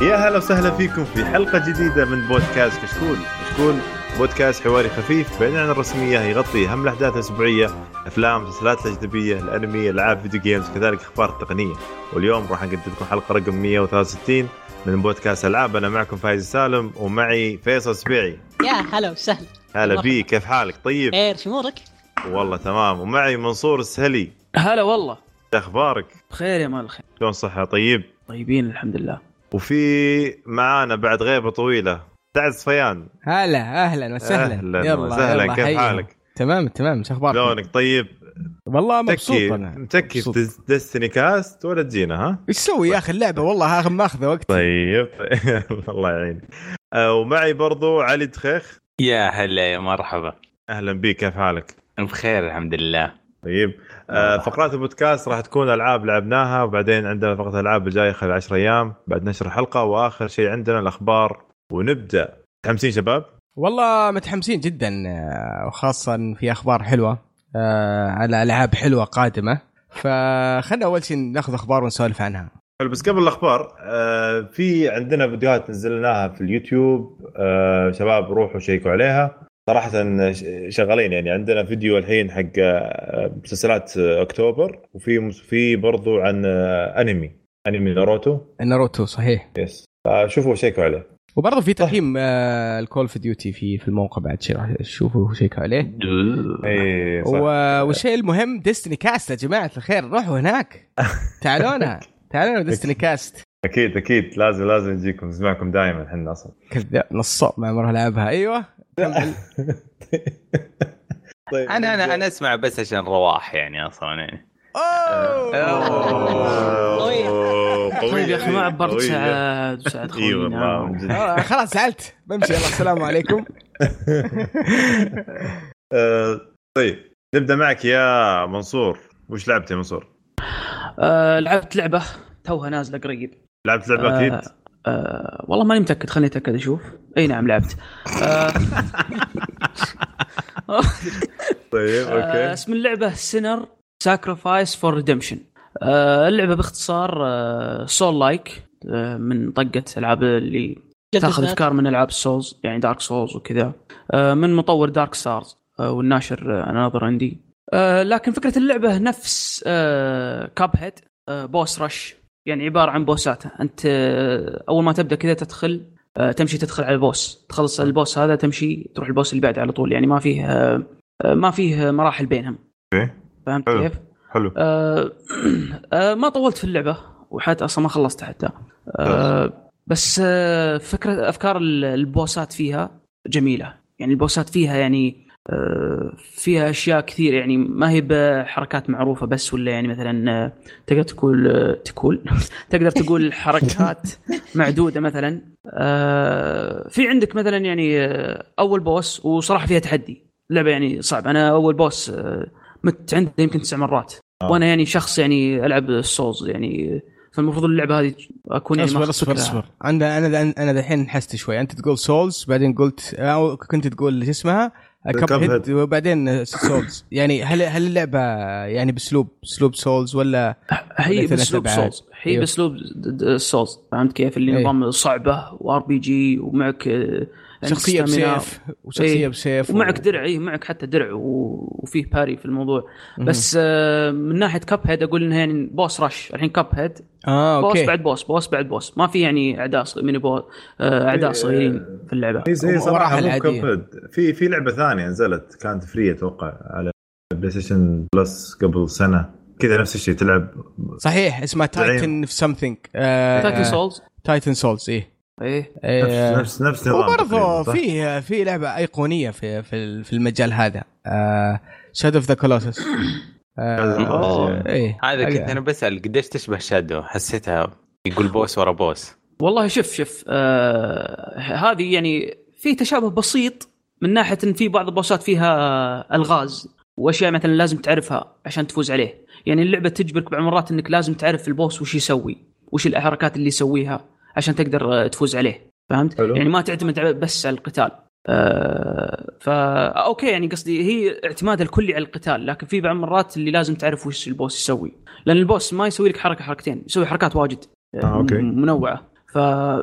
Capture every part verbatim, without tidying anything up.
يا هلا وسهلا فيكم في حلقة جديدة من بودكاست كشكول. كشكول بودكاست حواري خفيف بعيد عن الرسمية، يغطي أهم الأحداث الأسبوعية، أفلام، مسلسلات الأجنبية، الأنمي، ألعاب فيديو جيمز، كذلك أخبار التقنية. واليوم راح نقدم لكم حلقة رقم مية وثلاثة وستين من بودكاست ألعاب. أنا معكم فايز سالم ومعي فيصل سبيعي. يا هلا وسهلا. هلا بي، كيف حالك؟ طيب خير، شمورك؟ والله تمام. ومعي منصور السهلي. هلا والله، أخبارك؟ بخير يا مال الخير. شلون صحة؟ طيب طيبين الحمد لله. وفي معانا بعد غيبة طويلة سعد صفيان. هلا اهلا وسهلا. اهلا يلا وسهلا، يلا كيف حيهم. حالك؟ تمام تمام، شو اخبارك؟ شلونك؟ طيب والله مبسوط متكي انا. متكي في ديستني كاست ولا تجينا؟ ها ايش تسوي يا اخي؟ اللعبه والله هاخذ ماخذه وقت. طيب الله يعين. آه ومعي برضو علي دخيخ. يا هلا يا مرحبا. اهلا بك، كيف حالك؟ بخير الحمد لله. طيب آه فقرات البودكاست راح تكون العاب لعبناها، وبعدين عندنا فقره العاب الجايه خلال عشر ايام بعد نشر الحلقه، واخر شيء عندنا الاخبار. ونبدا. متحمسين شباب؟ والله متحمسين جدا، وخاصه في اخبار حلوه على العاب حلوه قادمه، فخلنا اول شيء ناخذ اخبار ونسولف عنها. بس قبل الاخبار آه في عندنا فيديوهات نزلناها في اليوتيوب. آه شباب روحوا شيكوا عليها، صراحه شغالين. يعني عندنا فيديو الحين حق مسلسلات اكتوبر، وفي في برضو عن انمي انمي ناروتو. ناروتو صحيح، يس. شوفوا شيكوا عليه. وبرضه في تقييم الكول في ديوتي في في الموقع، بعد شيء راح تشوفوا شيكوا عليه. اي صح. والشيء المهم ديستني كاست يا جماعه الخير، روحوا هناك. تعالونا تعالونا ديستني كاست. اكيد اكيد لازم لازم نجيكم نسمعكم دائما. احنا اصلا كذا نصاب ما مره لعبها. ايوه طيب انا انا انا اسمع بس عشان رواح يعني اصلا يعني. اوه طيب يا اخي ما عبرت سعد سعد اي والله خلاص زعلت بمشي. يلا السلام عليكم. طيب نبدا معك يا منصور. وش لعبت يا منصور؟ أه لعبت لعبه توها نازله قريب. لعبت لعبه اكيد؟ أه أه والله ماني متاكد، خليني اتاكد اشوف. اي نعم لعبت. أه طيب اوكي. اسم اللعبه سينر ساكريفايس فور ريدمشن. اللعبه باختصار سول لايك، من طقه العاب اللي تاخذ افكار من العاب السولز، يعني دارك سولز وكذا، من مطور دارك ستارز والناشر اناذر اندي. لكن فكره اللعبه نفس كاب هيد، بوس رش، يعني عباره عن بوسات. انت اول ما تبدا كذا تدخل تمشي تدخل على البوس، تخلص البوس هذا تمشي تروح البوس اللي بعده على طول، يعني ما فيه ما فيه مراحل بينهم. فهمت حلو. كيف؟ حلو. آه آه ما طولت في اللعبة، وحتى أصلا ما خلصت حتى. آه بس آه فكرة أفكار البوسات فيها جميلة، يعني البوسات فيها يعني آه فيها أشياء كثير، يعني ما هي بحركات معروفة بس، ولا يعني مثلا آه تقدر تقول آه تقول تقدر تقول حركات معدودة مثلا. آه في عندك مثلا يعني آه أول بوس، وصراحة فيها تحدي اللعبة يعني صعب. أنا أول بوس آه مت عنده يمكن تسع مرات. آه. وانا يعني شخص يعني العب السولز يعني، فالمفروض اللعبه هذه اكون يعني اصبر اصبر اصبر. انا انا انا الحين حست شوي. انت تقول سولز بعدين قلت او كنت تقول ايش اسمها كاب هيد وبعدين سولز. يعني هل هل اللعبه يعني باسلوب اسلوب سولز ولا هي باسلوب سولز؟ هي باسلوب سولز. فهمت كيف؟ اللي نظام صعبه وار بي جي، ومعك شخصيه بسيف وشخصيه ايه بسيف ومعك و... درع. ايه معك حتى درع وفيه باري في الموضوع. م- بس آه من ناحيه كاب هيد اقول انها يعني بوس رش. الحين كاب هيد اه بوس اوكي بعد بوس بوس بعد بوس، ما في يعني اعداء ميني بوس آه اعداء صغيرين في اللعبه. هي صراحه مو كاب. في في لعبه ثانيه نزلت كانت فري اتوقع على بلاي ستيشن بلس قبل سنه كذا، نفس الشيء تلعب صحيح، اسمها تايتن في سمثينج. تايتن سولز. تايتن سولز ايه ايه نفس نفس نظام. وبرضه في في لعبه ايقونيه في في في المجال هذا، شادو اوف ذا كولوسس. ايه هذا كنت انا بسال قديش تشبه شادو، حسيتها يقول بوس ورا بوس. والله شوف شوف آه هذه يعني في تشابه بسيط من ناحيه ان في بعض البوسات فيها الغاز واشياء مثلا لازم تعرفها عشان تفوز عليه. يعني اللعبه تجبرك بعض المرات انك لازم تعرف البوس وش يسوي، وش الحركات اللي يسويها عشان تقدر تفوز عليه. فهمت؟ حلو. يعني ما تعتمد بس على القتال. آه فا اوكي يعني قصدي هي اعتماد الكلي على القتال، لكن في بعض المرات اللي لازم تعرف وش البوس يسوي، لان البوس ما يسوي لك حركه حركتين، يسوي حركات واجد آه، أوكي. منوعه. ف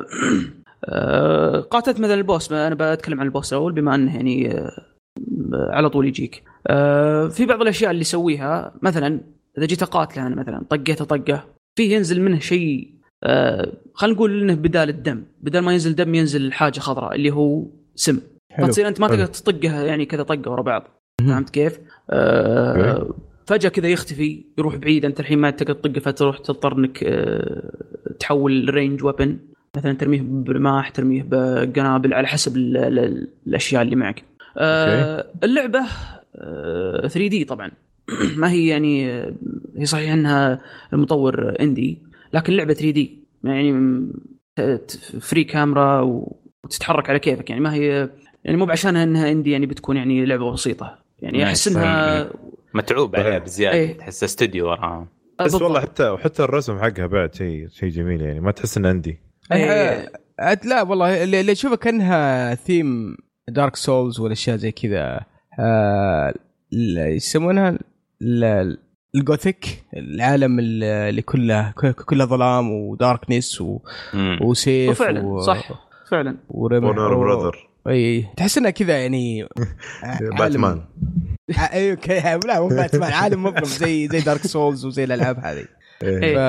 قاتلت مثلا البوس، انا بتكلم عن البوس الاول بما انه يعني على طول يجيك. في بعض الاشياء اللي يسويها، مثلا اذا جيت اقاتله انا مثلا طقيته طقه فيه ينزل منه شيء، خلينا نقول انه بدال الدم، بدل ما ينزل دم ينزل حاجه خضراء اللي هو سم، فتصير انت ما تقدر تطقها يعني كذا طقه ورا بعض. فهمت كيف؟ أه فجاه كذا يختفي يروح بعيد، انت الحين ما تقدر تطقه فتروح تضطر انك أه تحول رينج ويبن، مثلا ترميه برماح ترميه بقنابل على حسب ال ال الاشياء اللي معك. أه اللعبه أه ثري دي طبعا ما هي يعني هي صحيح انها المطور اندي، لكن اللعبه ثري دي يعني فري كاميرا وتتحرك على كيفك، يعني ما هي يعني مو بعشان انها اندي يعني بتكون يعني لعبه بسيطه، يعني احس انها متعوب عليها بزياده. ايه. تحس استوديو وراها بس والله حتى وحتى الرسم حقها بعد شيء شيء جميل، يعني ما تحس انه عندي. ايه. لا والله اللي اشوفه كانها ثيم دارك سولز والاشياء زي كذا، آه يسمونها الجوثيك، العالم اللي كله كله ظلام وداركنس وسيف وفعلا و... صح فعلا ورمر. اي تحس انها كذا يعني باتمان. ايوه كذا، لا مو باتمان، عالم مظلم زي زي دارك سولز وزي الالعاب هذه. ف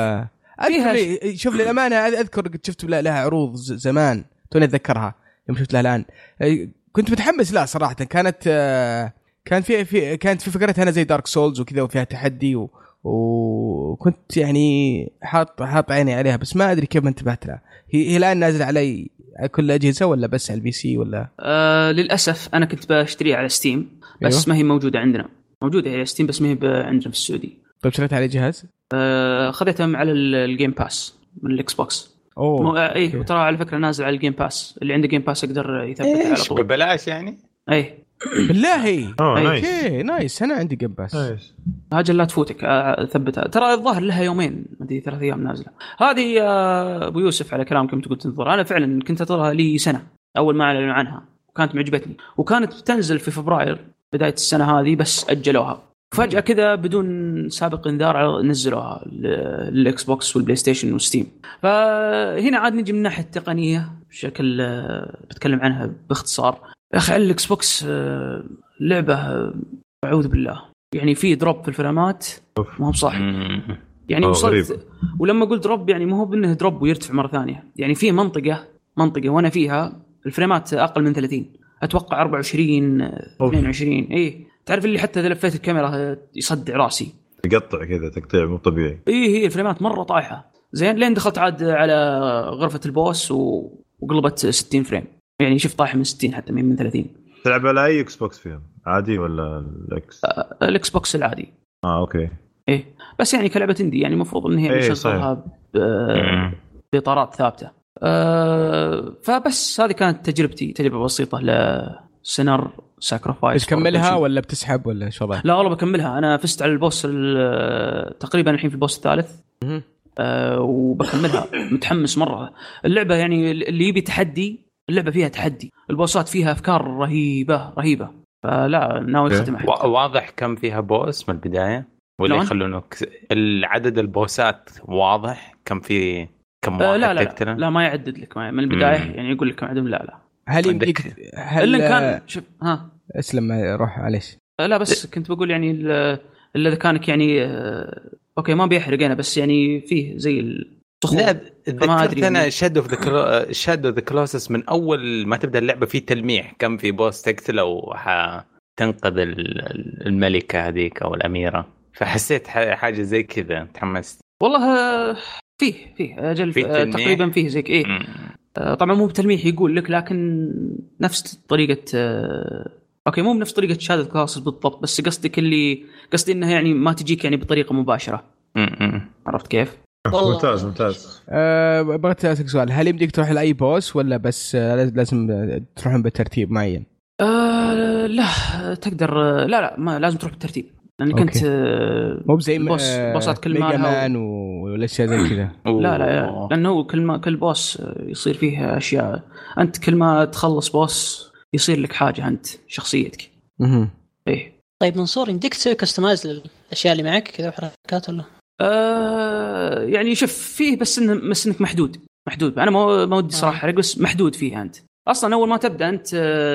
أذكر شوف للامانه اذكر قد شفت لها عروض زمان توني اتذكرها يوم شفت لها الان كنت متحمس. لا صراحه كانت كان في في كانت في فكرتها انا زي دارك سولز وكذا وفيها تحدي و... وكنت يعني حاط حاط عيني عليها، بس ما ادري كيف ما انتبهت لها. هي هي الان نازله علي كل الاجهزه ولا بس على البي سي ولا؟ آه للاسف انا كنت بشتريها على ستيم بس أيوة. ما هي موجوده عندنا، موجوده على ستيم بس ما هي عندنا في السعوديه. طيب شريتها على جهاز؟ آه خذيتها على الجيم باس من الاكس بوكس. اوه مو... ايه وترى على فكره نازل على الجيم باس، اللي عنده جيم باس يقدر يثبتها على طول ببلاش يعني. ايه بالله. اوكي نايس. انا عندي جيم باس هاجر لا تفوتك ثبتها، ترى الظاهر لها يومين مدري ثلاث ايام نازله هذه. ابو يوسف على كلامكم تقول تنظر، انا فعلا كنت اترها لي سنه اول ما اعلنوا عنها وكانت معجبتني، وكانت بتنزل في فبراير بدايه السنه هذه بس اجلوها فجاه كذا بدون سابق انذار نزلوها للاكس بوكس والبلاي ستيشن والستيم. فهنا عاد نجي من ناحيه التقنيه بشكل بتكلم عنها باختصار. يا اخي على الاكس بوكس لعبه اعوذ بالله يعني في دروب في الفريمات ما هو صح يعني وصلت، ولما قلت دروب يعني ما هو بانه دروب ويرتفع مره ثانيه، يعني في منطقه منطقه وانا فيها الفريمات اقل من ثلاثين اتوقع أربعة وعشرين اثنين وعشرين. ايه تعرف اللي حتى اذا لفيت الكاميرا يصدع راسي يقطع كذا تقطيع مو طبيعي. ايه هي الفريمات مره طايحه زين. لين دخلت عاد على غرفه البوس وقلبت ستين فريم، يعني شوف طايح من ستين حتى من ثلاثين. تلعب على اي اكس بوكس فيهم عادي ولا الاكس؟ آه الاكس بوكس العادي. اه اوكي. ايه بس يعني كلعبه اندي يعني المفروض ان هي إيه يشغلها باطارات ثابته. آه فبس هذه كانت تجربتي، تجربه بسيطه لسنر ساكرفايس. بتكملها ولا بتسحب ولا شو بقى؟ لا والله بكملها، انا فزت على البوس تقريبا الحين في البوس الثالث. آه وبكملها متحمس مره. اللعبه يعني اللي يبي تحدي، اللعبه فيها تحدي، البوسات فيها افكار رهيبه رهيبه، فلا ناوي اختمها. واضح كم فيها بوس من البدايه ولا يخلونك العدد البوسات واضح كم في كم واحد؟ آه لا لا, تقتله؟ لا ما يعدد لك من البدايه مم. يعني يقول لك كم عدد. لا لا هل يمديك هل كان شوف ها اسلم روح معليش. آه لا بس كنت بقول يعني اللي كانك يعني آه اوكي ما بيحرق انا بس يعني فيه زي الصخور. لا ذكرت انا شادو اوف ذا شادو ذا كلوسس من اول ما تبدا اللعبه في تلميح كم في بوس تقتله وتنقذ الملكه هذيك او الاميره، فحسيت حاجه زي كذا تحمست والله. فيه فيه اجل فيه تقريبا فيه زي ايه طبعا مو بتلميح يقول لك لكن نفس طريقه اوكي مو بنفس طريقه شادو اوف ذا كلوسس بالضبط، بس قصدك اللي قصدي انها يعني ما تجيك يعني بطريقه مباشره. امم عرفت كيف؟ ممتاز ممتاز. أه بغيت اسالك سؤال، هل يمديك تروح لاي بوس ولا بس لازم تروحون بترتيب معين؟ أه لا تقدر لا لا ما لازم تروح بالترتيب لان كنت مو زي بوس بوسات كل ما مان والاشياء زي كذا. لا لا لانه كل ما كل بوس يصير فيه اشياء، انت كل ما تخلص بوس يصير لك حاجه انت شخصيتك. اها ايه طيب منصور يمديك تسوي كستمايز للاشياء اللي معك كذا وحركات ولا؟ آه يعني شوف فيه بس إنه بس إنك محدود، محدود. انا ما ما ودي صراحه احرق بس محدود فيه. انت اصلا اول ما تبدا انت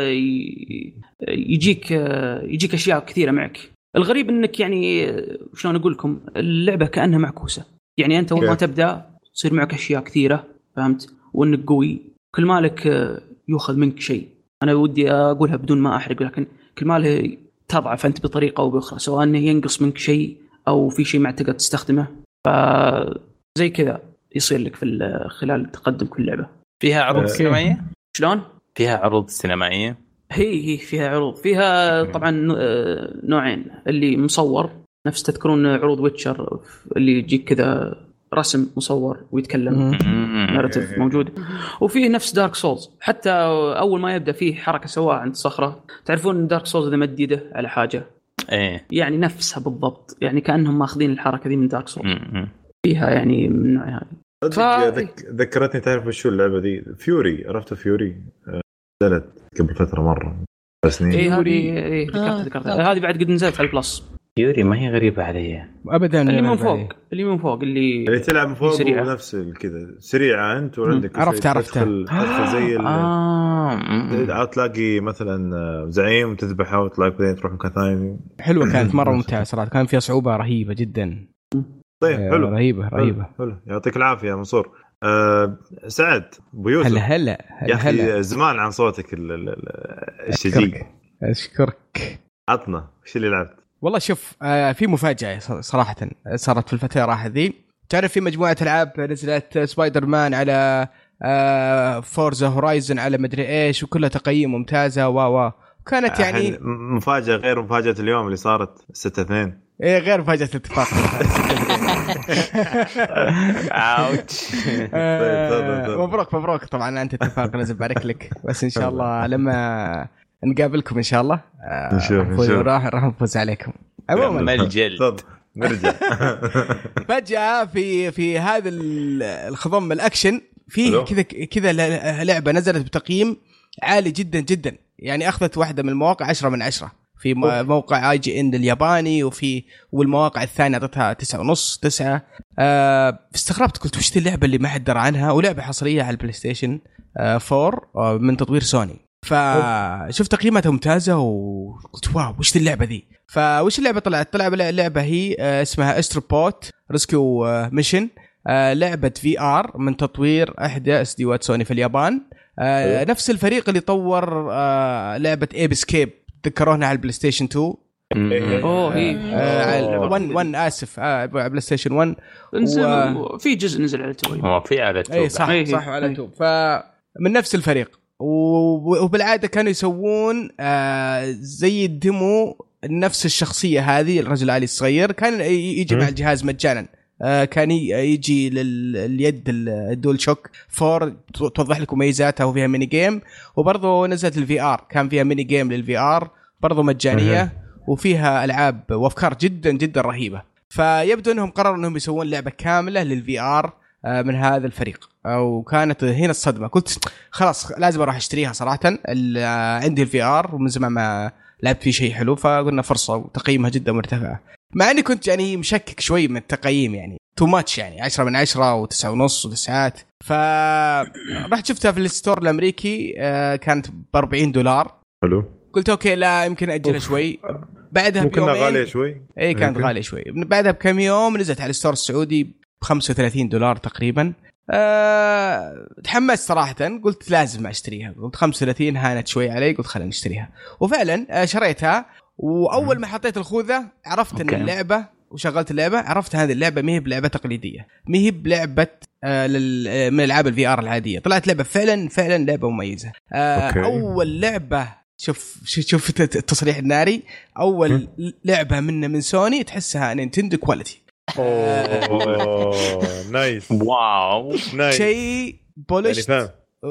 يجيك يجيك اشياء كثيره معك. الغريب انك يعني شلون اقول لكم اللعبه كانها معكوسه. يعني انت اول ما تبدا تصير معك اشياء كثيره فهمت وانك قوي كل مالك ياخذ منك شيء. انا ودي اقولها بدون ما احرق لكن كل ماله تضعف انت بطريقه او باخرى سواء انه ينقص منك شيء او في شيء معتقد تستخدمه. فزي كذا يصير لك في خلال تقدم كل لعبه. فيها عروض سينمائيه؟ شلون فيها عروض سينمائيه؟ هي هي فيها عروض. فيها طبعا نوعين اللي مصور نفس تذكرون عروض ويتشر اللي يجيك كذا رسم مصور ويتكلم ناراتيف موجود. وفيه نفس دارك سولز حتى اول ما يبدا فيه حركه سواها عند صخره. تعرفون دارك سولز اذا مديده على حاجه ايه يعني نفسها بالضبط. يعني كانهم ماخذين الحركه دي من دارك سولز فيها يعني من النوع هذا. ف... ذكرتني تعرف شو اللعبه دي فيوري. عرفت فيوري نزلت قبل فتره مره سنين. ايه هذه ايه ذكرت ذكرت هذه بعد قد نزلت على البلس. فيوري ما هي غريبه علي ابدا. اللي من فوق اللي من فوق اللي اللي تلعب من فوق ونفس كذا سريعه انت وعندك عرفت عرفت زي اه تلاقي مثلا زعيم وتذبحه وتلاقي بعدين تروح مكان ثاني. حلوه كانت مره ممتعه صراحه. كان فيها صعوبه رهيبه جدا. طيب حلو رهيبه رهيبه حلو. يعطيك العافيه يا منصور. أه سعد ابو يوسف. هلا هلا يا اخي زمان عن صوتك الشجيع. اشكرك. عطنا ايش اللي لعبت؟ والله شوف آه في مفاجأة صراحة صارت في الفترة راح ذي. تعرف في مجموعة ألعاب نزلت سبايدر مان على آه فورزا هورايزن على مدري إيش وكلها تقييم ممتازة و كانت يعني مفاجأة غير مفاجأة اليوم اللي صارت ستة اثنين. إيه غير مفاجأة الاتفاق. اوتش. مبروك مبروك طبعا أنت اتفاق نزل بارك لك. بس إن شاء الله لما نقابلكم إن شاء الله نشوف راح راح نفوز عليكم. عموما الجلد نرجع. فجأة في في هذا الخضم الأكشن فيه كذا كذا لعبة نزلت بتقييم عالي جدا جدا. يعني أخذت واحدة من المواقع عشرة من عشرة في موقع آي جي إن الياباني وفي والمواقع الثانية أعطتها تسعة ونص تسعة. أه استغربت قلت وش اللعبة اللي ما حد درى عنها ولعبة حصرية على البلاي ستيشن فور من تطوير سوني. فشفت تقييماتها ممتازة وقلت واو وش اللعبة ذي. فوش اللعبة طلعت طلع اللعبة هي اسمها استروبوت ريسكيو ميشن. لعبة في آر من تطوير إحدى استديوهات سوني في اليابان. نفس الفريق اللي طور لعبة ايب اسكيب تذكرونها على البلاي ستيشن تو. اوه هي ون ون اسف على بلاي ستيشن ون نزل و... في جزء نزل على تو. هو في على تو. اي صح هي صح هي. على تو. فمن نفس الفريق وبالعاده كانوا يسوون زي الديمو نفس الشخصيه هذه الرجل الآلي الصغير كان يجي مع الجهاز مجانا. كان يجي لليد الدول شوك فور توضح لكم ميزاتها وفيها ميني جيم. وبرضه نزلت الفي ار كان فيها ميني جيم للفي ار برضه مجانيه وفيها العاب وافكار جدا جدا رهيبه. فيبدو انهم قرروا انهم يسوون لعبه كامله للفي ار من هذا الفريق. وكانت هنا الصدمه قلت خلاص لازم اروح اشتريها صراحه. عندي الفي ار ومن زمان ما لعبت فيه شيء حلو فقلنا فرصه وتقييمها جدا مرتفع. مع اني كنت يعني مشكك شوي من التقييم يعني تو ماتش يعني عشرة من عشرة وتسعة ونص وتسعات. فرحت شفتها في الستور الامريكي كانت بأربعين دولار. حلو قلت اوكي لا يمكن اجلها شوي. بعدها ممكن غاليه شوي. اي كانت غاليه شوي. بعدها بكم يوم نزلت على الستور السعودي بخمسة وثلاثين دولار تقريبا. أه... تحمست صراحه قلت لازم اشتريها. قلت خمسة وثلاثين هانت شوي علي قلت خلينا نشتريها. وفعلا شريتها. واول ما حطيت الخوذه عرفت ان اللعبه وشغلت اللعبه عرفت هذه اللعبه ما هي بلعبه تقليديه ما هي بلعبه آه لل... من العاب الفي ار العاديه. طلعت لعبه فعلا فعلا لعبه مميزه. آه اول لعبه شوف شوف التصريح الناري اول لعبه منه من سوني تحسها نينتندو كواليتي. اوه نايس واو نايس شيء بولش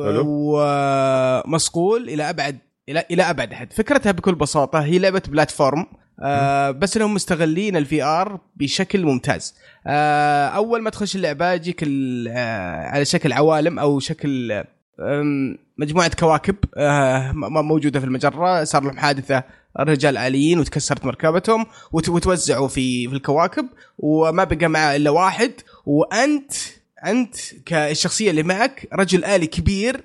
ومصقول الى ابعد الى الى ابعد حد. فكرتها بكل بساطه هي لعبه بلاتفورم آه بس انهم مستغلين الفي ار بشكل ممتاز. آه اول ما تخش اللعبه يجيك آه على شكل عوالم او شكل مجموعه كواكب آه موجوده في المجره. صار لهم حادثه رجال آليين وتكسرت مركبتهم وتوزعوا في في الكواكب وما بقى معه الا واحد وانت انت كالشخصيه اللي معك رجل آلي كبير،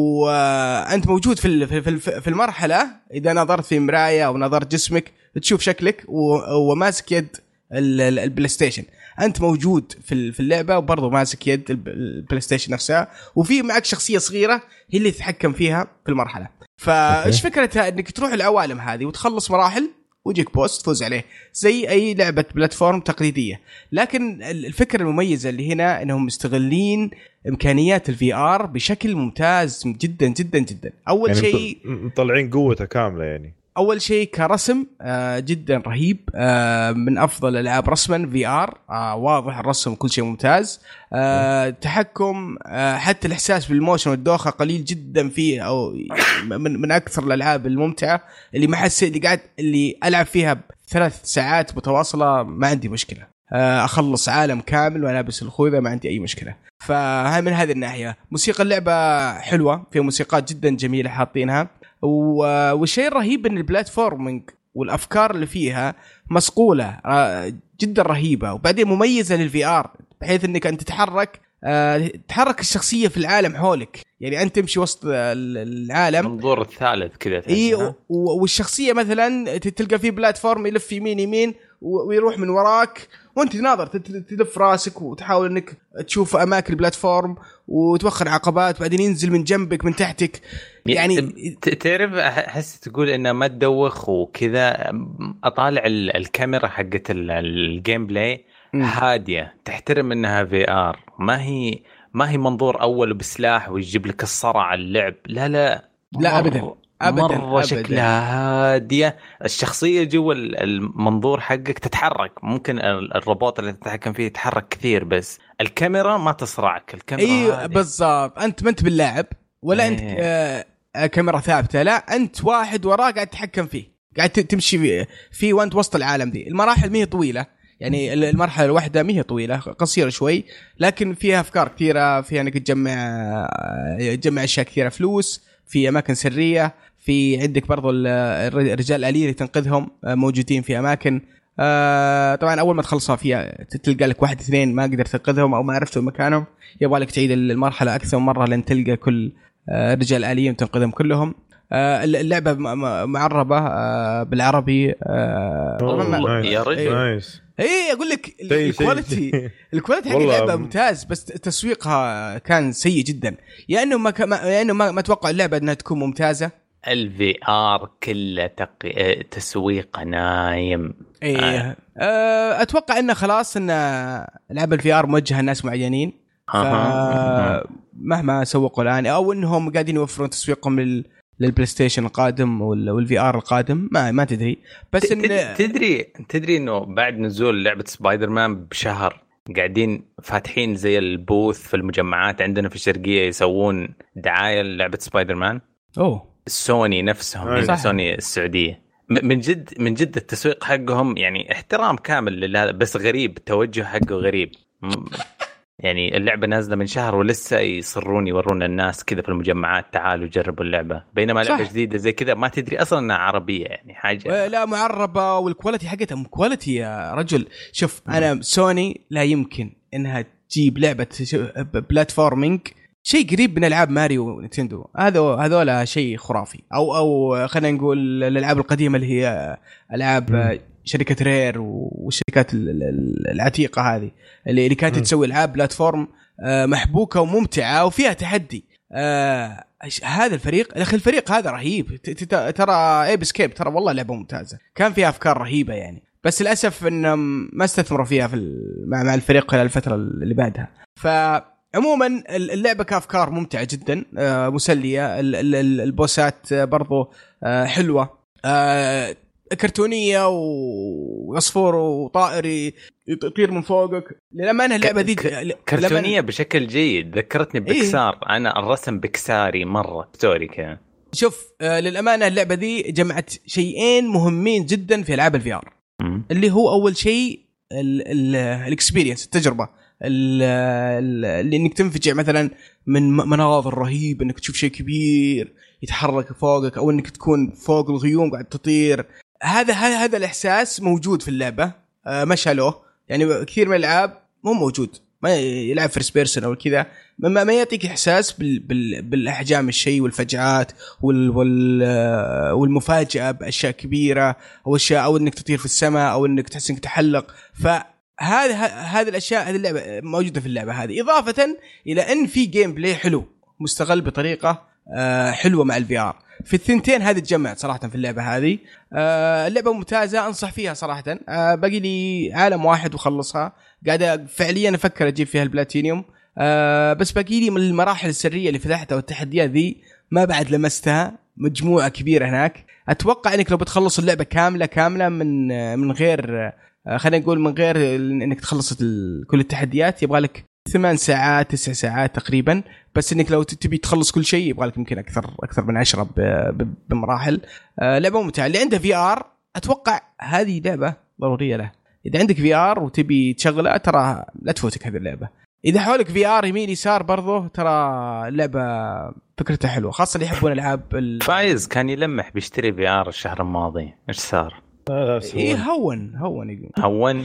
وانت موجود في في المرحله، اذا نظرت في مرايه او نظرت جسمك تشوف شكلك وماسك يد البلاي ستيشن. انت موجود في في اللعبه وبرضه ماسك يد البلاي ستيشن نفسها، وفي معك شخصيه صغيره هي اللي تتحكم فيها في المرحله. فايش فكرتها؟ انك تروح العوالم هذه وتخلص مراحل ويجيك بوست تفوز عليه زي اي لعبه بلاتفورم تقليديه. لكن الفكره المميزه اللي هنا انهم مستغلين امكانيات الفي ار بشكل ممتاز جدا جدا جدا. اول يعني شيء مطلعين قوته كامله، يعني اول شيء كرسم آه جدا رهيب، آه من افضل الالعاب رسما في ار، آه واضح الرسم وكل شيء ممتاز. آه تحكم، آه حتى الاحساس بالموشن والدوخه قليل جدا فيه، او من من اكثر الالعاب الممتعه اللي ما حسيت اللي قاعد اللي العب فيها ثلاث ساعات متواصله ما عندي مشكله، آه اخلص عالم كامل وانا لابس الخوذه ما عندي اي مشكله. فهاي من هذه الناحيه. موسيقى اللعبه حلوه، في موسيقات جدا جميله حاطينها، والشيء الرهيب ان البلاتفورمينج والافكار اللي فيها مصقوله جدا رهيبه، وبعدين مميزه للفي ار بحيث انك انت تتحرك تحرك الشخصيه في العالم حولك، يعني انت تمشي وسط العالم منظور الثالث كذا. اي، والشخصيه مثلا تلقى في بلاتفورم يلف يمين يمين ويروح من وراك، وانت ناظر تلف راسك وتحاول انك تشوف اماكن البلاتفورم وتوخر عقبات، بعدين ينزل من جنبك من تحتك. يعني تعرف احس تقول انه ما تدوخ وكذا. اطالع الكاميرا حقت الجيم بلاي هاديه، تحترم انها في ار، ما هي ما هي منظور اول بسلاح ويجيب لك الصرع اللعب. لا لا لا ابدا أبداً مرة أبداً. شكلها هادية، الشخصية جوا المنظور حقك تتحرك، ممكن الروبوت اللي تتحكم فيه يتحرك كثير بس الكاميرا ما تصرعك. الكاميرا اي بالضبط، انت ما انت باللاعب ولا ايه. انت آه كاميرا ثابتة، لا انت واحد وراك قاعد تتحكم فيه، قاعد تمشي فيه, فيه وانت وسط العالم دي. المراحل مية طويلة، يعني المرحلة الواحدة مية طويلة، قصيرة شوي، لكن فيها أفكار كثيرة، فيها انك تجمع تجمع اشياء كثيرة، فلوس، في اماكن سرية، في عندك برضو الرجال الآلية اللي تنقذهم موجودين في أماكن. آه طبعا أول ما تخلصها فيها تلقى لك واحد اثنين ما قدرت تنقذهم أو ما عرفتوا مكانهم، يبغى لك تعيد المرحلة أكثر مرة لين تلقى كل آه رجال آلية وتنقذهم كلهم. آه اللعبة معربة آه بالعربي. آه يا رجل نايس. ايه اقول لك الكواليتي الكواليتي حق اللعبه ممتاز، بس تسويقها كان سيء جدا، يا انه ما يا انه ما اتوقع اللعبه انها تكون ممتازه. الفي ار كله تق... تسويق نايم. ايه آه. اتوقع انه خلاص ان لعبه الفي ار موجهه لناس معينين، مهما سوقوا الان، او انهم قاعدين يوفرون تسويقهم لل للبلاي ستيشن القادم والفي ار القادم، ما ما تدري. بس إن تدري تدري انه بعد نزول لعبه سبايدر مان بشهر قاعدين فاتحين زي البوث في المجمعات عندنا في الشرقيه يسوون دعايه للعبه سبايدر مان. اوه سوني نفسهم، سوني السعوديه، من جد من جد التسويق حقهم يعني احترام كامل لله، بس غريب التوجه حقه غريب. يعني اللعبة نازلة من شهر ولسه يصرون يورون الناس كذا في المجمعات تعالوا جربوا اللعبة، بينما لعبة جديدة زي كذا ما تدري أصلا أنها عربية، يعني حاجة لا معربة، والكواليتي حقتها كواليتي يا رجل. شوف أنا سوني لا يمكن إنها تجيب لعبة بلاتفورمينج شيء قريب من ألعاب ماريو ونينتندو، هذا هذولا شيء خرافي، أو أو خلينا نقول الألعاب القديمة اللي هي ألعاب م. شركة رير والشركات العتيقة هذه اللي كانت تسوي ألعاب بلاتفورم محبوكة وممتعة وفيها تحدي. آه هذا الفريق الأخي الفريق هذا رهيب، ترى ايب اسكيب ترى والله لعبة ممتازة، كان فيها أفكار رهيبة يعني، بس للأسف إنهم ما استثمروا فيها في مع الفريق خلال الفترة اللي بعدها. فعموما اللعبة كأفكار ممتعة جدا، آه مسلية، البوسات برضو آه حلوة، آه كرتونيه وعصفور وطائري يطير من فوقك. للامانه اللعبه ذي كرتونيه لمن... بشكل جيد، ذكرتني بيكسار. إيه؟ انا الرسم بيكساري مره ستوري كذا. شوف آه للامانه اللعبه ذي جمعت شيئين مهمين جدا في العاب الفي ار، اللي هو اول شيء الاكسبيرينس، التجربه اللي انك تنفجع مثلا من مناظر رهيبه، انك تشوف شيء كبير يتحرك فوقك، او انك تكون فوق الغيوم قاعد تطير. هذا هذا الاحساس موجود في اللعبه، آه ما شالوه، يعني كثير من الالعاب مو موجود. ما يلعب فيرست بيرسون او كذا، ما ما يعطيك احساس بال بال بالاحجام الشيء والفجعات وال وال والمفاجاه باشياء كبيره او اشياء او انك تطير في السماء او انك تحس انك تحلق. فهذا هذه الاشياء هذه اللعبه موجوده في اللعبه هذه، اضافه الى ان في جيم بلاي حلو مستغل بطريقه حلوه مع الفي ار. في الثنتين هذه تجمعت صراحه في اللعبه هذه. اللعبه ممتازه انصح فيها صراحه. باقي لي عالم واحد وخلصها، قاعد فعليا افكر اجيب فيها البلاتينيوم، بس باقي لي من المراحل السريه اللي فتحتها والتحديات ذي ما بعد لمستها، مجموعه كبيره هناك. اتوقع انك لو بتخلص اللعبه كامله كامله من من غير خلينا نقول من غير انك تخلص كل التحديات يبغى لك ثمان ساعات تسع ساعات تقريبا، بس انك لو تبي تخلص كل شيء يبغى لك يمكن اكثر اكثر من عشرة بمراحل. لعبه ممتعه. اللي عنده في ار اتوقع هذه لعبه ضروريه له. اذا عندك في ار وتبي تشغلها ترى لا تفوتك هذه اللعبه. اذا حولك في ار يمين يسار برضه ترى اللعبه فكرتها حلوه، خاصه اللي يحبون العاب ال... فايز كان يلمح بيشتري في ار الشهر الماضي، ايش صار؟ ايه هون هون يقول هون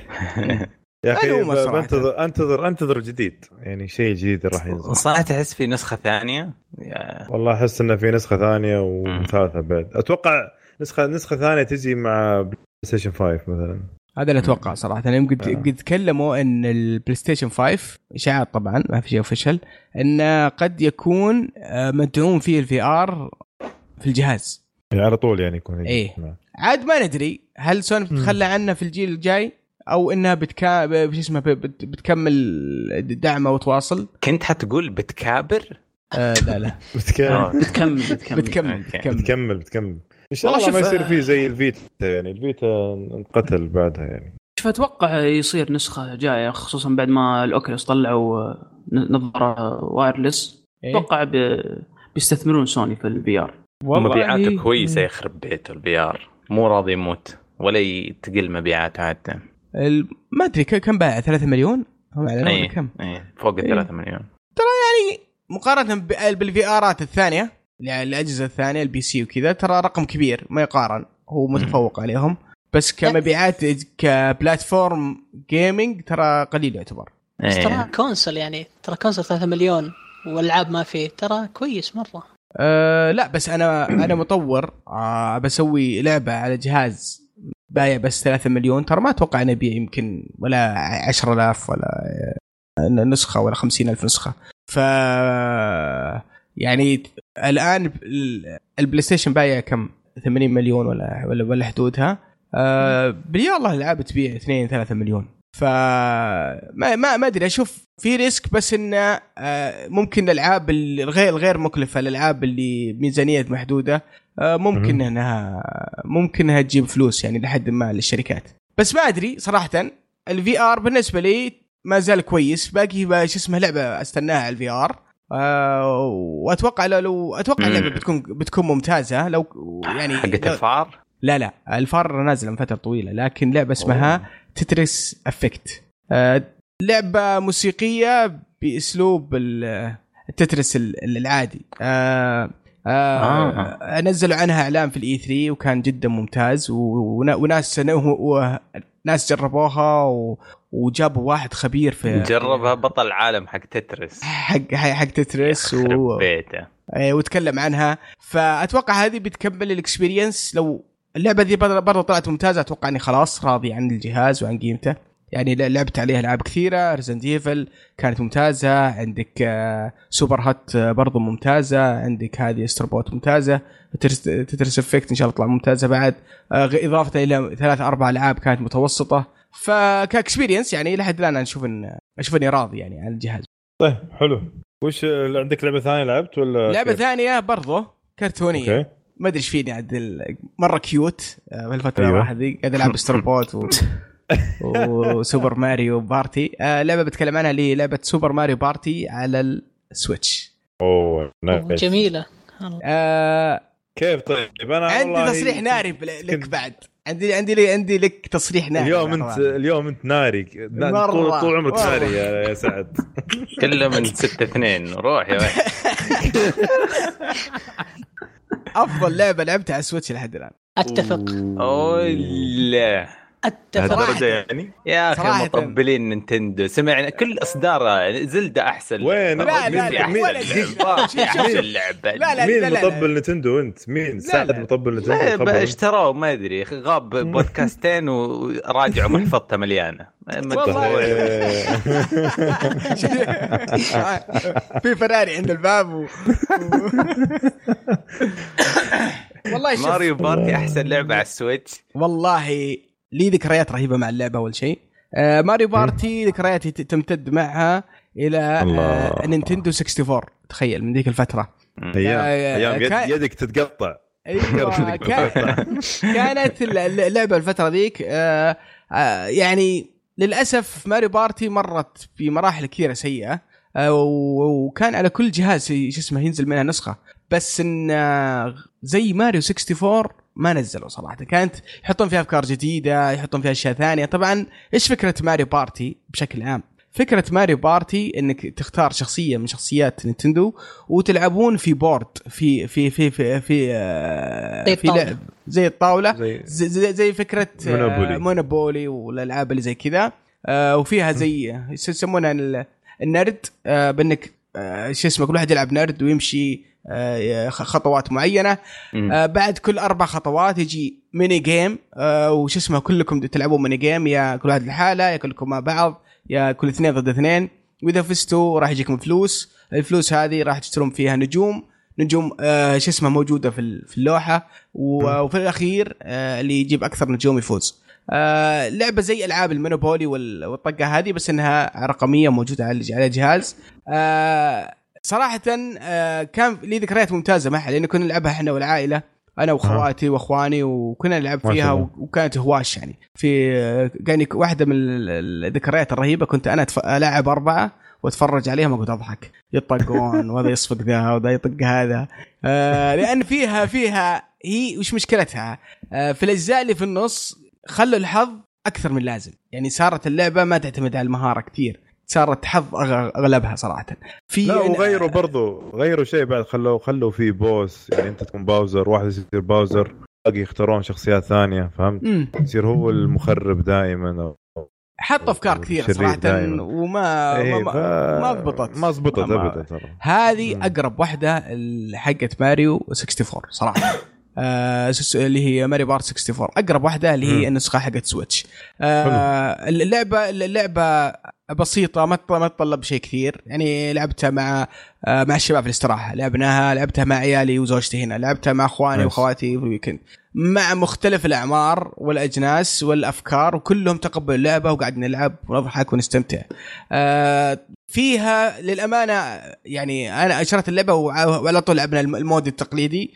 يا اخي انتظر انتظر انتظر جديد، يعني شيء جديد راح ينزل. صراحه تحس في نسخه ثانيه يا... والله احس انه في نسخه ثانيه وثالثه بعد. اتوقع نسخه نسخه ثانيه تجي مع بلاي ستيشن خمسة مثلا. هذا اللي اتوقع صراحه. انا قد قد تكلموا ان البلاي ستيشن خمسة اشاعات طبعا ما في شيء اوفيشال انه قد يكون مدعوم فيه الفي ار في الجهاز يعني على طول، يعني يكون ايه عاد ما ندري هل سوني بتخلى عنه في الجيل الجاي او انها بتكا بش اسمه بت... بتكمل دعمه وتواصل. كنت حتقول بتكابر آه لا لا بتكمل بتكمل بتكمل بتكمل بتكمل بتكمل ان شاء الله ما يصير فيه زي الفيتا، يعني الفيتا انقتل بعدها. يعني شوف اتوقع يصير نسخه جايه خصوصا بعد ما الاوكيوليس طلعوا نظاره وايرلس. اتوقع ب... بيستثمرون سوني في الفي ار. مبيعاته كويسه يخرب بيته الفي ار، مو راضي يموت ولا تقل مبيعاته حتى. ما ادري كم باع ثلاثة مليون هم اعلنوا أيه. كم أيه. فوق ال ثلاثة مليون ترى. يعني مقارنه بالفي ارات الثانيه يعني الاجهزه الثانيه البي سي وكذا ترى رقم كبير ما يقارن، هو متفوق عليهم. بس كمبيعات كبلاتفورم جيمنج ترى قليل يعتبر. بس ترى كونسل يعني ترى كونسل ثلاثة مليون والعاب ما فيه ترى كويس مره. أه لا بس انا انا مطور أه بسوي لعبه على جهاز بايع بس ثلاثة مليون، ترى ما اتوقع ان ابيع يمكن ولا عشرة آلاف ولا نسخه ولا خمسين ألف نسخه. ف يعني الان البلاي ستيشن بايع كم ثمانين مليون ولا ولا, ولا حدودها. أه بالله الله الالعاب تبيع اثنين ثلاثة مليون. فما ما ما ادري اشوف في ريسك، بس انه ممكن الالعاب الغير الغير مكلفه الالعاب اللي ميزانيه محدوده ممكن انها ممكن انها تجيب فلوس يعني لحد ما للشركات. بس ما ادري صراحه. الفي ار بالنسبه لي ما زال كويس، باقي شو اسمه لعبه استناها على الفي ار. أه واتوقع لو اتوقع اللعبه بتكون بتكون ممتازه لو يعني حقت الفار. لا لا الفار نازل من فتره طويله، لكن لعبه اسمها أوه. تتريس افكت. أه لعبه موسيقيه باسلوب التتريس العادي. أه آه آه. نزلوا عنها اعلان في الاي ثري وكان جدا ممتاز، وناس ناس جربوها وجابوا واحد خبير في جربها بطل عالم حق تتريس حق حق تتريس و... بيته وتكلم عنها. فاتوقع هذه بتكمل الاكسبيرينس. لو اللعبه دي برضه طلعت ممتازه اتوقع اني خلاص راضي عن الجهاز وعن قيمته. يعني لعبت عليها العاب كثيره. ريزيدنت ايفل كانت ممتازه، عندك سوبر هات برضو ممتازه، عندك هذه استربوت ممتازه، تترس افكت ان شاء الله تطلع ممتازه بعد، اضافه الى ثلاث اربع العاب كانت متوسطه. فكاكسبيرينس يعني لحد الان اشوف ان اشوف اني راضي يعني عن الجهاز. طيب حلو. وش عندك لعبه ثانيه لعبت ولا لعبه كيف؟ ثانيه برضو كرتونيه. أوكي. ما ادري ايش فيني عاد مره كيوت في الفتره أيوة. هذه قاعد العب استربوت و وسوبر ماريو بارتي. آه لعبة بتكلم عنها اللي لعبة سوبر ماريو بارتي على السويتش. أوه جميلة. آه كيف طيب أنا عندي تصريح ناري لك بعد. عندي عندي لي عندي لك تصريح ناري. اليوم أنت اليوم أنت ناري طول طول عمرك ناري يا سعد. كله من ستة اثنين روح يا واحد. أفضل لعبة لعبتها على السويتش لحد الآن. أتفق. أوه لا هالدرجة يعني يا اخي مطبلين نينتندو. سمعنا كل اصدار زلدة احسن. وين لا لا لا مين مطبل نينتندو؟ انت مين ساعد مطبل نينتندو؟ اشتروا ما ادري غاب بودكاستين وراجعوا محفظته مليانه. في فراري عند الباب و... والله شوف ماريو بارتي احسن لعبه على السويتش. والله لي ذكريات رهيبه مع اللعبه. اول شيء آه ماريو بارتي ذكرياتي تمتد معها الى آه نينتندو أربعة وستين. تخيل من ذيك الفتره ايام آه ايام يد كان... يدك تتقطع. ايوه كان... كانت اللعبه الفتره ذيك آه آه يعني للاسف ماريو بارتي مرت في مراحل كثيره سيئه آه وكان على كل جهاز شو اسمه ينزل منها نسخه. بس ان آه زي ماريو أربعة وستين ما نزلوا صراحه. كانت يحطون فيها افكار جديده يحطون فيها اشياء ثانيه. طبعا ايش فكره ماريو بارتي بشكل عام؟ فكره ماريو بارتي انك تختار شخصيه من شخصيات نينتندو وتلعبون في بورد في في في في في, آه في لعب زي الطاوله زي, زي, زي فكره مونوبولي, مونوبولي والالعاب اللي زي كذا آه وفيها زي يسمونها النرد آه بانك آه شو اسمه كل واحد يلعب نرد ويمشي آه خطوات معينه آه بعد كل اربع خطوات يجي ميني جيم آه وش اسمه كلكم تلعبون ميني جيم يا كل واحد لحاله يا كلكم مع بعض يا كل اثنين ضد اثنين. واذا فزتوا راح يجيكم فلوس. الفلوس هذه راح تشترون فيها نجوم نجوم آه شو اسمه موجوده في في اللوحه وفي الاخير آه اللي يجيب اكثر نجوم يفوز. آه لعبه زي العاب المونوبولي والطقه هذه بس انها رقميه موجوده على جهاز. آه صراحه آه كان لي ذكريات ممتازه معها لان كنا نلعبها احنا والعائله انا واخواتي واخواني وكنا نلعب فيها وكانت هواش يعني في يعني واحده من الذكريات الرهيبه. كنت انا العب اربعه واتفرج عليهم واقعد اضحك يطقون وهذا يصفق ذا وهذا يطق هذا آه لان فيها فيها هي وش مشكلتها آه في الاجزاء اللي في النص خلوا الحظ اكثر من لازم. يعني صارت اللعبه ما تعتمد على المهاره كثير صارت حظ اغلبها صراحه. في لا وغيروا برضو غيروا شيء بعد خلوا خلوا في بوس يعني انت تكون باوزر واحد يصير باوزر باقي يختارون شخصيات ثانيه فهمت يصير هو المخرب دائما. حط افكار كثير صراحه دائماً. وما ايه ما ما ضبطت ما ضبطت ابدا ترى. هذه اقرب واحده حقه ماريو أربعة وستين صراحه آه اللي هي ماريو بارت أربعة وستين اقرب واحده اللي هي النسخه حقت سويتش. آه اللعبه اللعبه بسيطه ما ما تطلب شيء كثير يعني. لعبتها مع آه مع الشباب في الاستراحه لعبناها لعبتها مع عيالي وزوجتي هنا لعبتها مع اخواني واخواتي في الويكند مع مختلف الاعمار والاجناس والافكار وكلهم تقبلوا اللعبه وقاعد نلعب ونضحك ونستمتع. آه فيها للامانه يعني انا اشرت اللعبه وعلى طول لعبنا المود التقليدي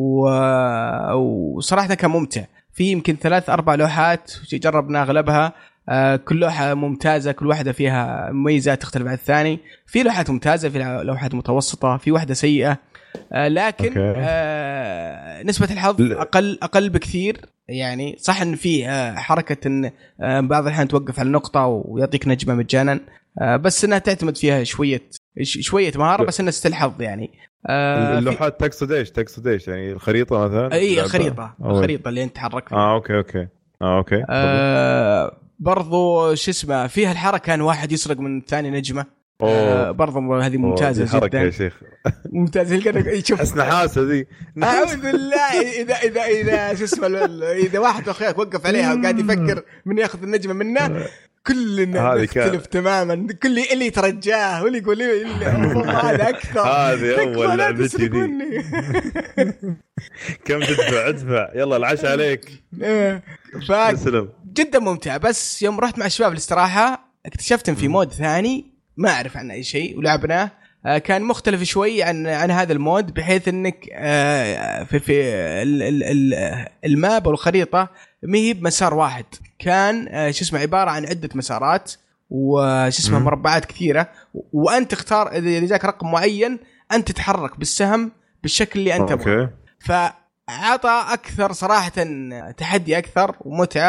وصراحه كان ممتع. في يمكن ثلاث اربع لوحات جربنا اغلبها آه كل لوحه ممتازه كل واحده فيها مميزات تختلف عن الثاني. في لوحات ممتازه في لوحات متوسطه في واحده سيئه آه لكن آه نسبه الحظ اقل اقل بكثير. يعني صح ان في آه حركه ان آه بعض الأحيان توقف على نقطه ويعطيك نجمه مجانا آه بس انها تعتمد فيها شويه شويه مهاره بس انها تستلحظ يعني. آه اللوحات تقصد ايش تقصد ايش يعني الخريطه مثلا؟ اي الخريطه الخريطه اللي انت تحرك فيها. اه اوكي اوكي اه اوكي آه برضو شو اسمه فيها الحركه ان واحد يسرق من الثاني نجمه آه برضو هذه ممتازه جدا يا شيخ ممتازه كذا يشوف نحاسه ذي اعوذ بالله اذا اذا اذا شو اسمه اذا واحد اخوياك وقف عليها وقاعد يفكر من ياخذ النجمه منه كلنا نختلف تماما. كل اللي يترجاه واللي يقول لي هذا اكثر هذه اول لعبتي دي كم تدفع ادفع يلا العشاء عليك. فسلم جدا ممتع. بس يوم رحت مع الشباب الاستراحه اكتشفت ان في مود ثاني ما اعرف عنه اي شيء ولعبناه كان مختلف شوي عن عن هذا المود بحيث انك في في الماب والخريطه ما هي بمسار واحد كان شو اسمه عباره عن عده مسارات وش اسمه مربعات كثيره وانت تختار اذا جاك رقم معين انت تتحرك بالسهم بالشكل اللي انت تبغاه. فعطى اكثر صراحه تحدي اكثر ومتعه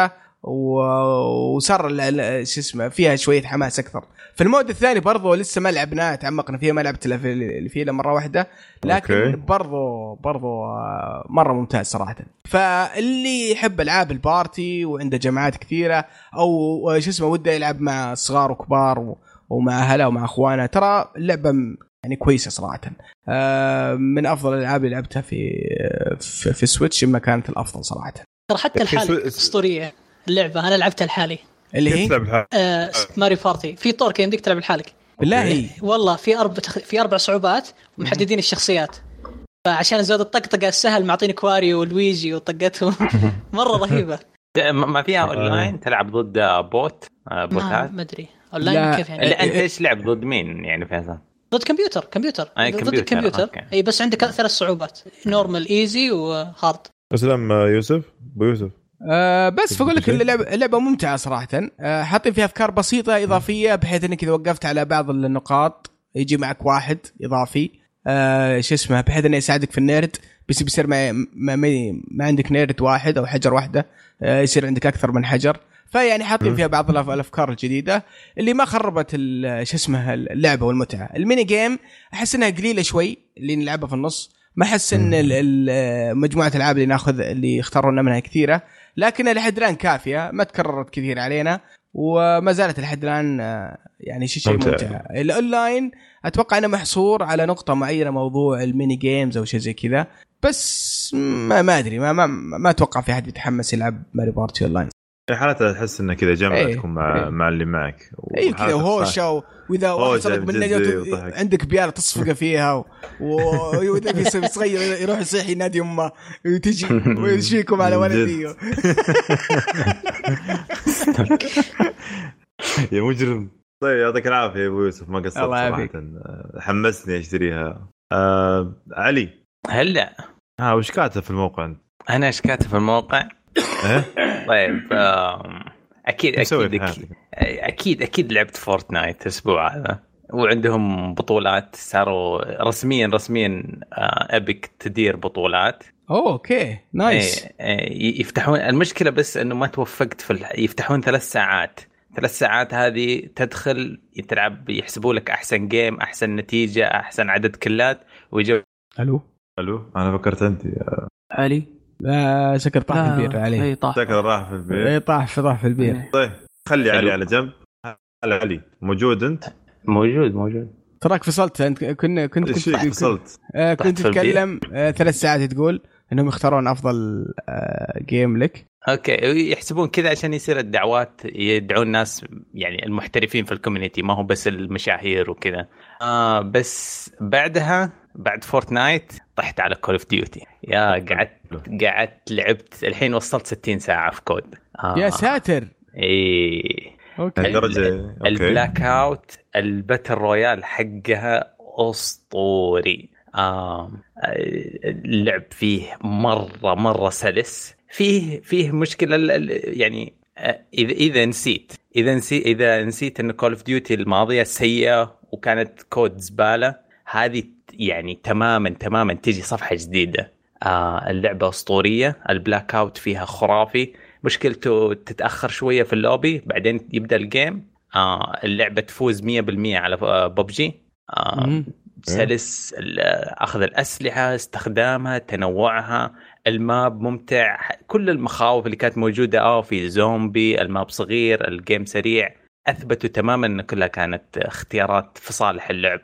وصار شو اسمه فيها شويه حماس اكثر. في المود الثاني برضو لسه ما لعبناه تعمقنا فيها، ما لعبت اللي فيه مره واحده، لكن برضو برضو مره ممتاز صراحه. فاللي يحب العاب البارتي وعنده جماعات كثيره او شو اسمه وده يلعب مع صغار وكبار ومع اهله ومع اخوانه، ترى اللعبه يعني كويسه صراحه، من افضل الالعاب اللي لعبتها في في, في سويتش، ما كانت الافضل صراحه. ترى حتى الحالي اسطوريه اللعبه، انا لعبتها الحالي اللي هي آه ماري بارتي في طور كي يمديك تلعب لحالك. بالله والله في اربع في اربع صعوبات ومحددين الشخصيات، فعشان زود الطقطقه السهل معطيني كواريو ولويجي وطقتهم مره رهيبه. ما فيها اونلاين تلعب ضد بوت بوتات؟ ما ادري اونلاين كيف يعني. انت ايش لعب ضد مين يعني فيصل؟ ضد كمبيوتر كمبيوتر ضد الكمبيوتر. اي بس عندك ثلاث صعوبات، نورمال ايزي وهارد. اسلم يوسف ابو يوسف. أه بس فقول لك اللعبة, اللعبة ممتعة صراحة. أه حاطين فيها أفكار بسيطة إضافية، بحيث إنك إذا وقفت على بعض النقاط يجي معك واحد إضافي أه شو اسمه، بحيث إنه يساعدك في النيرد. بس بيصير ما, ما, ما عندك نيرد واحد أو حجر واحدة، أه يصير عندك أكثر من حجر. فيعني حاطين فيها بعض الأفكار الجديدة اللي ما خربت شو اسمه اللعبة والمتعة. الميني جيم أحس إنها قليلة شوي اللي نلعبها في النص، ما أحس إن مجموعة الألعاب اللي نأخذ اللي اختاروا منها كثيرة، لكن لحد الآن كافية، ما تكررت كثير علينا وما زالت لحد الآن يعني شيء شيء ممتع. الأونلاين أتوقع أنه محصور على نقطة معينة، موضوع الميني جيمز أو شيء زي كذا، بس ما ما أدري ما ما ما أتوقع في أحد يتحمس يلعب ماري بارتي أونلاين. في حالتها تحس انه كذا جمعتكم مع ايه. مع اللي معك اي كذا وهوشه، واذا واحد سرق منك عندك بياله تصفقه فيها، واذا في صغير يروح يصيح ينادي امه وتجي ويشيكم على ولدي يا مجرم. طيب يعطيك العافيه يا ابو يوسف، ما قصرت صراحه، حمسني اشتريها. آه علي هلا ها وش كاتب في الموقع؟ انا ايش كاتب في الموقع؟ طيب اكيد اكيد اكيد اكيد لعبت فورتنايت الاسبوع هذا، وعندهم بطولات صاروا رسميا رسميا ابيك تدير بطولات. اوكي نايس. يفتحون، المشكله بس انه ما توفقت في يفتحون ثلاث ساعات ثلاث ساعات هذه تدخل تلعب، يحسبوا لك احسن جيم، احسن نتيجه، احسن عدد كلات، ويجوا الو الو انا فكرت انت علي. لا شكر طاح في البير عليه. اي طاح شكر راح في البير. اي طاح في طاح في البير. طيب خلي علي على جنب. هلا علي موجود؟ انت موجود موجود. تراك فصلت انت. كنا كنت كنت فصلت. آه كنت تتكلم آه ثلاث ساعات تقول انهم يختارون افضل آه جيم لك. اوكي يحسبون كذا عشان يصير الدعوات، يدعون الناس يعني المحترفين في الكوميونتي، ما هو بس المشاهير وكذا. آه بس بعدها بعد فورتنايت طحت على كول اوف ديوتي. يا قعدت قعدت لعبت الحين وصلت ستين ساعة في كود. آه. يا ساتر. ايه اوكي درجة البلاك اوت الباتل رويال حقها اسطوري. آه. اللعب فيه مرة مرة سلس. فيه فيه مشكلة يعني إذا إذا نسيت إذا نسيت إذا نسيت إن كول اوف ديوتي الماضية سيئة وكانت كود زبالة، هذه يعني تماما تماما تيجي صفحة جديدة. آه اللعبة أسطورية، البلاك اوت فيها خرافي، مشكلته تتأخر شوية في اللوبي بعدين يبدأ الجيم. آه اللعبة تفوز مية بالمية على ببجي. آه سلس أخذ الأسلحة، استخدامها، تنوعها، الماب ممتع، كل المخاوف اللي كانت موجودة آه في زومبي، الماب صغير، الجيم سريع، أثبتوا تماما أن كلها كانت اختيارات في صالح اللعب.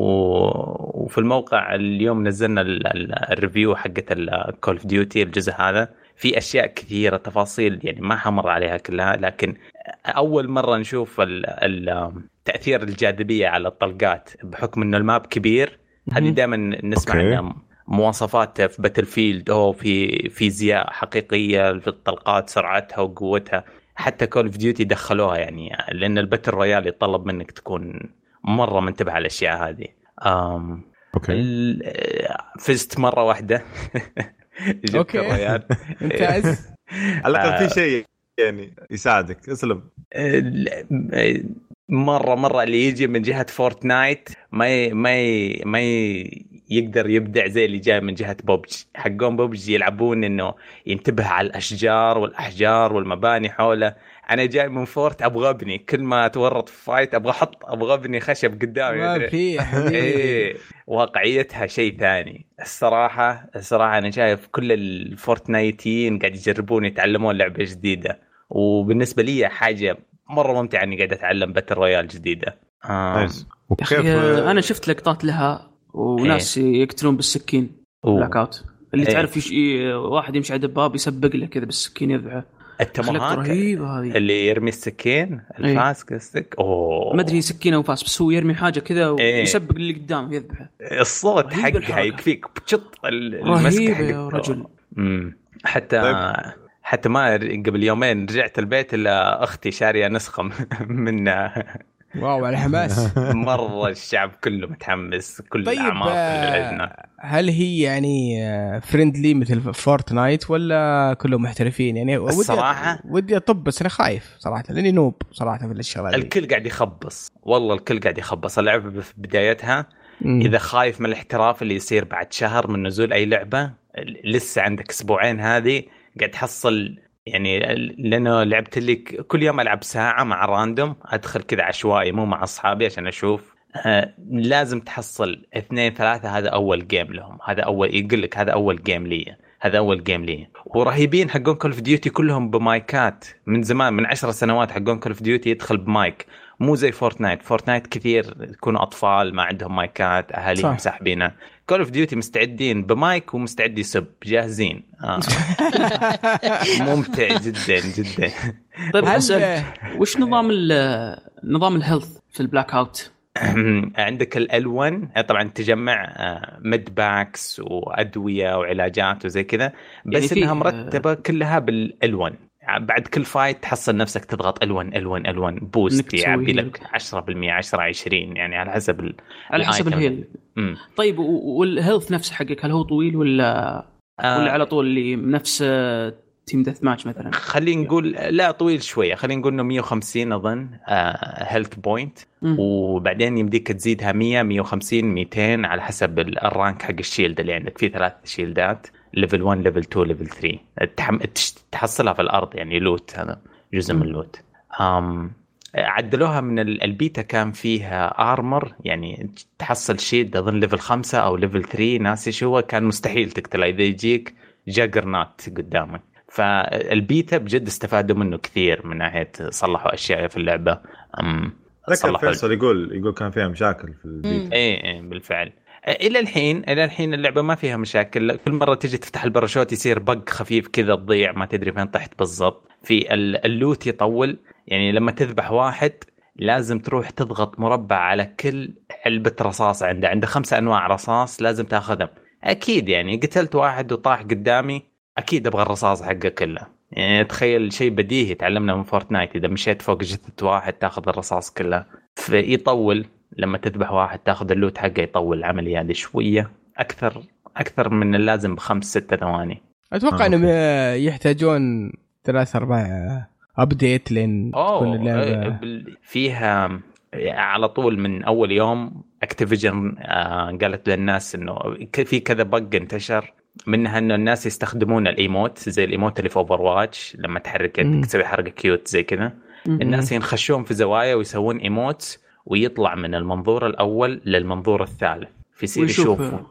وفي الموقع اليوم نزلنا الريفيو حقة الكول اوف ديوتي الجزء هذا، في أشياء كثيرة تفاصيل يعني ما حمر عليها كلها، لكن أول مرة نشوف تأثير الجاذبية على الطلقات بحكم أنه الماب كبير. هذه دائما نسمع عنها مواصفات في باتل فيلد أو في فيزياء حقيقية في الطلقات، سرعتها وقوتها. حتى كول اوف ديوتي دخلوها يعني، لأن الباتل رويال يتطلب منك تكون مرة منتبه على الأشياء هذه. أم أوكي. فزت مرة واحدة. أوكي. ممتاز. على الأقل في شيء يعني يساعدك. اسلم. مرة مرة اللي يجي من جهة فورتنايت ما ي... ما ي... ما يقدر يبدع زي اللي جاي من جهة بوبجي. حقون بوبجي يلعبون إنه ينتبه على الأشجار والأحجار والمباني حوله. أنا جاي من فورت أبغى أبني، كل ما أتورط في فايت أبغى أحط أبغى أبني خشب قدامي. ما في إيه واقعيتها شيء ثاني الصراحة. الصراحة أنا شايف كل الفورتنايتيين قاعد يجربون يتعلمون لعبة جديدة، وبالنسبة لي حاجة مرة ممتعة إني قاعد أتعلم باتل رويال جديدة. آه. وكيف آه أنا شفت لقطات لها وناس إيه. يقتلون بالسكين بلاك اوت اللي إيه. تعرف يش... واحد يمشي على دباب يسبق له كذا بالسكين يذبحه. التمهاك رهيبة هذه اللي يرمي السكين الفاس قصدك. اوه ما ادري سكينه او فاس، بس هو يرمي حاجه كذا ويسبق اللي قدامه يذبحه. الصوت حقها يكفيك بتشط المسك حق يا رجل. امم حتى طيب. حتى ما قبل يومين رجعت البيت الا اختي شاريه نسخه من واو على حماس. مرة الشعب كله متحمس، كل طيب الأعمار آه هل هي يعني فريندلي مثل فورتنايت ولا كلهم محترفين؟ يعني الصراحة ودي أطب بس أنا خايف صراحة لأني نوب صراحة في الشغلات. الكل قاعد يخبص والله، الكل قاعد يخبص. اللعبة في بدايتها مم. إذا خايف من الاحتراف اللي يصير بعد شهر من نزول أي لعبة، لسه عندك أسبوعين هذه قاعد تحصل. يعني لأنه لعبت لي كل يوم ألعب ساعة مع راندوم، أدخل كذا عشوائي مو مع أصحابي عشان أشوف. آه لازم تحصل اثنين ثلاثة، هذا أول جيم لهم، هذا أول يقول لك هذا أول جيم لي، هذا أول جيم لي. ورهيبين حقون كول اوف ديوتي كلهم بمايكات من زمان، من عشر سنوات حقون كول اوف ديوتي يدخل بمايك، مو زي فورتنايت. فورتنايت كثير يكونوا أطفال ما عندهم مايكات، أهاليهم ساحبينه. كول اوف ديوتي مستعدين بمايك ومستعد يسب، جاهزين. آه. ممتع جدا جدا. طيب أسأل، وش نظام نظام الهيلث في البلاك اوت؟ عندك ال واحد طبعا تجمع ميد باكس وأدوية وعلاجات وزي كذا، بس يعني إنها مرتبة كلها بال واحد. بعد كل فايت تحصل نفسك تضغط ال واحد ال واحد ال واحد بوست يعبي لك عشرة بالمية عشرة عشرين، يعني على حسب ال على حسب الهيل. طيب والهيلث نفسه حقك هل هو طويل ولا آه ولا على طول اللي نفس تيم ديث ماتش مثلا؟ خلينا نقول لا طويل شويه، خلينا نقول انه مية وخمسين اظن هيلث بوينت، وبعدين يمديك تزيدها مية مية وخمسين مئتين على حسب الرانك حق الشيلد اللي عندك. في ثلاث شيلدات، ليفل واحد ليفل اثنين ليفل ثلاثة، تحصلها في الارض يعني لوت، هذا جزء من اللوت. أم عدلوها من البيتا، كان فيها ارمر يعني تحصل شيلد اظن ليفل خمسة او ليفل ثلاثة ناسي شو هو، كان مستحيل تقتله اذا يجيك جاجرنات قدامك. فالبيتا بجد استفادوا منه كثير من ناحيه صلحوا اشياء في اللعبه. ام ذكر فيصل يقول يقول كان فيها مشاكل في البيتا. ايه ايه بالفعل. الى الحين الى الحين اللعبه ما فيها مشاكل. كل مره تيجي تفتح الباراشوت يصير بق خفيف كذا تضيع، ما تدري فين طحت بالضبط. في اللوت يطول، يعني لما تذبح واحد لازم تروح تضغط مربع على كل علبه رصاص عنده عنده خمسة انواع رصاص لازم تاخذهم. اكيد يعني قتلت واحد وطاح قدامي، اكيد ابغى الرصاص حقه كله. يعني تخيل شيء بديهي تعلمنا من فورتنايت، اذا مشيت فوق جثة واحد تاخذ الرصاص كله. فيطول لما تذبح واحد تاخذ اللوت حقه، يطول العمليه هذه شويه اكثر اكثر من اللازم بخمس ستة ثواني. اتوقع انهم يحتاجون ثلاث اربع ابديت لين تكون اللعبه فيها على طول. من اول يوم اكتيفيجن قالت للناس انه في كذا بق انتشر، منها انه الناس يستخدمون الايموت زي الايموت اللي في اوفر واتش، لما تحرك تسوي حركه كيوت زي كذا، الناس ينخشون في زوايا ويسوون ايموت ويطلع من المنظور الاول للمنظور الثالث، فيصير يشوفوا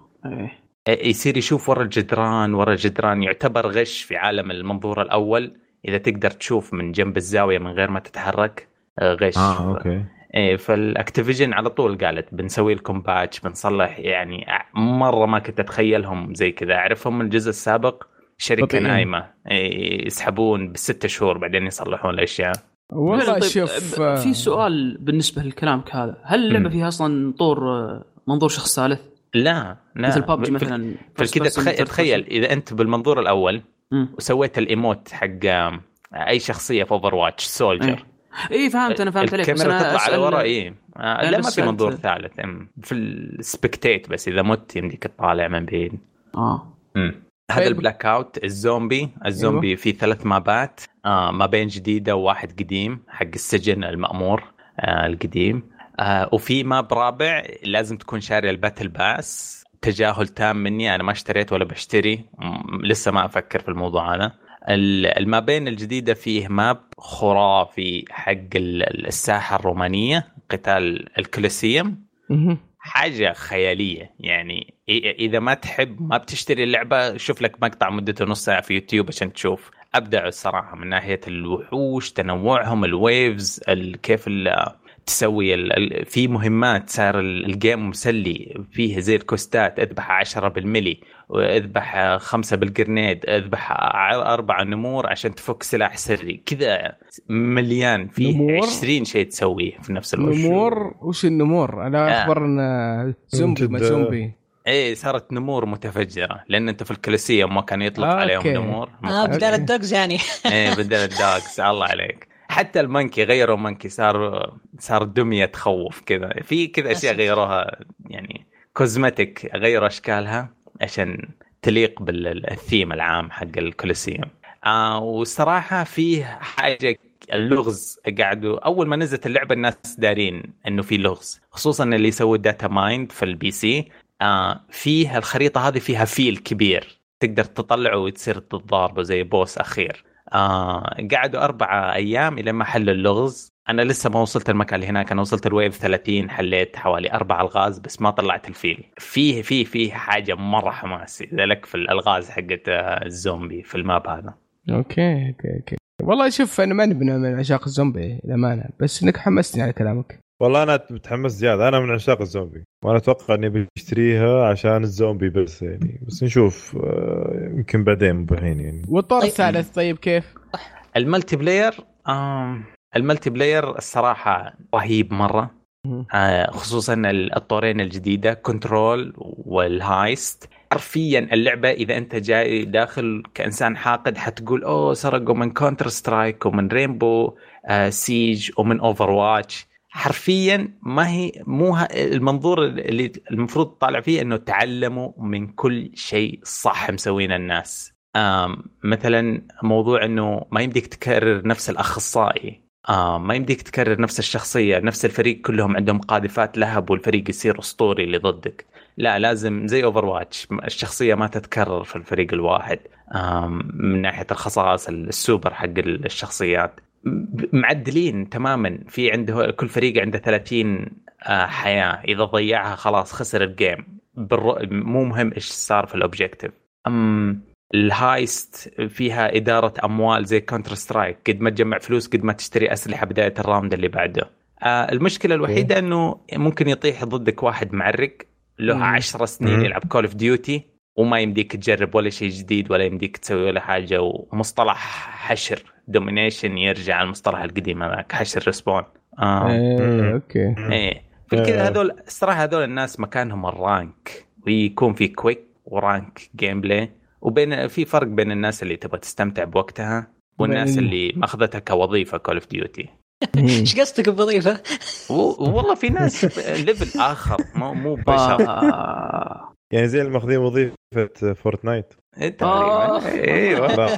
يصير يشوف ورا الجدران ورا الجدران. يعتبر غش في عالم المنظور الاول، اذا تقدر تشوف من جنب الزاويه من غير ما تتحرك غش. اه اوكي. ايه فالاكتيفيجن على طول قالت بنسوي لكم باتش بنصلح. يعني مره ما كنت اتخيلهم زي كذا، اعرفهم من الجزء السابق شركه نايمه يسحبون بالستة شهور بعدين يصلحون الاشياء. والله طيب شوف في سؤال بالنسبه للكلام هذا، هل اللعبه فيها اصلا طور منظور شخص ثالث؟ لا لا مثل بابجي مثلا. فكذا تخيل, تخيل اذا انت بالمنظور الاول مم. وسويت الايموت حق اي شخصيه في اوفر واتش سولجر. اي فهمت انا فهمت عليك، بس انا تطلع على ورا. ايه آه لا ما في منظور ثالث في السبكتيت، بس اذا مت يمديك تطالع من بعيد. اه امم هذا البلاك اوت. الزومبي الزومبي أيوه. في ثلاث مابات، آه ما بين جديده وواحد قديم حق السجن المأمور آه القديم، آه وفي ماب رابع لازم تكون شاري الباتل باس تجاهل تام مني، انا ما اشتريت ولا بشتري، لسه ما افكر في الموضوع هذا. المابين الجديدة فيه ماب خرافي حق الساحة الرومانية، قتال الكولوسيوم، حاجة خيالية يعني. إذا ما تحب ما بتشتري اللعبة، شوف لك مقطع مدته نص ساعة في يوتيوب عشان تشوف. أبدعوا الصراحة من ناحية الوحوش، تنوعهم، الويفز، كيف تسوي في مهمات، صار الجيم مسلي فيه زي الكوستات، اذبح عشرة بالملي واذبح خمسة بالجرنيد، اذبح أربعة نمور عشان تفك سلاح سري كذا، مليان فيه عشرين شيء تسويه في نفس الوقت. نمور؟ وش النمور؟ أنا أخبر أن زومبي ما زومبي. ايه صارت نمور متفجرة، لأن أنت في الكولوسيوم ما كان يطلق آه عليهم أوكي. نمور. آه بدال الدوغز يعني. ايه بدال الدوغز. الله عليك. حتى المنكي غيروا منكي، صار صار دمية تخوف كذا، في كذا أشياء غيروها يعني كوزمتيك، غيروا أشكالها عشان تليق بالثيم العام حق الكولوسيوم. آه والصراحة فيه حاجة، اللغز قاعدوا أول ما نزلت اللعبة الناس دارين إنه في لغز، خصوصا اللي يسوي داتا مايند في البي سي. آه فيه الخريطة هذه فيها فيل كبير تقدر تطلعه وتصير تضاربه زي بوس أخير. آه قعدوا أربعة أيام إلى ما حل اللغز. أنا لسه ما وصلت المكان اللي هناك، أنا وصلت الويف ثلاثين، حليت حوالي أربع ألغاز بس ما طلعت الفيل. فيه فيه فيه حاجة مرة حماسي ذلك في الألغاز حقت الزومبي في الماب هذا. أوكي أوكي أوكي والله شوف أنا ما نبنى من عشاق الزومبي للأمانة، بس إنك حمستني على كلامك. والله أنا متحمس زيادة، أنا من عشاق الزومبي وأنا أتوقع إني بشتريها عشان الزومبي بس يعني، بس نشوف يمكن بعدين بحين يعني. والطور الثالث طيب كيف؟ الملتي بلاير آم الملتي بلاير الصراحة رهيب مرة، آه خصوصا الطورين الجديدة كنترول والهايست. حرفيا اللعبة إذا أنت جاي داخل كإنسان حاقد حتقول أوه سرقوا من كونتر سترايك ومن رينبو آه سيج ومن أوفر واتش. حرفيا ما هي مو المنظور اللي المفروض طالع فيه إنه تعلموا من كل شيء صح مسوين الناس. مثلا موضوع إنه ما يمديك تكرر نفس الأخصائي، آه ما يمديك تكرر نفس الشخصية، نفس الفريق كلهم عندهم قاذفات لهب والفريق يصير أسطوري اللي ضدك. لا لازم زي أوفر واتش الشخصية ما تتكرر في الفريق الواحد. من ناحية الخصائص السوبر حق الشخصيات معدلين تماما، في عنده كل فريق عنده ثلاثين حياة، إذا ضيعها خلاص خسر الجيم، مو مهم إيش صار في الأوبجيكتيف. أم الهايست فيها إدارة أموال زي كونتر سترايك، قد ما تجمع فلوس قد ما تشتري أسلحة بداية الراوند اللي بعده. آه المشكلة الوحيدة أنه ممكن يطيح ضدك واحد معرق له عشر سنين يلعب كول اوف ديوتي وما يمديك تجرب ولا شيء جديد ولا يمديك تسوي ولا حاجة، ومصطلح حشر دومينيشن يرجع على المصطلح القديم هذاك حشر ريسبون. آه. ايه اوكي ايه في كذا هذول الصراحة هذول الناس مكانهم الرانك، ويكون في كويك ورانك جيم بلاي، وبين في فرق بين الناس اللي تبغى تستمتع بوقتها والناس اللي ماخذتها كوظيفة كول اوف ديوتي. ايش قصدك بوظيفة؟ والله في ناس ليفل آخر مو مو بشر يعني زي الماخذين وظيفة فورتنايت تقريبا. ايه والله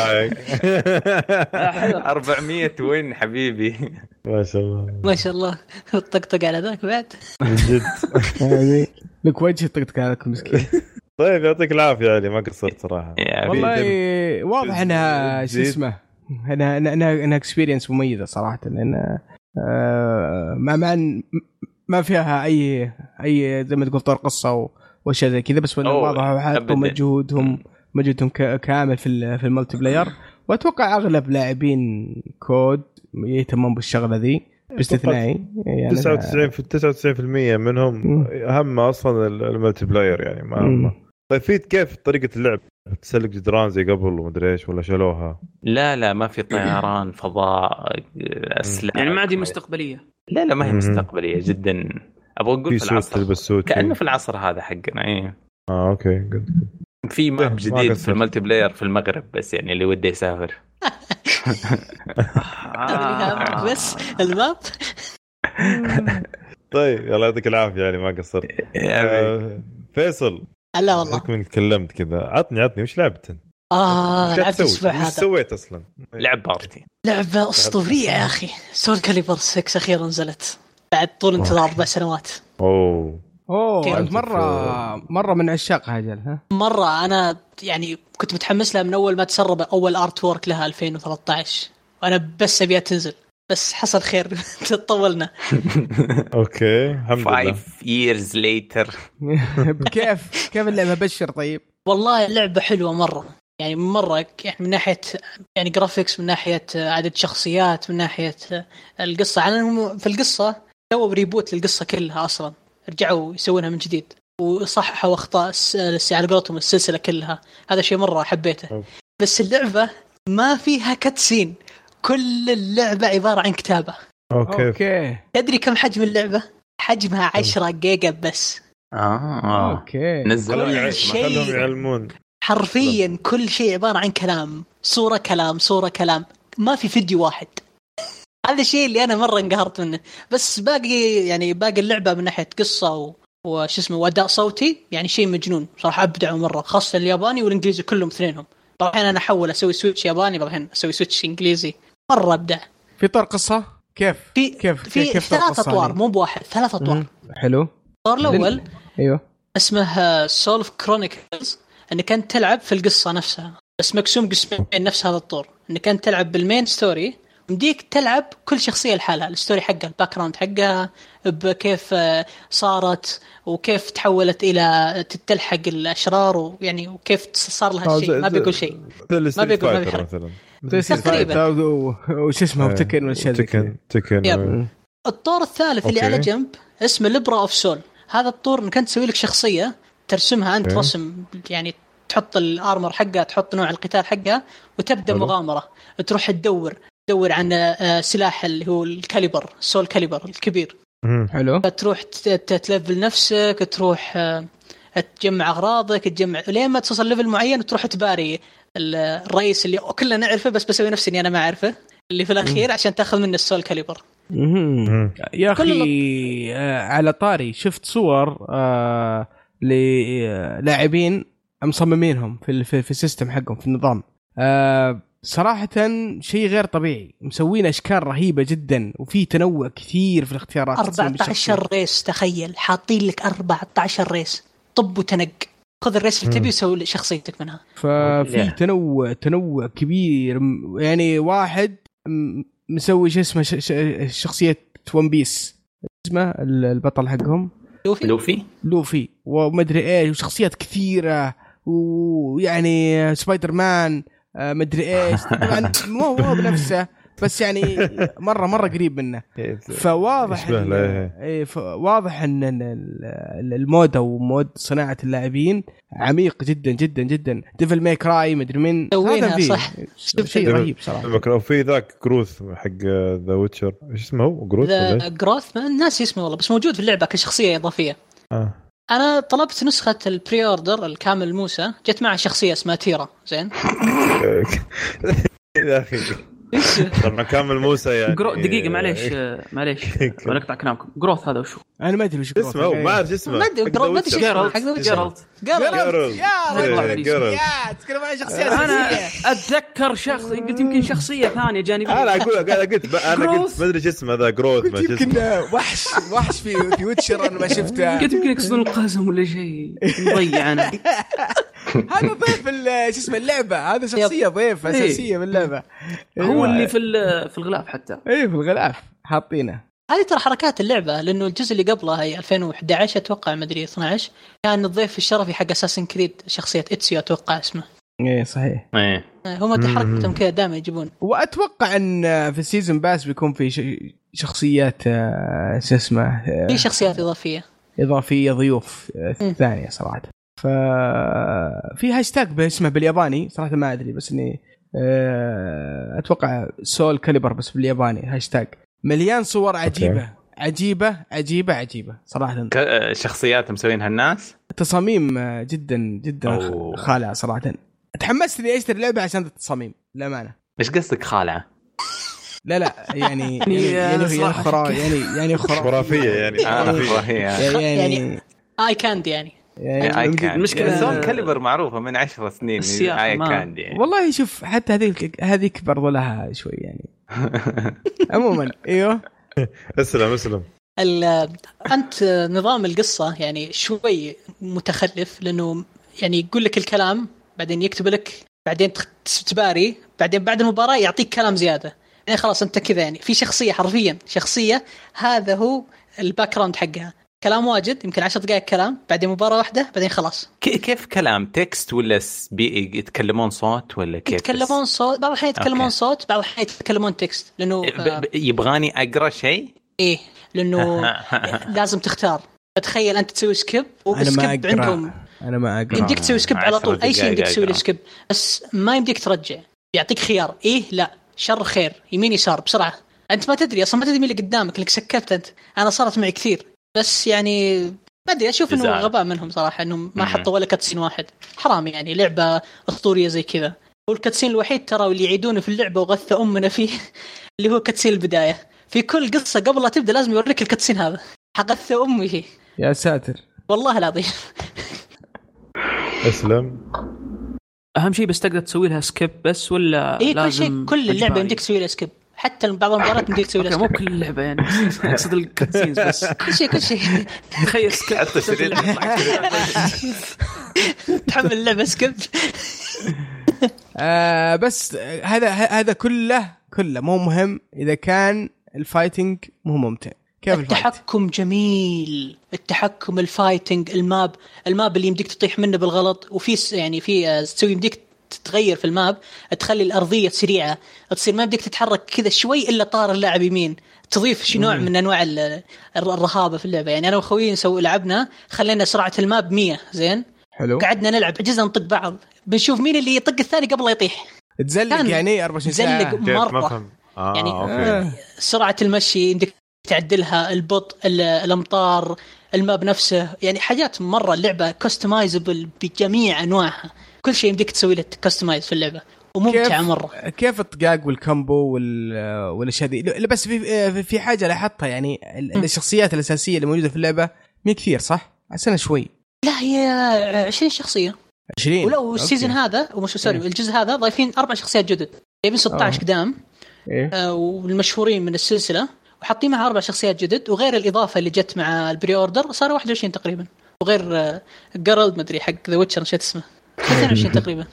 أربعمية وين حبيبي ما شاء الله ما شاء الله. الطقطق على ذاك بعد جد يعني لك وجه الطقطق على ذاك مسكين. طيب يعطيك العافية يعني ما قصرت صراحة والله واضح انها شو اسمه انا انا انا اكسبيرينس مميزة صراحة، لان آه ما ما ما فيها اي اي زي ما تقول طور قصة واشياء زي كذا، بس واضح حطوا مجهودهم مجهودهم كامل في في الملتي بلاير، واتوقع اغلب لاعبين كود يهتمون بالشغله ذي باستثنائي يعني تسعة وتسعين في تسعة وتسعين بالمية منهم اهم اصلا الملتي بلاير يعني ما, ما. طيب في كيف طريقه اللعب تسلق جدران زي قبل ومدري ايش ولا شالوها؟ لا لا ما في طيران فضاء اسلحه يعني ما دي مستقبليه. لا لا ما هي مستقبليه جدا، ابغى اقول في العصر كانه في العصر هذا حقنا. ايه اه اوكي جد. في ماب جديد في الملتي بلاير في المغرب بس يعني اللي وده يسافر. بس الماب. طيب يلا يعطيك العافيه يعني ما قصرت. آه فيصل لا والله من تكلمت كذا عطني عطني وش لعبت؟ اه لعبت الاسبوع هذا. وش سويت اصلا؟ لعب بارتي لعبه اسطوريه يا اخي. سول كاليبر ستة اخيرا نزلت بعد طول انتظار اربع سنوات. اوه اوه انت مره مره من عشاقها اجل ها مره انا يعني كنت متحمس لها من اول ما تسرب اول ارت وورك لها ألفين وثلاثة عشر وانا بس ابيها تنزل بس حصل خير تطولنا. اوكي الحمد لله. five years later. كيف كيف اللعبه بشر؟ طيب والله اللعبه حلوه مره يعني مره يعني من ناحيه يعني جرافيكس من ناحيه عدد شخصيات من ناحيه القصه. على في القصه سووا ريبوت للقصه كلها اصلا رجعوا يسوونها من جديد وصححوا اخطاء على قولتهم السلسله كلها. هذا شيء مره حبيته. بس اللعبه ما فيها كاتسين كل اللعبه عباره عن كتابه. اوكي اوكي تدري كم حجم اللعبه؟ حجمها عشرة جيجا بس. اه اوكي نزلوا خلهم يعلمون حرفيا كل شيء عباره عن كلام صوره كلام صوره كلام ما في فيديو واحد. هذا الشيء اللي انا مره انقهرت منه. بس باقي يعني باقي اللعبه من ناحيه قصه و... وش اسمه واداء صوتي يعني شيء مجنون صراحه. ابدعوا مره خاصه الياباني والانجليزي كلهم اثنينهم. طبعا انا احول اسوي سويتش ياباني بعدين اسوي سويتش انجليزي مره ابدع. في طور قصه كيف في كيف في كيف ثلاث اطوار مو بواحد ثلاث اطوار. حلو. الطور الاول لن... ايوه اسمه سولف كرونيكلز انك انت تلعب في القصه نفسها بس مقسوم قسمين نفس هذا الطور. انك انت تلعب بالمين ستوري مديك تلعب كل شخصيه لحالها الستوري حقها الباك جراوند حقها بكيف صارت وكيف تحولت الى تلحق الاشرار ويعني وكيف صار لها الشيء. ما بيقول شيء ما بيقول ما بيحرك تقريبا وش اسمه وتكن والاشياء تكن تكن. الطور الثالث اللي على جنب اسمه ليبرا اوف سول. هذا الطور انك انت تسوي لك شخصيه ترسمها انت رسم يعني تحط الارمر حقها تحط نوع القتال حقها وتبدا حلو. مغامره تروح تدور تدور عن سلاح اللي هو الكاليبر سول كاليبر الكبير. حلو. فتروح تلفل نفسك تروح تجمع اغراضك تجمع لين ما توصل ليفل معين وتروح تباري الرئيس اللي كلنا نعرفه بس بسوي نفسي اني انا ما اعرفه اللي في الاخير عشان تاخذ منه السول كاليبر. يا اخي على طاري شفت صور آه للاعبين مصممينهم في في السيستم حقهم في النظام. آه صراحة شيء غير طبيعي مسوين أشكال رهيبة جدا وفي تنوع كثير في الاختيارات. أربعة عشر ريس تخيل حاطين لك أربعة عشر ريس طب وتنق خذ الريس اللي تبي وسوي شخصيتك منها. ففي تنوع تنوع كبير يعني واحد مسوي شو اسمه شخصية ون بيس اسمه البطل حقهم لوفي لوفي لوفي ومدري ايش وشخصيات كثيرة ويعني سبايدر مان مدري ايش طبعا مو هو بنفسه بس يعني مره مره قريب منه. فواضح إن واضح ان المود او مود صناعه اللاعبين عميق جدا جدا جدا. ديفل ماي كراي مدري من هذا فيه شيء رهيب صراحه. وفي ذاك جروث حق ذا ويتشر ايش اسمه هو جروث ولا جروث الناس اسمه والله بس موجود في اللعبه كشخصيه اضافيه. آه. انا طلبت نسخه البري اوردر الكامل موسى جت معها شخصيه اسمها تيرا زين. يا اخي طبعا كامل موسى يعني دقيقه معليش معليش بنقطع كلامكم. جروث هذا وشو انا ما ادري وش اسمه ما اعرف اسمه ما ادري جروث ما ادري جيرالت جيرالت جيرالت يا تتكلم عن شخصيه انا اتذكر شخص قلت يمكن شخصيه ثانيه جانبيه. انا اقول انا قلت انا قلت ما ادري ايش اسمه ذا جروث ما يمكن وحش وحش في في ويتشر انا ما شفته. قلت يمكن يقصدون القزم ولا شيء مضيع انا. هذا ضيف شو اسمه اللعبه هذا شخصيه ضيف اساسيه باللعبه هو اللي في في الغلاف حتى ايه في الغلاف حاطينه. هذه ترى حركات اللعبه لانه الجزء اللي قبله هي ألفين وإحدى عشر اتوقع ما ادري اثنا عشر كان الضيف الشرفي حق اساسن كريد شخصيه اتسيو اتوقع اسمه. ايه صحيح ايه هم حركتهم كذا دائما يجيبون. واتوقع ان في السيزون باس بيكون في شخصيات شو اسمه في شخصيات اضافيه اضافيه ضيوف ثانيه صراحه. ففي هاشتاج باسمه بالياباني صراحه ما ادري بس اني اتوقع سول كاليبر بس بالياباني هاشتاج مليان صور عجيبه عجيبه عجيبه عجيبه صراحه. شخصيات مسوينها الناس تصاميم جدا جدا خالعه صراحه. تحمست اني اشتري اللعبه عشان التصاميم للامانه. ايش قصدك خالعه؟ لا لا يعني يعني يعني خرافيه يعني يعني خرافيه يعني خرافيه يعني اي كاند يعني يعني المشكله سول كاليبر معروفه من عشر سنين اي كاند يعني. والله شوف حتى هذيك هذيك برضو لها شوي يعني. عموما ايوه اسلم اسلم. انت نظام القصه يعني شوي متخلف، لانه يعني يقول لك الكلام بعدين يكتب لك، بعدين تباري، بعدين بعد المباراه يعطيك كلام زياده. يعني خلاص انت كذا، يعني في شخصيه حرفيا شخصيه هذا هو الباك جراوند حقها، كلام واجد يمكن عشر دقائق كلام، بعدين مباراه واحده، بعدين خلاص. كيف كلام تكست ولا يتكلمون صوت ولا كيف؟ يتكلمون صوت، بعض الأحيان يتكلمون أوكي. صوت، بعض الأحيان يتكلمون تكست، لأنه آه يبغاني أقرأ شيء. إيه لأنه لازم تختار. تخيل أنت تسوي سكيب وسكيب عندهم. أنا ما أقرأ. يمديك تسوي سكيب على طول، أي شيء يمديك تسوي له سكيب، بس ما يمديك ترجع. يعطيك خيار إيه لا شر خير يمين يسار بسرعة. أنت ما تدري أصلا، ما تدري مين اللي قدامك اللي سكبت أنت. أنا صارت معي كثير، بس يعني ما أدري، أشوف إنه غباء منهم صراحة إنهم ما حطوا ولا كاتسين واحد. حرام يعني، لعبة أسطورية زي كذا. والكاتسين الوحيد ترى اللي يعيدونه في اللعبة وغث أمنا فيه اللي هو كاتسين البداية. في كل قصة قبل لا تبدأ لازم يوريك الكاتسين هذا، حغث أمي فيه. يا ساتر والله العظيم. أسلم. أهم شيء بس تقدر تسوي لها سكيب بس ولا إيه لازم؟ كل شيء، كل اللعبة يمديك تسوي لها سكيب، حتى بعض المباريات يمديك تسوي لها سكيب. مو كل اللعبة يعني، أقصد الكاتسينز بس. كل شيء كل شيء. تخيل سكيب حتى شريط تحمل اللعبة سكيب. آه بس هذا هذا كله كله مو مهم إذا كان الفايتنج مو ممتع. كيف التحكم الفايت؟ جميل، التحكم، الفايتنج، الماب الماب اللي يمديك تطيح منه بالغلط، وفي يعني في تسوي يمديك تتغير في الماب، تخلي الأرضية سريعة، تصير ما بدك تتحرك كذا شوي إلا طار اللاعب يمين، تضيف شي نوع من أنواع الرهابة في اللعبة. يعني أنا وخويي نسوي لعبنا، خلينا سرعة الماب مية زين، حلو. قعدنا نلعب عجزنا نطق بعض، بنشوف مين اللي يطق الثاني قبل لا يطيح. تزلق يعني أربعة وعشرين ساعة. تزلق مرة. آه، يعني أوكي. سرعة المشي يمديك تعدلها، البطء، الأمطار، الماب نفسه، يعني حاجات مرة. اللعبة كستمايزبل بجميع أنواعها، كل شيء يمديك تسوي له كستمايز في اللعبة، وممتعة مرة. كيف الطقاق والكامبو والاشياء دي؟ بس في في حاجة لاحظتها، يعني الشخصيات الأساسية اللي موجودة في اللعبة مي كثير صح؟ عسنا شوي. لا هي عشرين شخصية. عشرين. ولو السيزن هذا ومش سوري إيه؟ الجزء هذا ضايفين أربع شخصيات جدد، جايبين ستة عشر قدام إيه؟ آه والمشهورين من السلسلة، وحاطين معها أربع شخصيات جدد، وغير الإضافة اللي جت مع البري أوردر صار واحد وعشرين تقريبا، وغير آه جارلد مدري حق ذا ويتشر نسيت اسمه، اثنين وعشرين تقريبا.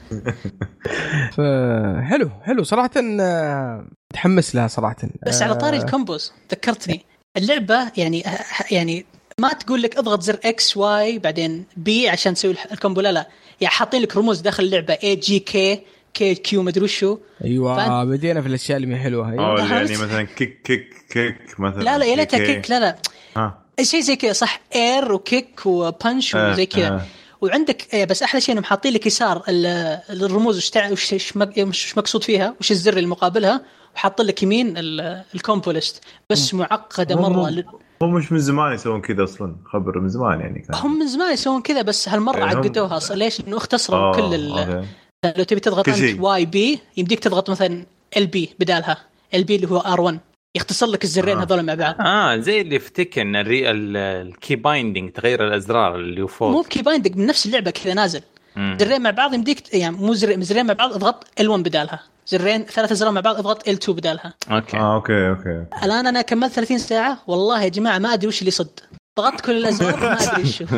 حلو حلو صراحة، متحمس لها صراحة. بس على طاري الكومبوز ذكرتني اللعبة، يعني يعني ما تقول لك اضغط زر اكس واي بعدين بي عشان تسوي الكومبو، لا لا، يعني حاطين لك رموز داخل اللعبة اي جي كي كي كيو مدري وشو. ايوه فأنت... بدينا في الاشياء اللي حلوه هي. اه يعني مثلا كيك كيك كيك مثلا. لا لا يا ليتها كيك، لا لا ها شيء زي كذا صح، اير وكيك وبانش آه وزي كذا آه. وعندك بس احلى شيء انهم حاطين لك يسار الرموز وش تع... وش مش مقصود فيها، وش الزر اللي مقابلها، وحاطين لك يمين الكومبو ليست، بس معقده مره. هم مش من زمان يسوون كذا اصلا، خبر من زمان يعني كان. هم من زمان يسوون كذا، بس هالمره يعني عقدوها هم... ليش؟ لانه اختصروا آه كل ال... أوكي. لو تبي تضغط انت واي بي يمديك تضغط مثلا ال بي بدالها، ال بي اللي هو ار واحد يختصر لك الزرين آه. هذول مع بعض. اه زي اللي في تكن الكي بايندينج، تغير الازرار اللي فوق. مو كي بايندينج، من نفس اللعبه كذا نازل زرين مع بعض يمديك، يعني مو زر... زرين مع بعض اضغط ال واحد بدالها، زرين ثلاثة زرار مع بعض اضغط ال اثنين بدالها. اوكي اه اوكي اوكي. الان انا كملت ثلاثين ساعه والله يا جماعه ما ادري وش اللي صد، ضغطت كل الازرار ما ادري شو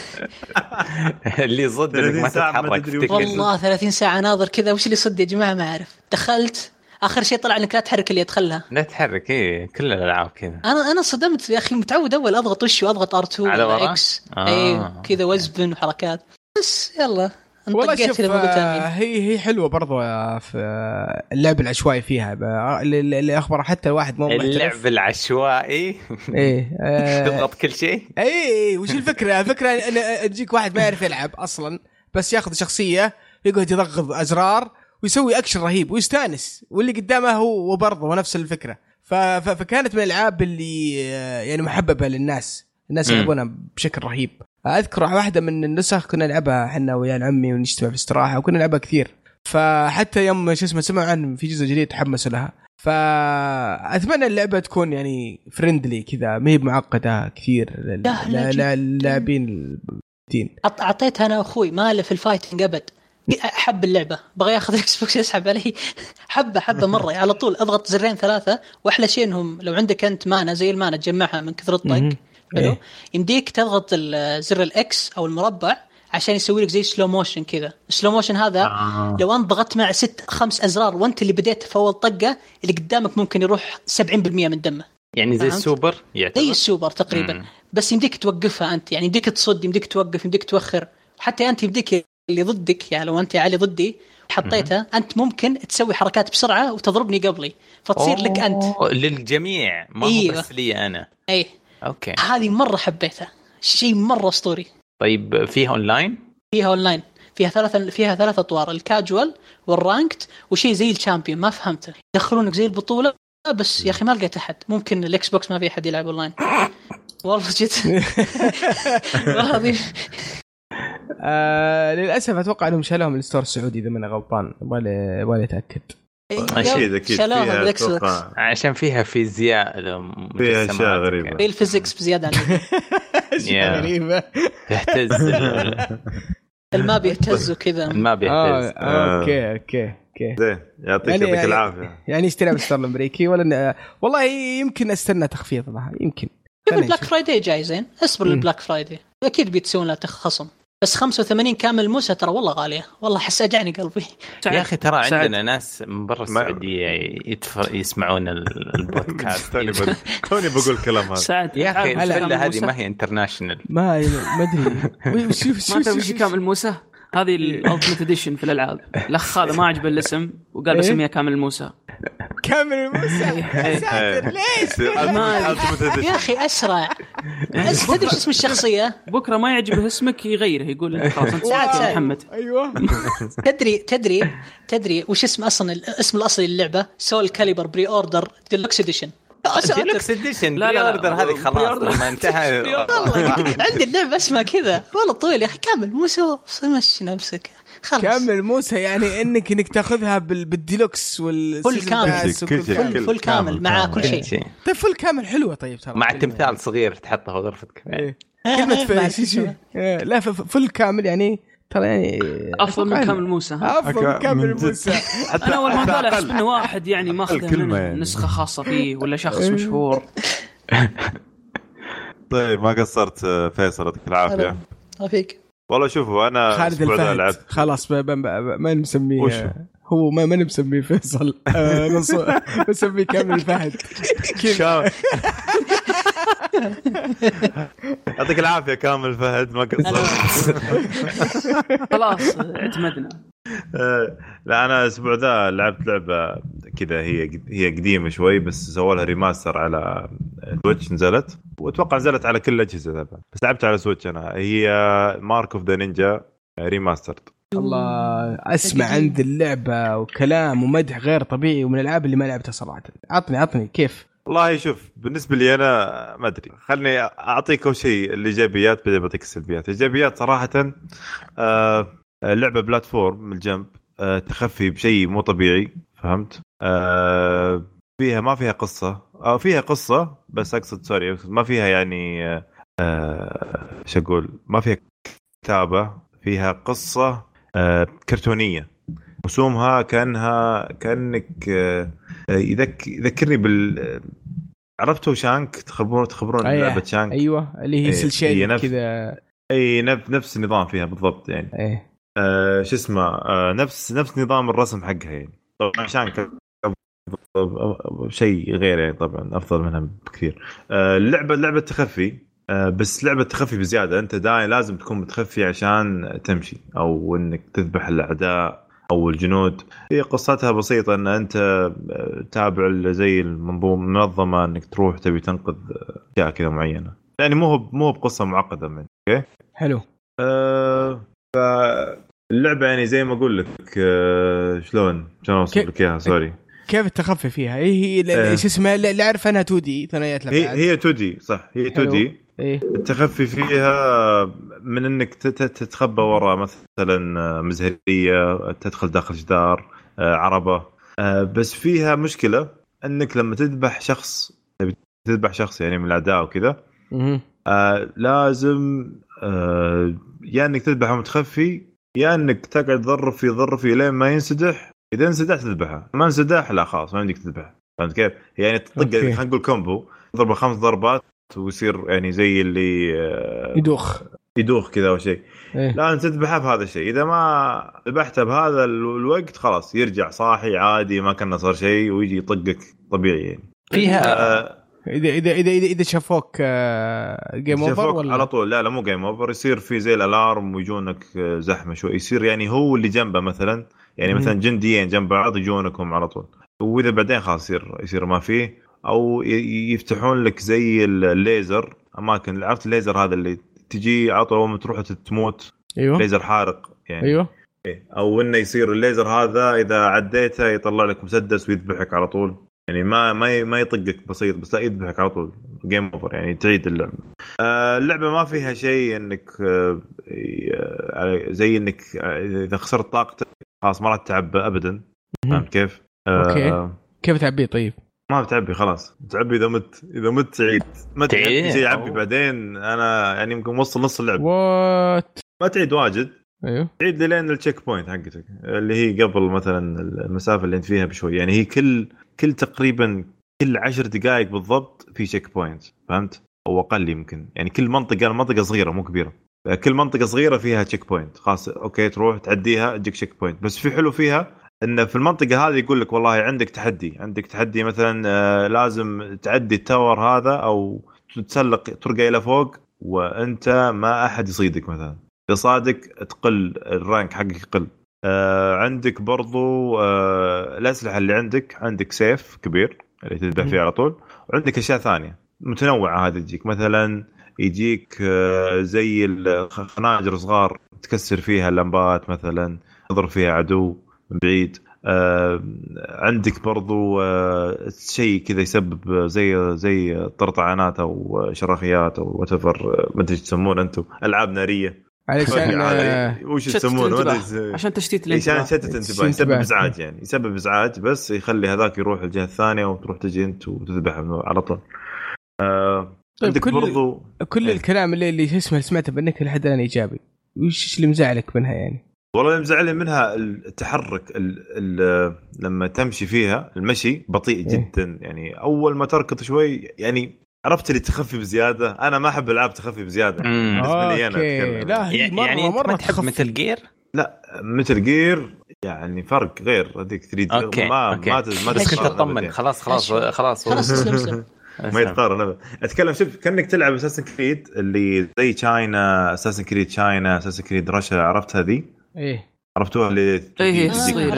اللي صد انك ما تتحرك. والله ثلاثين ساعه ناظر كذا وش اللي صد يا جماعه ما اعرف. دخلت اخر شيء طلع انك لا تحرك اللي يدخلها، لا تحرك. ايه كل الالعاب كذا. انا انا صدمت يا اخي، متعود اول اضغط وش واضغط ار اثنين على اكس آه. اي كذا وزبن وحركات، بس يلا والله شوف آه هي هي حلوه برضو في اللعب العشوائي فيها اللي اخبر حتى الواحد مو محترف. اللعب العشوائي ايه تضغط كل شيء. اي وش الفكره؟ الفكره ان تجيك واحد ما يعرف يلعب اصلا، بس ياخذ شخصيه يقعد يضغط ازرار ويسوي اكشن رهيب ويستانس، واللي قدامه هو برضه نفس الفكره. فكانت من الالعاب اللي يعني محببه للناس، الناس يلعبونها بشكل رهيب. اذكر واحده من النسخ كنا نلعبها احنا ويا عمي ونجتمع في استراحه وكنا نلعبها كثير، فحتى يوم شو اسمه سمعوا عن في جزء جديد تحمسوا لها. فاتمنى اللعبه تكون يعني فريندلي كذا، ما هي معقده كثير للاعبين الدين. اعطيتها انا واخوي ما له في الفايتنج ابد، حب اللعبه بغى ياخذ اكس بوكس يسحب علي حبه حبه مره على طول اضغط زرين ثلاثه. واحلى شيء انهم لو عندك انت مانا زي المانا تجمعها من كثر الطق حلو يمديك تضغط زر الاكس او المربع عشان يسوي لك زي سلو موشن كذا. السلو موشن هذا آه. لو انت ضغطت مع ست خمس ازرار وانت اللي بديت في اول طقه اللي قدامك ممكن يروح سبعين بالمية من دمه يعني زي السوبر يعتبر زي السوبر تقريبا. مم. بس يمديك توقفها انت يعني يمديك تصد يمديك توقف يمديك توخر. حتى انت يمديك اللي ضدك يعني لو انت علي ضدي حطيتها انت ممكن تسوي حركات بسرعه وتضربني قبلي فتصير لك انت للجميع ما إيه. هو بس لي انا اي اوكي هذه مره حبيتها شيء مره اسطوري. طيب فيها اونلاين؟ فيها اونلاين فيها ثلاثة فيها ثلاث اطوار الكاجوال والرانكت وشيء زي الشامبيون ما فهمته يدخلونك زي البطوله بس يا اخي ما لقيت احد. ممكن الاكس بوكس ما في احد يلعب اونلاين والله جد والله. آه للاسف اتوقع انهم شالوهم من الستور السعودي اذا ما غلطان. ولا ولا اتاكد اكيد اكيد فيها عشان فيها فيزياء فيها اشياء غريبه في الفيزيكس بزياده عن غريبه يهتز الماء بيهتز وكذا الماء بيهتز. آه اوكي اوكي اوكي زين يعطيك يعطيك العافيه. يعني اشتري بالستور الامريكي ولا والله يمكن استنى تخفيض لها يمكن البلاك فرايداي جايزين اصبر للبلاك فرايداي اكيد بيتسوون لها تخصم. بس خمسة وثمانين كامل موسى ترى والله غاليه والله حس اجعني قلبي يا اخي. ترى عندنا ناس من برا السعوديه يتفر يسمعون البودكاست توني بقول كلام هذا يا اخي هذه ما هي انترناشنال ما ما ادري شوف ما تبي كامل موسى هذه الالتيميت اديشن في الالعاب. الاخ هذا ما عجبه الاسم وقال بسميها كامل موسى. كامل موسى ليش يا اخي اسرع تدري اسم الشخصيه بكره ما يعجبه اسمك يغيره يقول انت خلاص انت محمد. ايوه تدري تدري تدري وش اسم اصلا الاسم الاصلي للعبه سول كاليبر بري اوردر ديلوكس اديشن. ديلوكس اديشن لا لا اوردر هذه خلاص لما انتهى عندي اللعبه اسمها كذا والله طويل يا اخي. كامل موسى مشي نفسك خلاص. كامل موسى يعني انك انك تاخذها بالديلوكس والفل كامل فل, فل كامل مع كل شيء. طيب فل كامل حلوه. طيب ترى مع تمثال صغير تحطه في غرفتك كلمه فل لا فل كامل يعني ترى يعني افضل من كامل موسى. افضل من كامل موسى. انا اول ما قال احسب انه واحد يعني ماخذ نسخه خاصه فيه ولا شخص مشهور. طيب ما قصرت فيصل يعطيك العافيه. رفيق والله شوفوا انا خالد الفهد خلاص ما نسميه هو ما ما نسميه فيصل نسميه كامل الفهد كذا. يعطيك العافيه كامل فهد ما قصرت خلاص اعتمدنا. لا انا الاسبوع ذا لعبت لعبه كذا هي هي قديمه شوي بس سووا لها ريماستر على سويتش نزلت واتوقع نزلت على كل الاجهزه ذا بس لعبت على سويتش انا. هي مارك اوف ذا نينجا ريماسترد. الله اسمع عند اللعبه وكلام ومدح غير طبيعي ومن الالعاب اللي ما لعبتها صراحه. عطني عطني كيف. والله شوف بالنسبه لي انا ما ادري خلني اعطيك اول شيء الايجابيات بعدين بعطيك السلبيات. الايجابيات صراحه آه اللعبه بلاتفورم من الجنب آه تخفي بشيء مو طبيعي فهمت. آه فيها ما فيها قصه او فيها قصه بس اقصد سوري ما فيها يعني آه شو اقول ما فيها كتابه فيها قصه آه كرتونيه رسومها كانها كانك آه يذك يذكرني بال عرفتوا شانك تخبرون تخبرون أيه. لعبه شانك ايوه اللي هي سلشيل نفس... كذا اي نفس نفس النظام فيها بالضبط يعني ايه آه شو اسمه آه نفس نفس نظام الرسم حقها يعني. طبعا شانك شيء غير يعني طبعا افضل منها بكثير. آه اللعبه لعبه تخفي آه بس لعبه تخفي بزياده. انت دايما لازم تكون متخفي عشان تمشي او انك تذبح الاعداء او الجنود. هي قصتها بسيطه ان انت تابع زي المنظومه منظمه انك تروح تبي تنقذ اشياء كذا معينه يعني مو مو بقصه معقده من اوكي حلو. آه فاللعبه يعني زي ما اقول لك آه شلون شلون اوصف لك اياها سوري كيف التخفي فيها. هي هي ايش اسمها اللي اعرف انها تو دي ثنائيات هي هي تو دي صح هي تو دي. إيه؟ التخفي فيها من انك تتخبى وراء مثلا مزهريه تدخل داخل جدار عربه بس فيها مشكله انك لما تذبح شخص تذبح شخص يعني من الاعداء وكذا آه لازم آه يعني انك تذبحه متخفي يا انك تقعد تضرب فيه تضرب فيه لين ما ينسدح، اذا انسدح تذبحه، ما انسدح لا خلاص ما عندك تذبحه. فهمت كيف؟ يعني تطق خلينا نقول كومبو تضرب خمس ضربات ويصير يعني زي اللي يدوخ يدوخ كذا او شيء. إيه؟ لا انت تذبحه بهذا الشيء، اذا ما ذبحته بهذا الوقت خلاص يرجع صاحي عادي ما كان صار شيء ويجي يطقك طبيعي يعني. فيها آه اذا اذا اذا اذا شافوك جيم اوفر ولا على طول؟ لا لا مو جيم اوفر، يصير في زي الالارم ويجونك زحمه شوي، يصير يعني هو اللي جنبه مثلا يعني م- مثلا جنديين جنب بعض يجونكم على طول، واذا بعدين خلاص يصير يصير ما فيه، او يفتحون لك زي الليزر اماكن. عرفت الليزر هذا اللي تجي على طول ما تروح تموت؟ ايوه ليزر حارق يعني. ايوه او انه يصير الليزر هذا اذا عديته يطلع لك مسدس ويذبحك على طول يعني، ما ما ما يطقك بسيط بس لا يذبحك على طول جيم اوفر يعني تعيد اللعبه. آه اللعبه ما فيها شيء انك آه زي انك اذا خسرت طاقتك خلاص ما راح تعبى ابدا. فهمت كيف؟ آه اوكي كيف تعبيه؟ طيب ما بتعبي خلاص تعبي اذا مت اذا مت تعيد ما تعيد شيء عبي بعدين. انا يعني يمكن وصل نص اللعبه وات ما تعيد واجد. ايوه تعيد لين التشيك بوينت حقتك اللي هي قبل مثلا المسافه اللي انت فيها بشوي يعني. هي كل كل تقريبا كل عشر دقائق بالضبط في تشيك بوينت. فهمت؟ او اقل يمكن يعني. كل منطقه منطقه صغيره مو كبيره، كل منطقه صغيره فيها تشيك بوينت خلاص اوكي تروح تعديها تجيك تشيك بوينت. بس في حلو فيها ان في المنطقه هذه يقول لك والله عندك تحدي عندك تحدي مثلا آه لازم تعدي التاور هذا او تتسلق ترقى الى فوق وانت ما احد يصيدك مثلا. اذا صادق تقل الرانك حقك يقل. آه عندك برضو آه الاسلحه اللي عندك عندك سيف كبير اللي تذبح فيه على طول، وعندك اشياء ثانيه متنوعه. هذه تجيك مثلا يجيك آه زي الخناجر صغار تكسر فيها اللمبات مثلا، تضرب فيها عدو من بعيد. آه عندك برضو آه شيء كذا يسبب زي زي طرطعانات او شراخيات او واتفر ما ادري ايش تسمونه انتم، العاب ناريه علشان وش تسمونه عشان تشتيت الانتباه، عشان شتت انتباه، يسبب ازعاج يعني يسبب ازعاج بس يخلي هذاك يروح الجهه الثانيه وتروح تجي انت وتذبحه على طول. آه طيب عندك كل برضو كل إيه؟ الكلام اللي اللي اسمه سمعته منك لحد الان ايجابي، وش اللي مزعلك منها يعني؟ والله اللي مزعلني منها التحرك ال ال لما تمشي فيها المشي بطيء جدا يعني. اول ما تركض شوي يعني عرفت اللي تخفي بزياده. انا ما احب العاب تخفي بزياده بالنسبه لي انا. لا هي مره يعني مره ما تحب مثل جير؟ لا مثل جير يعني فرق غير هذيك ثري دي ما أوكي. ما ما بس كنت اطمن خلاص خلاص خلاص خلاص ما يتقارن. انا اتكلم شوف كانك تلعب اساسن كريد اللي زي تشاينا، اساسن كريد تشاينا، اساسن كريد رشا، عرفت هذه؟ ايه عرفتوها اللي ايه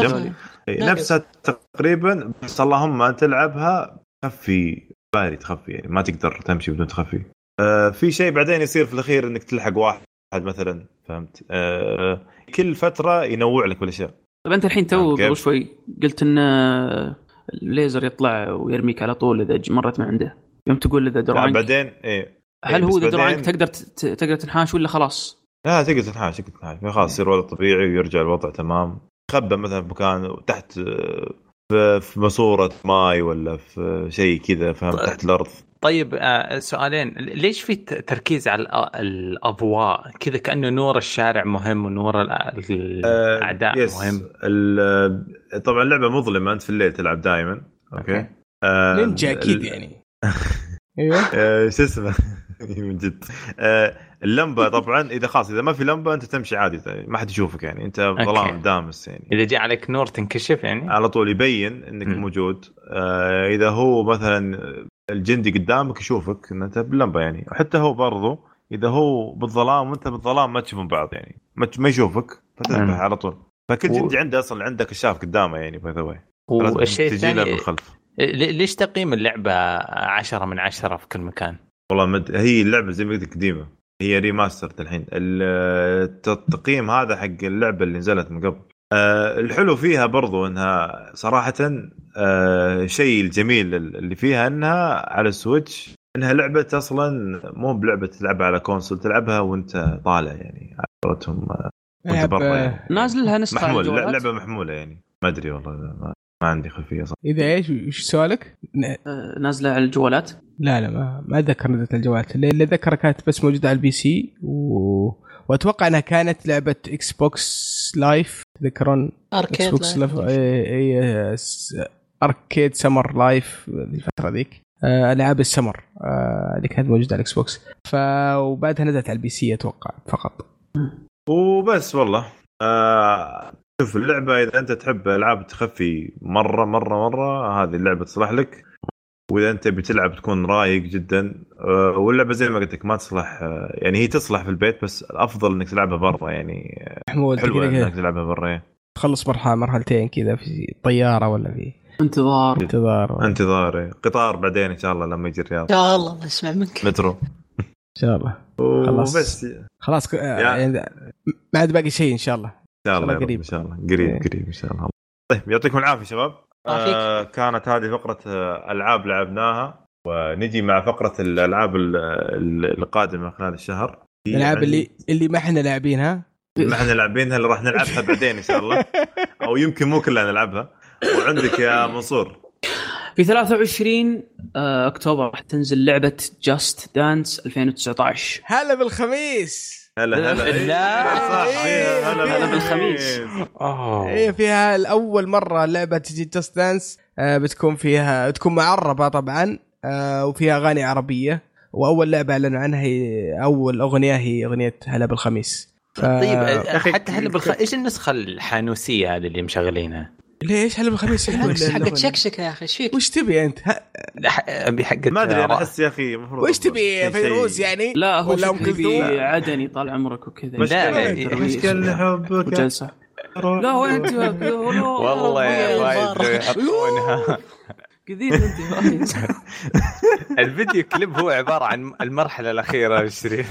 نفسها تقريبا، بس اللهم تلعبها تخفي باري تخفي يعني ما تقدر تمشي بدون تخفي. آه في شيء بعدين يصير في الاخير انك تلحق واحد مثلا. فهمت؟ آه كل فتره ينوع لك بالاشياء. طب انت الحين تو قبل شوي قلت ان الليزر يطلع ويرميك على طول اذا مرت من عنده، يوم تقول اذا درانك بعدين ايه هل هو اذا درانك تقدر تقدر تنحاش ولا خلاص؟ لا تقدر تنحاش تقدر تنحاش خلاص يصير وضع طبيعي ويرجع الوضع تمام. خبى مثلا مكان تحت في ماسوره ماي ولا في شيء كذا فهمت تحت الارض. طيب آه سؤالين، ليش في تركيز على الاضواء كذا كانه نور الشارع مهم ونور الاعداء آه مهم؟ طبعا اللعبه مظلمه انت في الليل تلعب دائما اوكي آه نينجا اكيد يعني ايوه آه شو اسمه من جد آه اللمبه طبعا اذا خاص اذا ما في لمبه انت تمشي عادي ما حد يشوفك يعني انت ظلام دامس يعني. اذا جاء عليك نور تنكشف يعني على طول يبين انك م. موجود. آه اذا هو مثلا الجندي قدامك يشوفك ان انت باللمبه يعني، وحتى هو برضو اذا هو بالظلام وانت بالظلام ما تشوفون بعض يعني ما يشوفك فتذبح على طول. فكل جندي و... عنده اصلا عندك الشاف قدامه يعني باي والشيء الثاني بالخلف. ليش تقييم اللعبه عشرة من عشرة في كل مكان؟ والله مد... هي اللعبه زي ما قلت قديمه، هي ريماستر الحين. التقييم هذا حق اللعبه اللي نزلت من قبل. أه الحلو فيها برضو انها صراحه أه شيء الجميل اللي فيها انها على السويتش، انها لعبه اصلا مو بلعبه تلعبها على كونسول، تلعبها وانت طالع يعني عبرتهم وانت برا يعني. نازل لها نسخه محمول لعبه محموله يعني ما ادري والله ما, ما عندي خلفيه صح. اذا ايش وش سؤالك؟ نازله على الجوالات؟ لا لا ما ما ذكر نزلت الجوالات، اللي ذكر كانت بس موجوده على البي سي و... واتوقع انها كانت لعبه اكس بوكس لايف، تذكرون اركيد اكس بوكس لايف؟ اي اي اركيد سمر لايف الفتره ذيك، العاب السمر اللي كانت موجوده على الاكس بوكس، ف وبعدها نزلت على البي سي اتوقع فقط. وبس والله. آه شوف اللعبه اذا انت تحب العاب تخفي مره مره مره هذه اللعبه تصلح لك، واذا انت بتلعب تكون رايق جدا. أه واللعبه زي ما قلت لك ما تصلح، أه يعني هي تصلح في البيت بس الافضل انك تلعبها برا، يعني محمود حلوه انك تلعبها برا، تخلص مرحله مرحلتين كذا في طياره ولا في انتظار انتظار انتظار قطار بعدين ان شاء الله لما يجي الرياض ان شاء الله الله يسمع منك مترو ان شاء الله. خلاص بس خلاص ك... يعني ما عاد باقي شيء ان شاء الله ان شاء الله قريب ان شاء الله قريب قريب ان شاء الله. طيب يعطيكم العافيه شباب. آه كانت هذه فقرة ألعاب لعبناها، ونجي مع فقرة الألعاب القادمة خلال الشهر. الألعاب اللي اللي ما احنا لاعبينها ما احنا لاعبينها اللي راح نلعبها بعدين إن شاء الله، أو يمكن مو كلنا نلعبها. وعندك يا منصور في ثلاثة وعشرين أكتوبر راح تنزل لعبة جاست دانس ألفين وتسعة عشر. هلا بالخميس. هلا هلا لا صح هلا هلا بالخميس. هي فيها الأول مرة لعبة تجي جاست دانس، بتكون فيها تكون معربة طبعا، وفيها أغاني عربية، وأول لعبة أعلنوا عنها هي أول أغنية هي أغنية هلا بالخميس. ف... طيب حتى هلا بالخميس إيش النسخة الحانوسية هذه اللي مشغلينها؟ ليش هلا بالخميس حقت شكشكه يا اخي ايش فيك؟ وش تبي انت؟ ابي حقت ما ادري انا احس يا اخي المفروض وش تبي فيروز يعني؟ لا هو تبي عدني طال عمرك وكذا. لا مشكلة حبك وجلسه. لا هو انت والله يا فايز يحطونها كثير انت. الفيديو كليب هو عبارة عن المرحلة الأخيرة بالشريط.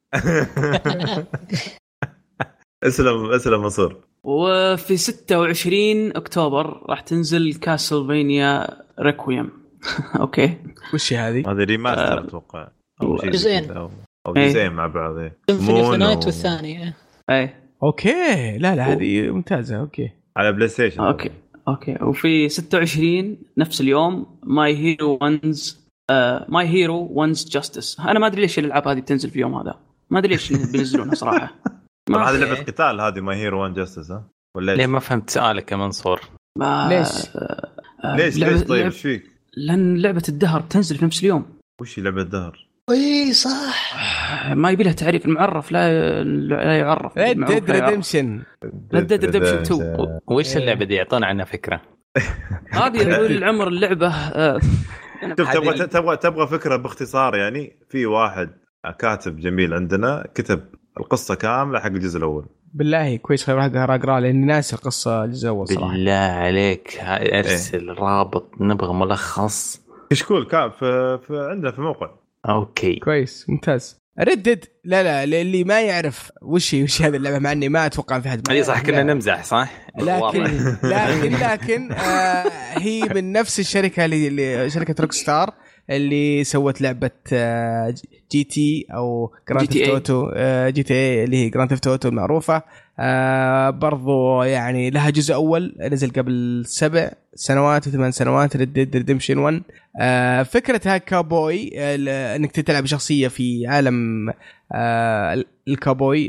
اسلم اسلم منصور. وفي ستة وعشرين أكتوبر راح تنزل كاسلفينيا ريكويم. أوكي وش هذه؟ هذه ريماستر أتوقع أو شيء جزئين أو أو جزئين مع بعض. مون نايت والثانية. أي أوكي لا لا هذه ممتازة. أوكي على بلاي ستيشن. أوكي أوكي وفي ستة وعشرين نفس اليوم ماي هيرو وانز ماي هيرو وانز جاستس. أنا ما أدري ليش الألعاب هذه بتنزل في يوم هذا، ما أدري ليش بينزلونها صراحة. طبعا هذه لعبة قتال هذه ماي هيرو وان جاستس ها ولا ليه؟ ما فهمت سؤالك يا منصور. ليش آه ليش ليش طيب ايش فيك؟ لأن لعبة الدهر بتنزل في نفس اليوم. وش لعبة الدهر؟ اي صح ما يبي لها تعريف، المعرف لا لا يعرف. ريد ديد ريدمشن ريد ديد ريدمشن تو. وش اللعبة دي؟ يعطونا عنها فكرة. هذه طول العمر اللعبة. شوف تبغى تبغى تبغى فكرة باختصار، يعني في واحد كاتب جميل عندنا كتب القصة كاملة حق الجزء الأول. بالله كويس خير واحد أقرأ لأني ناسي القصة الجزء الأول صراحة. بالله عليك أرسل إيه؟ رابط نبغى ملخص كشكول كان في, في عندنا في موقع. أوكي كويس ممتاز. ردد لا لا اللي ما يعرف وش وش هذه اللعبة، مع إني ما أتوقع في حد. هذه صح كنا نمزح صح. لكن لكن لكن آه هي من نفس الشركة اللي شركة روك ستار اللي سوت لعبة جي تي أو جراند ثيفت أوتو جي تي اي اللي هي جراند ثيفت أوتو المعروفة. آه برضو يعني لها جزء أول نزل قبل سبع سنوات وثمان سنوات، ريد ديد ريدمشن ون. آه فكرتها كابوي، آه انك تلعب شخصية في عالم آه الكابوي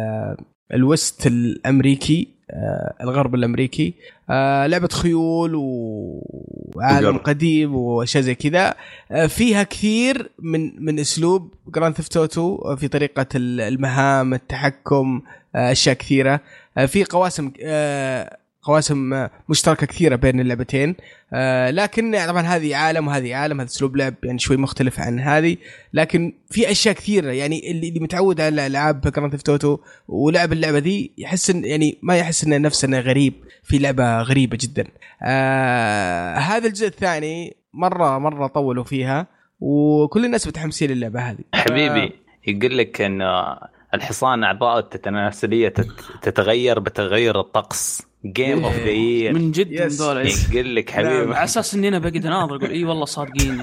الوست الأمريكي، آه الغرب الأمريكي. آه لعبة خيول وعالم قديم وأشياء زي كذا. آه فيها كثير من من أسلوب جراند ثيفت أوتو في طريقة المهام التحكم، آه أشياء كثيرة. آه في قواسم آه قواسم مشتركة كثيرة بين اللعبتين. آه لكن طبعا هذه عالم وهذه عالم، هذا أسلوب لعب يعني شوي مختلف عن هذه، لكن في أشياء كثيرة يعني اللي, اللي متعود على ألعاب جراند ثيفت أوتو ولعب اللعبة دي يحس إن يعني ما يحس إنه نفسه إنه غريب، في لعبة غريبة جدا. آه هذا الجزء الثاني مرة مرة طولوا فيها وكل الناس متحمسين للعبة هذه. حبيبي آه يقول لك إن الحصان أعضاء التناسلية تتغير بتغير الطقس. جيم اوف ذا يير من جد دول يقول لك حبيبي على اساس اني انا بقعد اناظر اقول اي والله صادقين.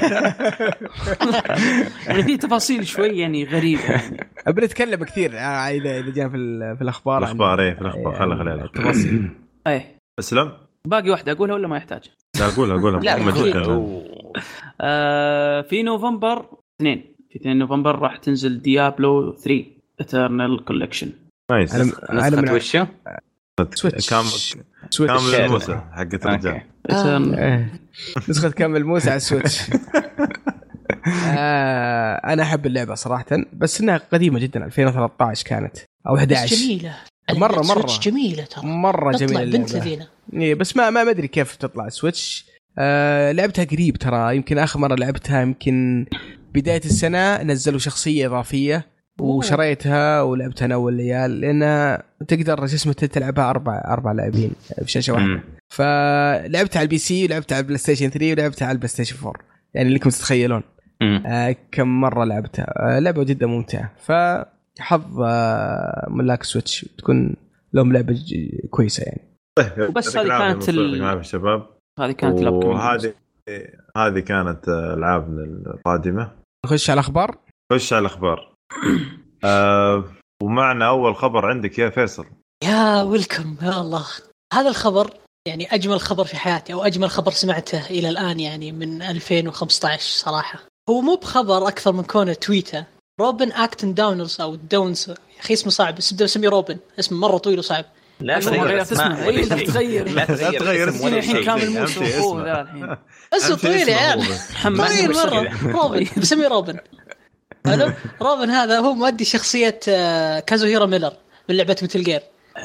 يعني في تفاصيل شوي يعني غريبه يعني. بنتكلم كثير اذا اذا جاء في في الاخبار الاخبار ايه في الاخبار خلينا خلينا تفاصيل. ايه اسلم باقي واحده اقولها ولا ما يحتاج؟ لا اقولها اقولها. لا آه في نوفمبر اثنين في اثنين نوفمبر راح تنزل ديابلو ثري إترنال كولكشن. نايس. نسخة من... وشو؟ سويتش. كام كامل الموسى حقت الرجال. نسخة كامل موسى على السويتش. آه أنا أحب اللعبة صراحة، بس إنها قديمة جدا، ألفين وثلاثة عشر كانت أو أحد عشر. جميلة مرة مرة جميلة ترى، مرة جميلة بنت لذينة. إيه بس ما ما أدري كيف تطلع السويتش. آه لعبتها قريب ترى، يمكن آخر مرة لعبتها يمكن بداية السنة، نزلوا شخصية إضافية وشريتها ولعبتها أنا والليال، لأن تقدر جسمه تلعبها أربع أربع لاعبين في شاشة واحدة. فلعبتها على البي سي ولعبتها على البلاي ستيشن ثري ولعبتها على البلاي ستيشن فور، يعني لكم تتخيلون آه كم مرة لعبتها. آه لعبة جدا ممتعة، فحظ آه ملاك سويتش تكون لهم لعبة كويسة يعني. وبس هذه كانت الشباب، هذه كانت لعبة، وهذه هذه كانت ألعابنا القادمة. نخش على الأخبار. نخش على الأخبار. آه ومعنا أول خبر عندك يا فيصل. يا ويلكم يا الله. هذا الخبر يعني أجمل خبر في حياتي، أو أجمل خبر سمعته إلى الآن يعني من ألفين وخمسة عشر صراحة. هو مو بخبر أكثر من كونه تويتر. روبن أكتن داونرز أو داونز، يا أخي اسمه صعب، بس بدأ اسمه روبن، اسمه مرة طويل وصعب. لا تغير اسمه، اي لا تغير لا تغير اسمه الحين كامل موسى وهو ذا الحين اسمه طويل يا عيال، طويل مرة. روبن بسميه روبن. أنا روبن هذا هو مؤدي شخصية كازوهيرا ميلر من لعبة ميتل جير.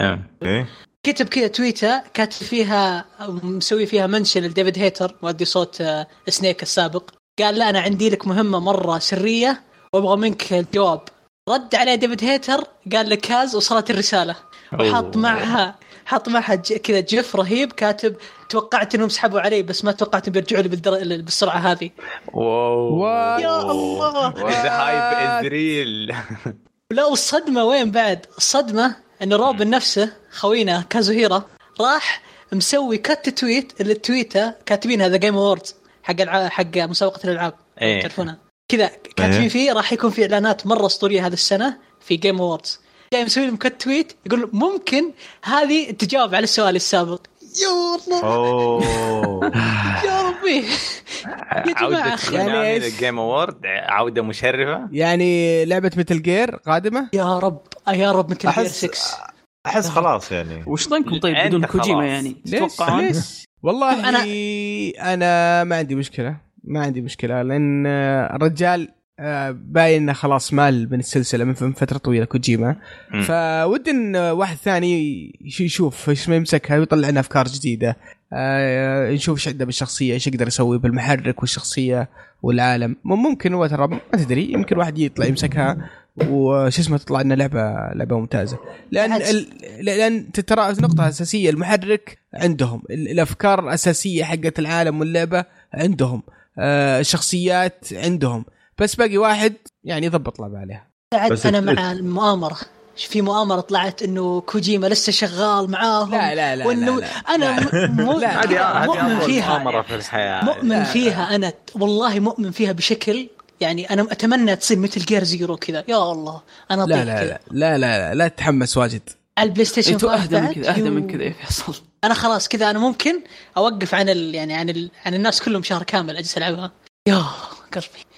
كتب كذا تويتر كاتب فيها مسوي فيها منشن لديفيد هيتر مؤدي صوت سنيك السابق، قال لا أنا عندي لك مهمة مرة سرية وأبغى منك الجواب. رد عليه ديفيد هيتر قال لك كاز وصلت الرسالة، وحط معها حط معها كذا جيف رهيب كاتب توقعت انهم سحبوا علي بس ما توقعت بيرجعوا لي بالدر... بالسرعه هذه. واو يا الله ذا هايب از ريل. لا الصدمه وين بعد الصدمه ان روبن نفسه خوينا كازوهيرا راح مسوي كت تويت اللي التويته كاتبين هذا جيم اووردز حق الع... حق مسابقه الالعاب ايه. تعرفونها كذا كاتبين ايه. فيه راح يكون في اعلانات مره اسطوريه هذه السنه في جيم اووردز، جاي مسوي لهم كت تويت يقول ممكن هذه تجاوب على السؤال السابق. يا الله اوه يا ربي يا جماعه يعني الجيم اوورد عوده مشرفه، يعني لعبه ميتل جير قادمه يا رب يا رب ميتل جير ستة. احس خلاص يعني وش ظنكم طيب بدون كوجيما يعني تتوقعون؟ والله انا انا ما عندي مشكله ما عندي مشكله لان الرجال باين خلاص مال من السلسله من فتره طويله كوجيما، فود ان واحد ثاني يشوف ايش ما يمسكها ويطلع لنا افكار جديده. آه نشوف ايش عنده بالشخصيه، ايش يقدر يسوي بالمحرك والشخصيه والعالم. ممكن هو ترى ما تدري يمكن واحد يطلع يمسكها وش اسمه تطلع لنا لعبه لعبه ممتازه، لان ال... لان ترى نقطه اساسيه المحرك عندهم، الافكار الاساسيه حقت العالم واللعبه عندهم، آه الشخصيات عندهم، بس باقي واحد يعني يضبط لعبه عليها. انا مع المؤامره، في مؤامره طلعت انه كوجيما لسه شغال معاهم. لا لا لا وانه لا لا انا مؤمن فيها مؤامره في الحياه، مؤمن لا فيها انا والله مؤمن فيها بشكل يعني انا اتمنى تصير مثل جير زيرو كذا. يا الله انا لا لا, لا لا لا لا لا تتحمس واجد على البلاي ستيشن خمسة. اهدى من كذا اهدى من كذا يا فيصل. انا خلاص كذا انا ممكن اوقف عن ال... يعني عن ال... عن الناس كلهم شهر كامل اجلس العبها. يا قلبي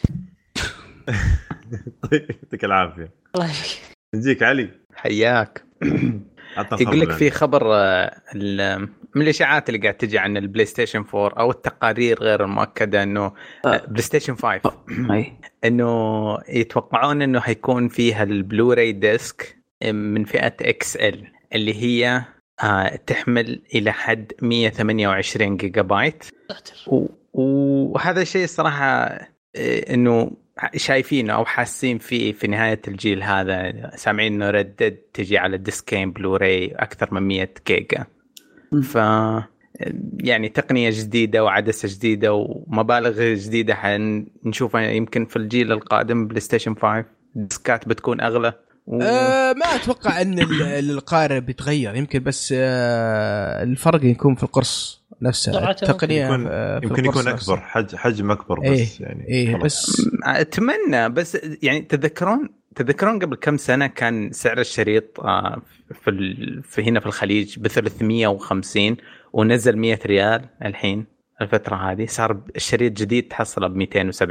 يعطيك العافيه. الله يعافيك. نجيك علي حياك. يقول لك في خبر من الاشاعات اللي قاعد تجي عن البلاي ستيشن فور او التقارير غير المؤكده انه بلاي ستيشن فايف انه يتوقعون انه حيكون فيها البلوراي ديسك من فئه اكس ال اللي هي تحمل الى حد مية وثمانية وعشرين جيجا بايت، وهذا الشيء الصراحه انه شايفينه او حاسين فيه في نهايه الجيل هذا، سامعين انه ردد تجي على ديسكين بلوراي اكثر من مية جيجا. ف يعني تقنيه جديده وعدسه جديده ومبالغ جديده حنشوفها يمكن في الجيل القادم بلاي ستيشن فايف. الديسكات بتكون اغلى و... أه ما اتوقع ان القارب بيتغير، يمكن بس أه الفرق يكون في القرص نفسها، التقنيه يمكن, يمكن يكون اكبر حج حجم اكبر بس إيه يعني إيه بس اتمنى. بس يعني تذكرون تذكرون قبل كم سنه كان سعر الشريط في ال... في هنا في الخليج ب ثلاثمية وخمسين ونزل مية ريال. الحين الفتره هذه صار الشريط جديد تحصله ب ميتين وسبعين.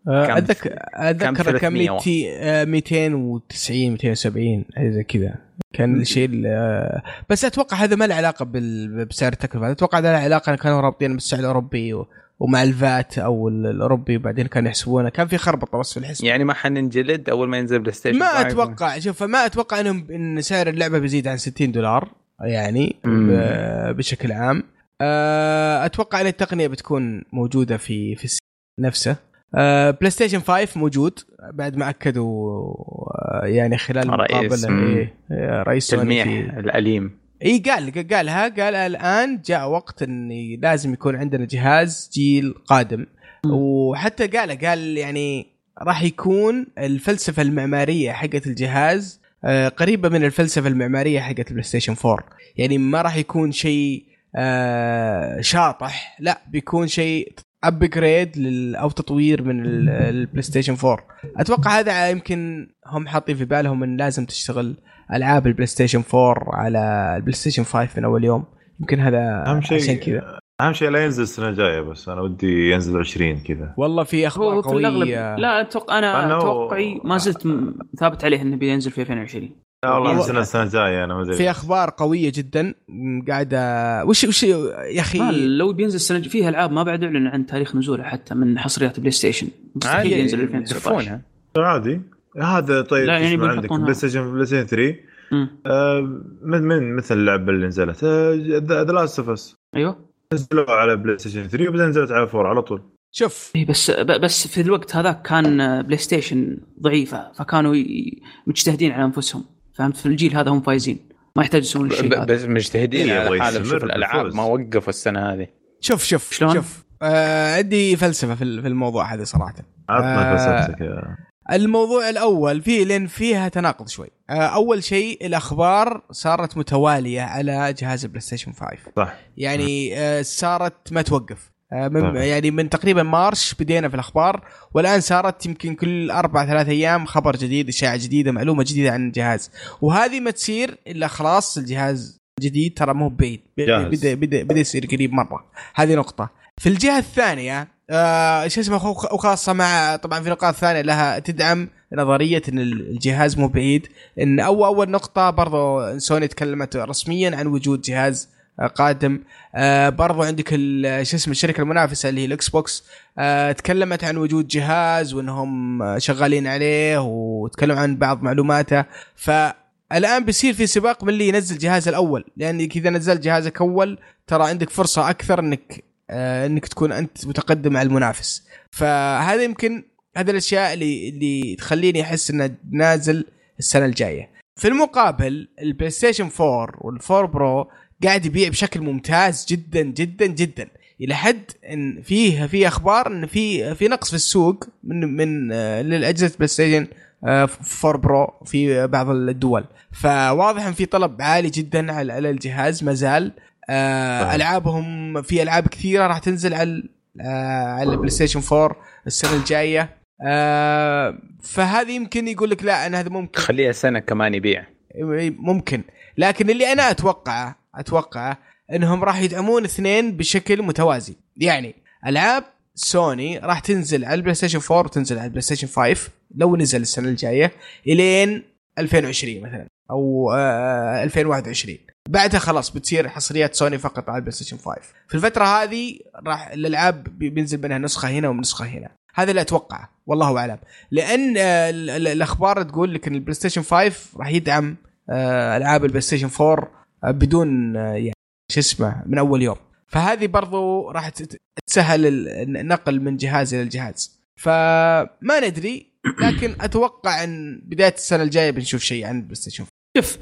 اتذكر اتذكر كان مئتين وتسعين مئتين وسبعين زي كذا كان الشيء. بس اتوقع هذا ما له علاقه بسعر التكلفه، اتوقع له علاقه كانوا رابطين بالسعر الاوروبي ومع الفات او الاوروبي، بعدين كانوا يحسبونه كان في خربطه بس في الحسب. يعني ما حننجلد اول ما ينزل بلاي ستيشن؟ ما اتوقع. شوف ما اتوقع انهم ان سعر اللعبه بيزيد عن ستين دولار يعني بشكل عام. اتوقع ان التقنيه بتكون موجوده في في نفسه. بلاي ستيشن خمسة موجود بعد ما اكدوا يعني خلال المقابله إيه رئيس سوني الاليم اي قال قالها قال الان جاء وقت ان لازم يكون عندنا جهاز جيل قادم. وحتى قال قال يعني راح يكون الفلسفه المعماريه حقت الجهاز قريبه من الفلسفه المعماريه حقت البلاي ستيشن فور، يعني ما راح يكون شيء شاطح، لا بيكون شيء ابجريد او تطوير من البلاي ستيشن فور. اتوقع هذا يمكن هم حاطين في بالهم ان لازم تشتغل العاب البلاي ستيشن فور على البلاي ستيشن خمسة من اول يوم. يمكن هذا عشان كذا اهم شيء لا ينزل السنه الجايه، بس انا ودي ينزل عشرين كذا. والله في اخبار قويه. لا اتوقع انا اتوقعي ما زلت ثابت عليه انه بينزل في ألفين وعشرين. لا والله السنه السنه الجايه انا ما ادري. في اخبار قويه جدا قاعده. وش وش يا اخي لو بينزل السنه فيها العاب ما بعد اعلن عن تاريخ نزوله حتى من حصريات بلاي ستيشن، مستحيل ينزل ألفين وتسعة عشر عادي هذا. طيب يعني عندك بلاي ستيشن بلاي ستيشن ثلاثة آه من من مثل اللعبه اللي نزلت ذا لاست اوف اس، ايوه نزلوا على بلاي ستيشن ثلاثة وبعدين نزلت على فور على طول. شوف بس بس في الوقت هذا كان بلاي ستيشن ضعيفه فكانوا مجتهدين على انفسهم، فهمت؟ في الجيل هذا هم فايزين ما يحتاج يسوون شيء هذا، بس مجتهدين على حالهم. شوف الالعاب ما وقفوا السنه هذه. شوف شوف شلون؟ شوف آه عندي فلسفه في الموضوع هذا صراحه. عطنا فلسفتك يا الموضوع الأول فيه لين فيها تناقض شوي. أول شيء الأخبار صارت متوالية على جهاز بلاي ستيشن خمسة صح. يعني صارت ما توقف من يعني من تقريبا مارش بدينا في الأخبار، والآن صارت يمكن كل أربع ثلاث أيام خبر جديد، إشاعة جديدة، معلومة جديدة عن الجهاز. وهذه ما تصير إلا خلاص الجهاز جديد ترى مو بعيد، بدأ بدأ بدأ يصير قريب مرة. هذه نقطة. في الجهة الثانية آه ايش اسمه وخاصه مع طبعا في نقاط ثانيه لها تدعم نظريه ان الجهاز مو بعيد. ان اول اول نقطه برضو سوني تكلمت رسميا عن وجود جهاز قادم. آه برضو عندك ايش اسمه الشركه المنافسه اللي هي الاكس بوكس آه تكلمت عن وجود جهاز وانهم شغالين عليه وتكلموا عن بعض معلوماته. فالان بيصير في سباق من اللي ينزل جهاز الاول، لان اذا نزلت جهازك اول ترى عندك فرصه اكثر انك آه انك تكون انت متقدم على المنافس. فهذا يمكن هذه الاشياء اللي اللي تخليني احس انه نازل السنه الجايه. في المقابل البلاي ستيشن فور والفور برو قاعد يبيع بشكل ممتاز جدا جدا جدا، الى حد ان فيه في اخبار ان في في نقص في السوق من من آه للاجهزه بلاي ستيشن آه فور برو في بعض الدول. فواضح ان في طلب عالي جدا على الجهاز ما زال. آه ألعابهم في ألعاب كثيرة راح تنزل على آه على البلاي ستيشن فور السنة الجاية. آه فهذه يمكن يقول لك لا أنا هذا ممكن خليها سنة كمان يبيع ممكن، لكن اللي أنا أتوقع أتوقع إنهم راح يدعمون اثنين بشكل متوازي. يعني ألعاب سوني راح تنزل على البلاي ستيشن فور وتنزل على البلاي ستيشن خمسة لو نزل السنة الجاية إلين ألفين وعشرين مثلا أو آه ألفين وواحد وعشرين. بعدها خلاص بتصير حصريات سوني فقط على البلاي ستيشن خمسة. في الفترة هذه راح الألعاب بينزل منها نسخة هنا ونسخة هنا. هذا اللي أتوقعه والله أعلم، لأن الأخبار تقول لك إن البلاي ستيشن خمسة راح يدعم ألعاب البلاي ستيشن فور بدون يعني شو اسمه من أول يوم. فهذه برضو راح تسهل النقل من جهاز إلى الجهاز. فما ندري، لكن أتوقع إن بداية السنة الجاية بنشوف شيء عن البلاي ستيشن فور. شوف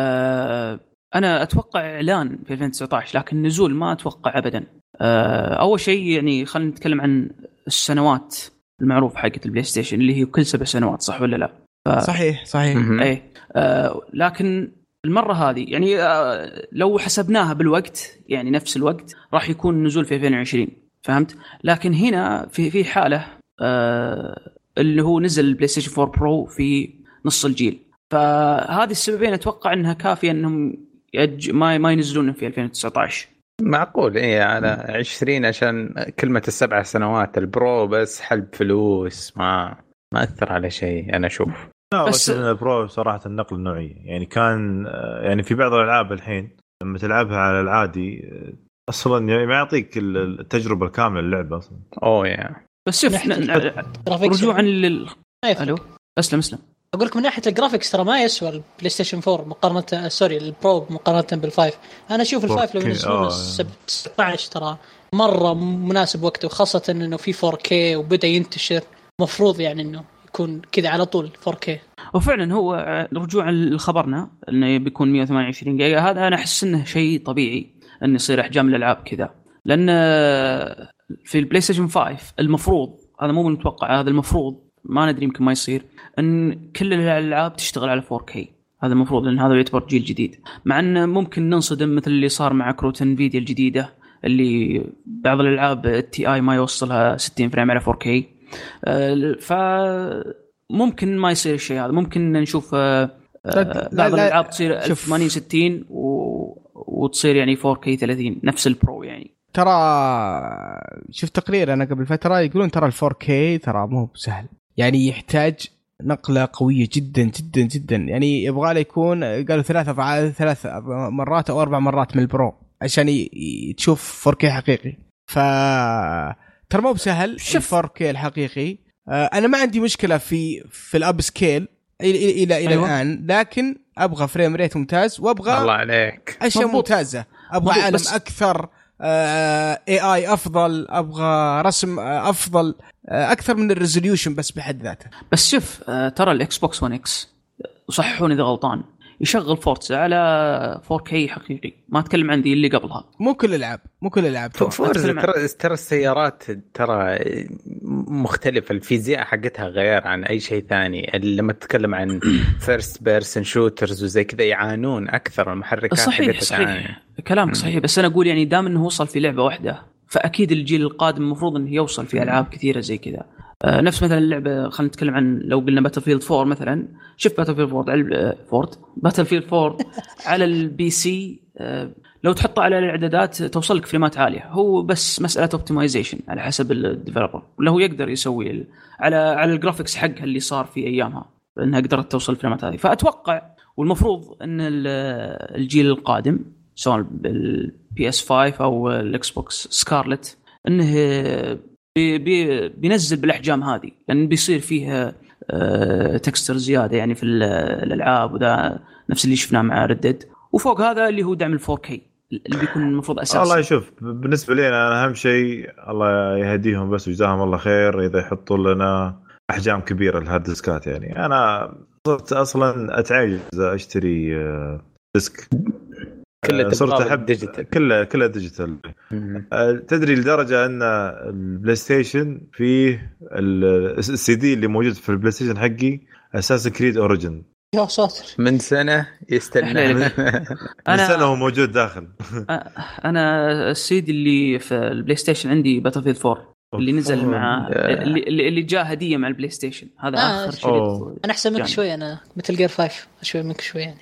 آه أنا أتوقع إعلان في ألفين وتسعة عشر، لكن نزول ما أتوقع أبدا. أه أول شيء يعني خلينا نتكلم عن السنوات المعروف حقة البلاي ستيشن اللي هي كل سبع سنوات، صح ولا لا؟ ف... صحيح صحيح. أي أه لكن المرة هذه يعني أه لو حسبناها بالوقت يعني نفس الوقت راح يكون النزول في ألفين وعشرين، فهمت؟ لكن هنا في في حالة أه اللي هو نزل البلاي ستيشن فور برو في نص الجيل، فهذه السببين أتوقع أنها كافية أنهم يج... ما ما ينزلون في ألفين وتسعة عشر. معقول ايه على عشرين عشان كلمة السبع سنوات البرو بس حلب فلوس ما ما أثر على شيء أنا أشوف. لا بس البرو صراحة النقل النوعية يعني كان يعني في بعض الألعاب الحين لما تلعبها على العادي أصلا يعني ما يعطيك التجربة الكاملة للعبة أصلا. أوه يا بس شوف رجوعا لل ألو أسلم أسلم أقول لك من ناحية الجرافيكس ترى ما يسوى البلاي ستيشن فور مقارنة سوري البرو مقارنة بالفايف. أنا أشوف الفايف لو ينزلون ستة عشر ترى مرة مناسب وقته وخاصة إنه في فور كي وبدأ ينتشر مفروض يعني إنه يكون كذا على طول فور كي. وفعلا هو رجوعا لخبرنا إنه بيكون مية وثمانية وعشرين جيجا هذا أنا أحس إنه شيء طبيعي إنه يصير أحجام الألعاب كذا لأن في البلاي ستيشن فايف المفروض هذا مو متوقع هذا المفروض ما ندري يمكن ما يصير ان كل الالعاب تشتغل على فور كي هذا المفروض لان هذا يعتبر جيل جديد مع ان ممكن ننصدم مثل اللي صار مع كروت انفيديا الجديده اللي بعض الالعاب التي اي ما يوصلها ستين فريم على فور كي فممكن ما يصير الشيء هذا ممكن نشوف بعض الالعاب تصير ألف وثمانين ستين وتصير يعني فور كي ثلاثين نفس البرو يعني. ترى شوف تقرير انا قبل فتره يقولون ترى الفور كي ترى مو سهل يعني يحتاج نقلة قوية جدا جدا جدا يعني يبغى له يكون قالوا ثلاثة أضعاف ثلاث مرات أو أربع مرات من البرو عشان تشوف فور كي حقيقي. ف ترى مو بسهل الفور كي الحقيقي. أنا ما عندي مشكلة في في الأب سكيل إلى إلى إلى أيوة. الآن لكن أبغى فريم ريت ممتاز وأبغى الله عليك أشياء ممتازة أبغى عالم أكثر اي اي افضل ابغى رسم افضل اكثر من الريزوليوشن بس بحد ذاته. بس شوف ترى الاكس بوكس ون اكس صححوني اذا غلطان يشغل فورتزا على فور كي حقيقي ما اتكلم عن ذي اللي قبلها مو كل الالعاب مو كل الالعاب فورتزا ترى ترى السيارات ترى مختلفه الفيزياء حقتها غير عن اي شيء ثاني. لما تتكلم عن فيرست بيرسون شوترز وزي كذا يعانون اكثر المحركات صحيح صحيح كلامك صحيح بس انا اقول يعني دام انه وصل في لعبه واحده فاكيد الجيل القادم المفروض انه يوصل في العاب كثيره زي كذا. آه نفس مثلا اللعبه خلينا نتكلم عن لو قلنا باتلفيلد فور مثلا شوف باتلفيلد فور على فورد باتلفيلد فور على البي سي آه لو تحطه على الاعدادات توصل لك فريمات عاليه هو بس مساله اوبتمايزيشن على حسب الديفلوبر ولا هو يقدر يسوي على على الجرافيكس حقها اللي صار في ايامها انها قدرت توصل الفريمات هذه. فاتوقع والمفروض ان الجيل القادم سواء بالبي اس خمسة او الاكس بوكس سكارلت انه بي بي بينزل بالاحجام هذه لان بيصير فيها آه تكستر زياده يعني في الالعاب وذا نفس اللي شفناه مع ردد وفوق هذا اللي هو دعم الفور كي اللي بيكون المفروض اساسي. الله يشوف بالنسبه لي انا اهم شيء الله يهديهم بس وجزاهم الله خير اذا يحطوا لنا احجام كبيره الهارد ديسكات. يعني انا صرت اصلا اتعجز اشتري ديسك كله صرت احب ديجيتال كله كله ديجيتال. تدري لدرجه ان البلاي ستيشن فيه السي دي اللي موجود في البلاي ستيشن حقي اساس كريد اوريجن يا ساتر من سنه يستنى من سنه هو موجود داخل. انا السيدي اللي في البلاي ستيشن عندي باتلفيلد فور اللي نزل مع اللي اللي جاء هديه مع البلاي ستيشن هذا آه اخر شيء. انا احسن منك شوي انا مثل جير خمسة شوي منك شوي يعني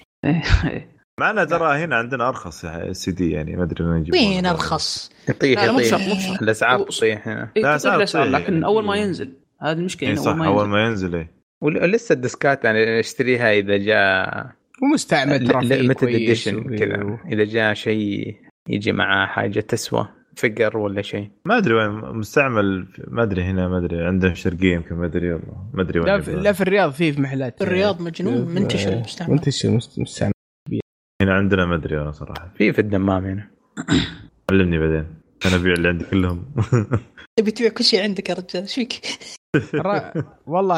معنا ترى هنا عندنا ارخص السي دي يعني ما ادري وين نجيبه وين ارخص يطيح يطيح الاسعار تطيح هنا لكن اول ما ينزل هذه المشكله اول ما اول ما ينزل ايه ولسه الديسكات يعني اشتريها اذا جاء ومستعمل ترى اديشن كذا اذا جاء شيء يجي مع حاجه تسوى فقر ولا شيء ما ادري وين مستعمل ما ادري هنا ما ادري عندنا شرقيه يمكن ما ادري والله ما ادري وين. لا في الرياض فيه في محلات في الرياض مجنون منتشر مستعمل منتشر مستعمل هنا عندنا ما ادري انا صراحه في في الدمام هنا علمني بعدين انا ابيع اللي عندي كلهم. تبي تبيع كل شيء عندك يا رجال ايش فيك؟ والله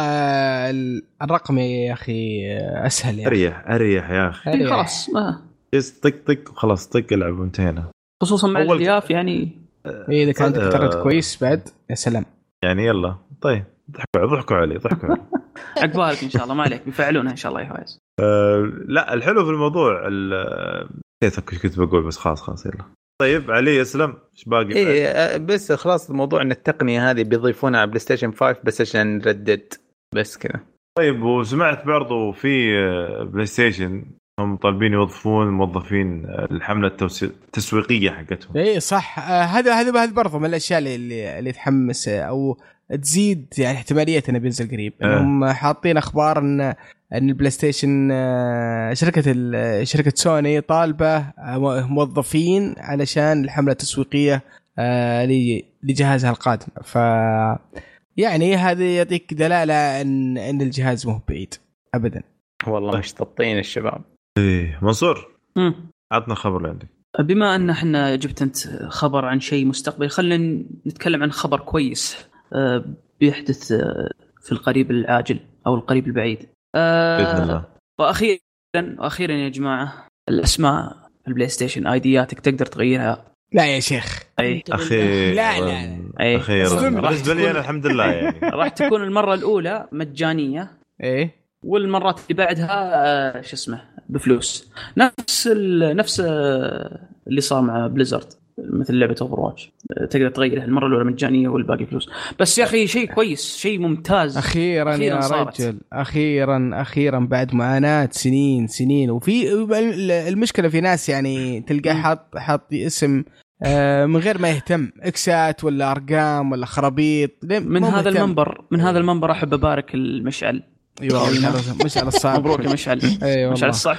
الرقم يا اخي اسهل يعني اريح اريح يا اخي خلاص ما طق طق وخلاص طق العب وانتهينا خصوصا مع الضياف يعني اذا كان عندك انترنت كويس بعد يا سلام يعني يلا طيب ضحكوا ضحكوا علي ضحكوا علي عقبالك ان شاء الله ما عليك بيفعلونها ان شاء الله يا فايز. أه لا الحلو في الموضوع نسيت كنت بقول بس خلاص خلاص يلا طيب علي اسلم ايش باقي؟ ايه بس خلاص الموضوع ان التقنيه هذه بيضيفونها على بلاي ستيشن خمسة بس عشان نردد بس كذا. طيب وسمعت برضو في بلاي ستيشن هم طالبين يوظفون موظفين الحملة التسويقية حقتهم. اي صح. آه هذا هذا هذا برضه من الاشياء اللي اللي تحمس او تزيد يعني احتماليه انه بينزل قريب. آه. هم حاطين اخبار ان ان البلاي ستيشن آه شركه شركه سوني طالبه موظفين علشان الحمله التسويقيه آه لجهازها القادم. ف يعني هذا يعطيك دلاله ان ان الجهاز مو بعيد ابدا. والله مش طبطين الشباب. ايه منصور مم. عطنا خبر اللي عندك. بما ان احنا جبت انت خبر عن شيء مستقبلي، خلينا نتكلم عن خبر كويس بيحدث في القريب العاجل او القريب البعيد باذن الله. واخيرا واخيرا يا جماعه الاسماء البلاي ستيشن ايدياتك تقدر تغيرها. لا يا شيخ اخي لا لا اخيرا بالنسبه لي انا الحمد لله يعني راح تكون المره الاولى مجانيه ايه والمرات اللي بعدها شو اسمه بفلوس، نفس نفس اللي صار مع بليزرد مثل لعبه اوفر واتش، تقدر تغيرها المره الاولى مجانيه والباقي فلوس. بس يا اخي شيء كويس شيء ممتاز اخيرا, أخيراً يا صارت. رجل اخيرا اخيرا بعد معاناه سنين سنين. وفي المشكله في ناس يعني تلقى حاط حاط اسم من غير ما يهتم اكسات ولا ارقام ولا خرابيط من هذا مهتم. المنبر من هذا المنبر احب ابارك المشعل. ايوه مشعل الصعب. مبروك يا مشعل. أيوة مشعل الصعب.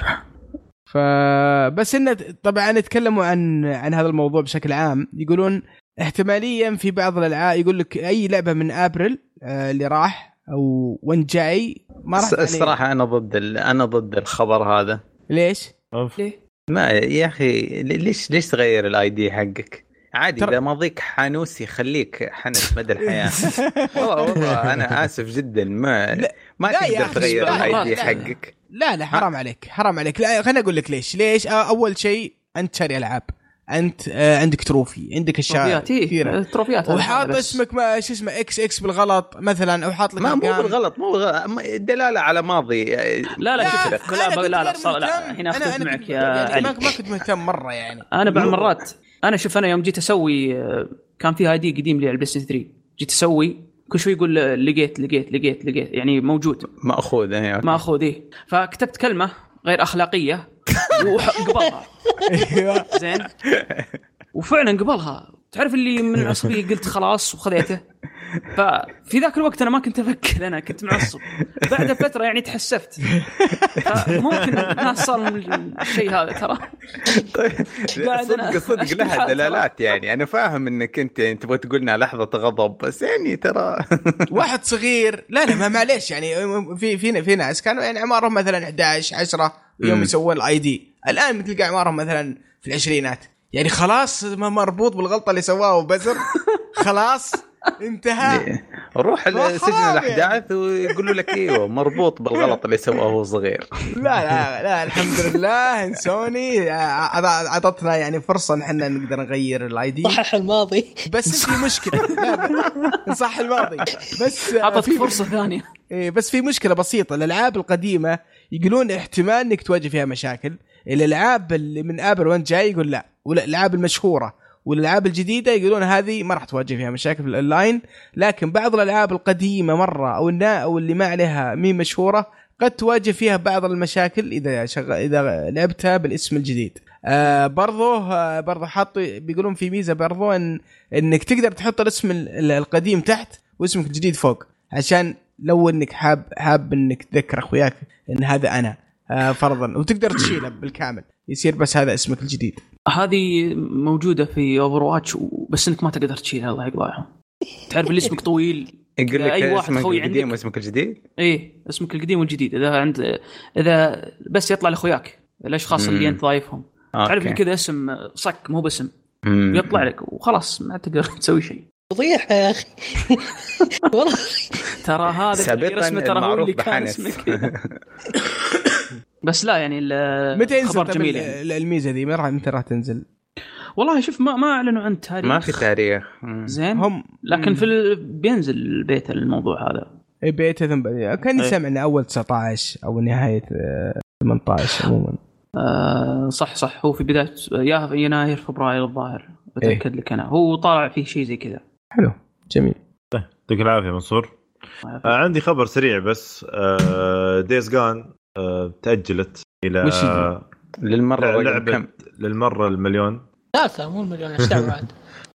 فبس إن طبعا نتكلموا عن عن هذا الموضوع بشكل عام. يقولون احتماليا في بعض الالعاب يقول لك اي لعبه من ابريل اللي راح او وين جاي ما راح. الصراحه انا ضد انا ضد الخبر هذا. ليش؟ ليه؟ ما يا اخي ليش ليش تغير الاي دي حقك؟ عادي تر... اذا ماضيك حانوسي خليك حنس مدى الحياه. والله والله انا اسف جدا ما لا. ما لا تقدر تغير الاي دي حقك. لا لا حرام عليك حرام عليك. لا خليني اقول لك ليش. ليش اول شيء انت شاري العاب، انت آه عندك تروفي، عندك اشياء كثيره تروفيات وحاط اسمك ما شو اسمه اكس اكس بالغلط مثلا او حاط لك ما مو بالغلط مو دلاله على ماضي. لا لا شوف لا لا لا, لا هنا اختلف معك يا يعني علي. ما ما كنت مهتم مره يعني. انا بعض المرات انا شوف انا يوم جيت اسوي كان في اي دي قديم لي على البلاي ستيشن ثري جيت اسوي كل شوي يقول لقيت لقيت لقيت لقيت يعني موجود ماخوذ ايه ماخوذ ايه. فكتبت كلمه غير اخلاقيه وقبلها زين وفعلا قبلها. تعرف اللي من العصبيه قلت خلاص وخذيته. ففي ذاك الوقت انا ما كنت افكر انا كنت معصب. بعد فتره يعني تحسفت ممكن الناس صار الشيء هذا ترى. صدق صدق لها دلالات يعني. انا فاهم انك انت يعني تبغى تقولنا لحظه غضب بس يعني ترى واحد صغير لا لا ما معليش يعني. في في في ناس كانوا يعني عمرهم مثلا إحدى عشر عشرة يوم يسوون الاي دي. الان تلقى عمرهم مثلا في العشرينات يعني خلاص ما مربوط بالغلطه اللي سواه وبزر خلاص انتهى. روح السجن الأحداث ويقولوا لك ايوه مربوط بالغلط اللي سواه وهو صغير. لا لا لا الحمد لله ان سوني عطتنا يعني فرصه نحن نقدر نغير الاي دي صحح الماضي. بس في مشكله صح الماضي بس عطت فرصه ثانيه. بس في مشكله بسيطه. الالعاب القديمه يقولون احتمال انك تواجه فيها مشاكل. الالعاب اللي من ابل وانت جاي يقول لا. والالعاب المشهوره والالعاب الجديده يقولون هذه ما راح تواجه فيها مشاكل في الاونلاين. لكن بعض الالعاب القديمه مره او النا او اللي ما عليها مين مشهوره قد تواجه فيها بعض المشاكل اذا شغل اذا لعبتها بالاسم الجديد. آه برضو آه برضو حاطوا بيقولون في ميزه برضو ان انك تقدر تحط الاسم القديم تحت واسمك الجديد فوق عشان لو انك حاب حاب انك تذكر اخوياك ان هذا انا آه فرضا وتقدر تشيله بالكامل يصير بس هذا اسمك الجديد. هذه موجودة في اوفر واتش بس انك ما تقدر تشيلها. الله يقطعها. تعرف اللي اسمك طويل يقول لك اي واحد خوي عندك اسمك الجديد. ايه اسمك القديم والجديد اذا عند اذا بس يطلع لاخوياك الاشخاص اللي انت ضايفهم. تعرف كذا اسم صك مو باسم يطلع لك وخلاص ما تقدر تسوي شيء. فضيحة يا اخي. والله ترى هذا اسمه ترى هو اللي كان اسمك. بس لا يعني الخبر جميل يعني. الميزه دي ما راح متى راح تنزل؟ والله شوف ما ما اعلنوا عن تاريخ. ما في تاريخ زين هم لكن في ال... بينزل البيت الموضوع هذا. اي بيت ثم كان يسمع ان اول تسعة عشر او نهايه ثمانية عشر عموما. آه صح صح هو في بدايه يا يناير فبراير الظاهر بتاكد إيه؟ لك انا هو طالع فيه شيء زي كذا. حلو جميل. طيب يعطيك العافيه منصور. آه عندي خبر سريع بس. آه ديز جان تاجلت الى للمره لعبه للمره المليون ثالثه مو المليون ايش دعوه بعد.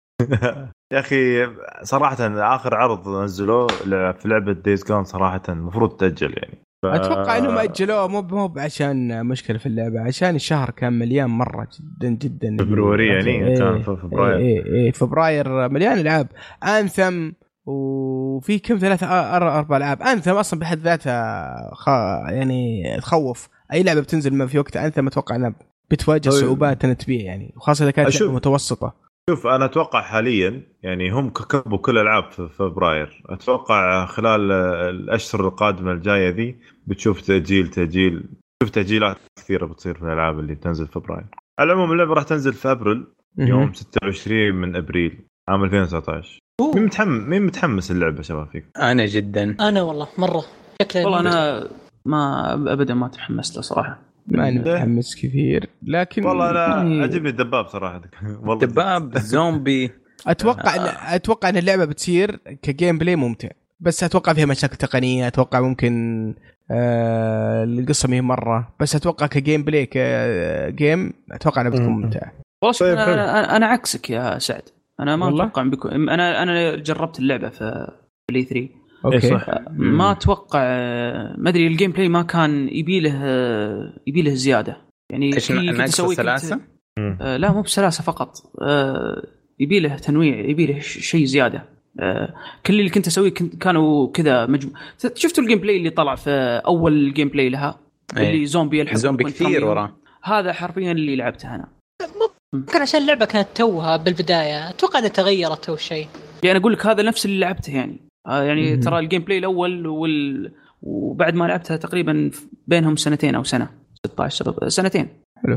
يا اخي صراحه اخر عرض نزلوه في لعبه دايز جون صراحه المفروض تاجل يعني ف... اتوقع انهم اجلوه مو مو عشان مشكله في اللعبه، عشان الشهر كان مليان مره جدا جدا. فبراير يعني إيه كان في فبراير اي اي إيه فبراير مليان العاب. انثم وفي كم ثلاثة أربع ألعاب. أنثم أصلا بحد ذاتها خ... يعني تخوف. أي لعبة بتنزل في وقت أنثم أتوقع أنها بتواجه صعوبات أن تبيع يعني، وخاصة إذا كانت لعبة متوسطة. شوف أنا أتوقع حاليا يعني هم كتبوا كل الألعاب في فبراير، أتوقع خلال الأشهر القادمة الجاية ذي بتشوف تأجيل تأجيل شوف تأجيلات كثيرة بتصير في الألعاب اللي بتنزل في فبراير. على العموم اللعبة راح تنزل في أبريل يوم ستة وعشرين من أبريل عام ألفين وتسعة عشر. مين متحمس مين متحمس اللعبة شباب فيك؟ أنا جدا. أنا والله مرة شكله والله أنا ما أبدا ما تحمست له صراحة. ما أنا متحمس كثير لكن والله أنا يعني... عجبني الدباب صراحة. والله دباب زومبي. أتوقع أن أتوقع أن اللعبة بتصير كجيم بلاي ممتع، بس أتوقع فيها مشاكل تقنية. أتوقع ممكن آه القصة ميه مرة، بس أتوقع كجيم بلاي كجيم أتوقع أنها بتكون ممتعة. والله أنا أنا عكسك يا سعد. أنا ما أتوقع بكم. أنا أنا جربت اللعبة في بلاي ثري. أوكي. ما أتوقع ما أدري الجيم بلاي ما كان يبي له يبي له زيادة يعني. كنت تسوي سلاسة؟ آه لا مو بسلاسة فقط، آه يبي له تنويع، يبي له شيء زيادة. آه كل اللي كنت أسويه كانوا كذا مجموع. شفتوا الجيم بلاي اللي طلع في أول جيم بلاي لها اللي أيه. زومبي الحب زومبي كثير وراه، هذا حرفيا اللي لعبته أنا. ممكن عشان اللعبة كانت توها بالبداية، أتوقع أنها تغيرت أو شيء يعني. أقول لك هذا نفس اللي لعبته يعني. آه يعني ترى الجيم بلاي الأول وال... وبعد ما لعبتها تقريبا بينهم سنتين أو سنة ستة عشر سنتين. حلو.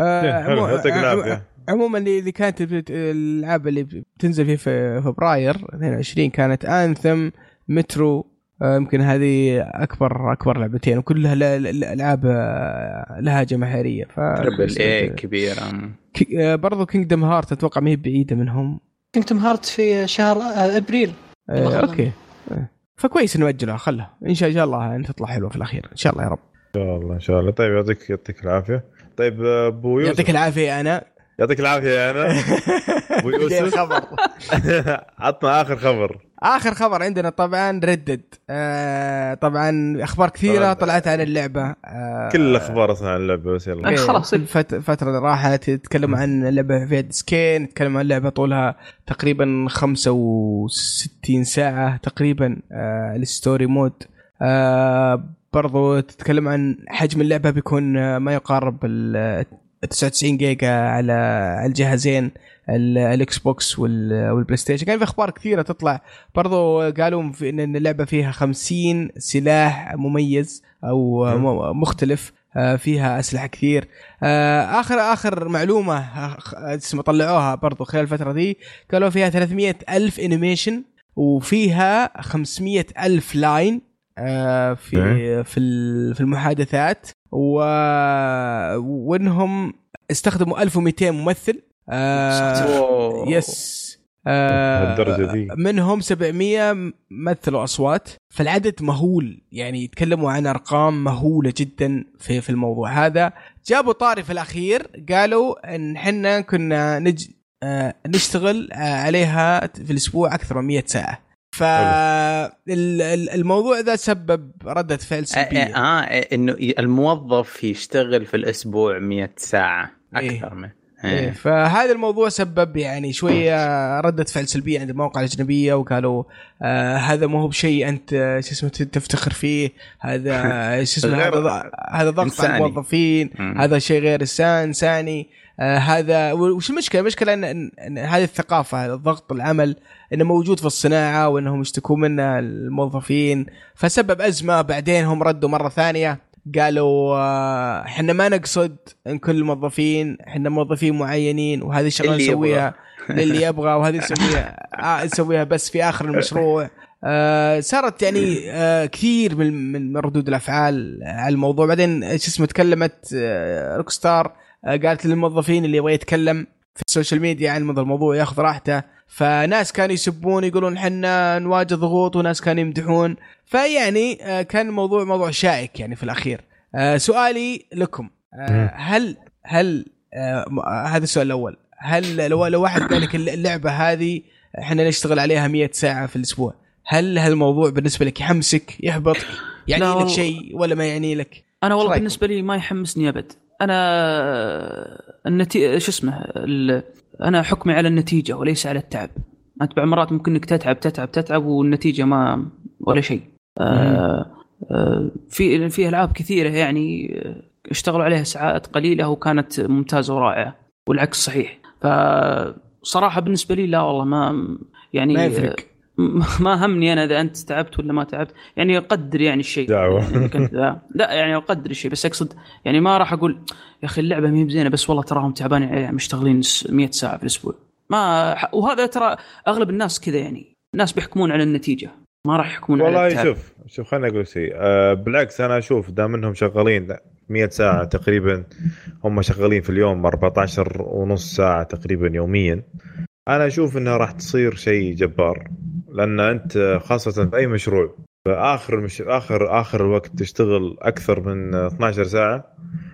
آه عموما اللي كانت الألعاب اللي بتنزل في فبراير اثنين وعشرين كانت أنثم مترو. يمكن هذه أكبر أكبر لعبتين وكلها الألعاب لها جماهيرية. تربل إيه كبيرة. برضو كينغدم هارت أتوقع ما هي بعيدة منهم. كينغدم هارت في شهر أبريل. آه أوكي. آه. فكويس إنه أجلها خلها إن شاء الله أن تطلع حلوة في الأخير إن شاء الله يا رب. إن شاء الله إن شاء الله. طيب يعطيك يعطيك العافية. طيب أبو يوسف. يعطيك العافية أنا. يعطيك العافية أنا. أبو يوسف. خبر. عطنا آخر خبر. آخر خبر عندنا طبعا ردد. آه طبعا أخبار كثيرة طلعت عن اللعبة. آه كل الأخبار أصلا عن اللعبة بس يلا. خلاص الفت... فترة راحت تتكلم عن اللعبة فيها ديسكين، تتكلم عن اللعبة طولها تقريبا خمسة وستين ساعة تقريبا. آه الستوري مود. آه برضو تتكلم عن حجم اللعبة بيكون ما يقارب ال تسعة وتسعين جيجا على الجهازين الاكس بوكس والبلاي ستيشن. كان في اخبار كثيره تطلع برضو. قالوا في ان اللعبه فيها خمسين سلاح مميز او مختلف، فيها اسلحه كثير. اخر اخر معلومه اسمه طلعوها برضو خلال الفتره دي، قالوا فيها ثلاثمية ألف انيميشن وفيها خمسمية ألف لاين في في في المحادثات، و... وانهم استخدموا ألف ومئتين ممثل. آه... يس آه... منهم سبعمية مثلوا اصوات، فالعدد مهول يعني. يتكلموا عن ارقام مهوله جدا في في الموضوع هذا. جابوا طاري في الاخير قالوا ان حنا كنا نج... آه... نشتغل عليها في الاسبوع اكثر من مئة ساعه. فالموضوع ذا سبب ردة فعل سلبية. آه, آه إنه الموظف يشتغل في الأسبوع مئة ساعة أكثر إيه. من إيه. فهذا الموضوع سبب يعني شوية ردة فعل سلبية عند المواقع الأجنبية، وقالوا آه هذا ما هو بشيء أنت شو اسمه تفتخر فيه، هذا شو اسمه هذا, هذا ضغط على الموظفين، هذا شيء غير إنساني. آه هذا وش المشكلة؟ المشكلة إن, إن, إن هذه الثقافة الضغط العمل إنه موجود في الصناعة وإنهم يشتكوا منه الموظفين، فسبب أزمة. بعدين هم ردوا مرة ثانية قالوا آه إحنا ما نقصد إن كل الموظفين، إحنا موظفين معينين وهذه شغلة نسويها للي يبغى، وهذه نسويها آه نسويها بس في آخر المشروع. آه صارت يعني آه كثير من من ردود الأفعال على الموضوع. بعدين إيش اسمه تكلمت آه روكستار، آه قالت للموظفين اللي يبغى يتكلم في السوشيال ميديا عن الموضوع ياخذ راحته. فناس كانوا يسبون يقولون حنا نواجه ضغوط، وناس كانوا يمدحون. فيعني كان الموضوع موضوع شائك يعني في الأخير. آه سؤالي لكم آه هل هل آه هذا السؤال الاول، هل لو لو واحد قال لك اللعبه هذه احنا نشتغل عليها مية ساعه في الاسبوع، هل هالموضوع بالنسبه لك يحمسك يحبطك يعني لك شيء ولا ما يعني لك؟ انا والله بالنسبه لي ما يحمسني ابد. انا النتيجه شو اسمه انا حكمي على النتيجه وليس على التعب. انت بعض مرات ممكن انك تتعب تتعب تتعب والنتيجه ما ولا شيء. آه آه في في العاب كثيره يعني اشتغلوا عليها ساعات قليله وكانت ممتازه ورائعه والعكس صحيح. فصراحه بالنسبه لي لا والله ما يعني ما يفرق، ما همني انا اذا انت تعبت ولا ما تعبت، يعني اقدر يعني الشيء يعني كنت لا يعني اقدر الشيء، بس اقصد يعني ما راح اقول يا اخي اللعبه مي بزينه بس والله تراهم تعبانين يعني مشتغلين مية ساعه في الاسبوع. ما وهذا ترى اغلب الناس كذا، يعني الناس بيحكمون على النتيجه ما راح يحكمون على التعب. والله شوف شوف خليني اقول شيء أه بالعكس، انا اشوف دام انهم شغالين مية ساعه تقريبا، هم شغالين في اليوم أربعة عشر ونص ساعه تقريبا يوميا، انا اشوف انها راح تصير شيء جبار. لان انت خاصه في اي مشروع في اخر مش اخر اخر الوقت تشتغل اكثر من اثنتي عشرة ساعه،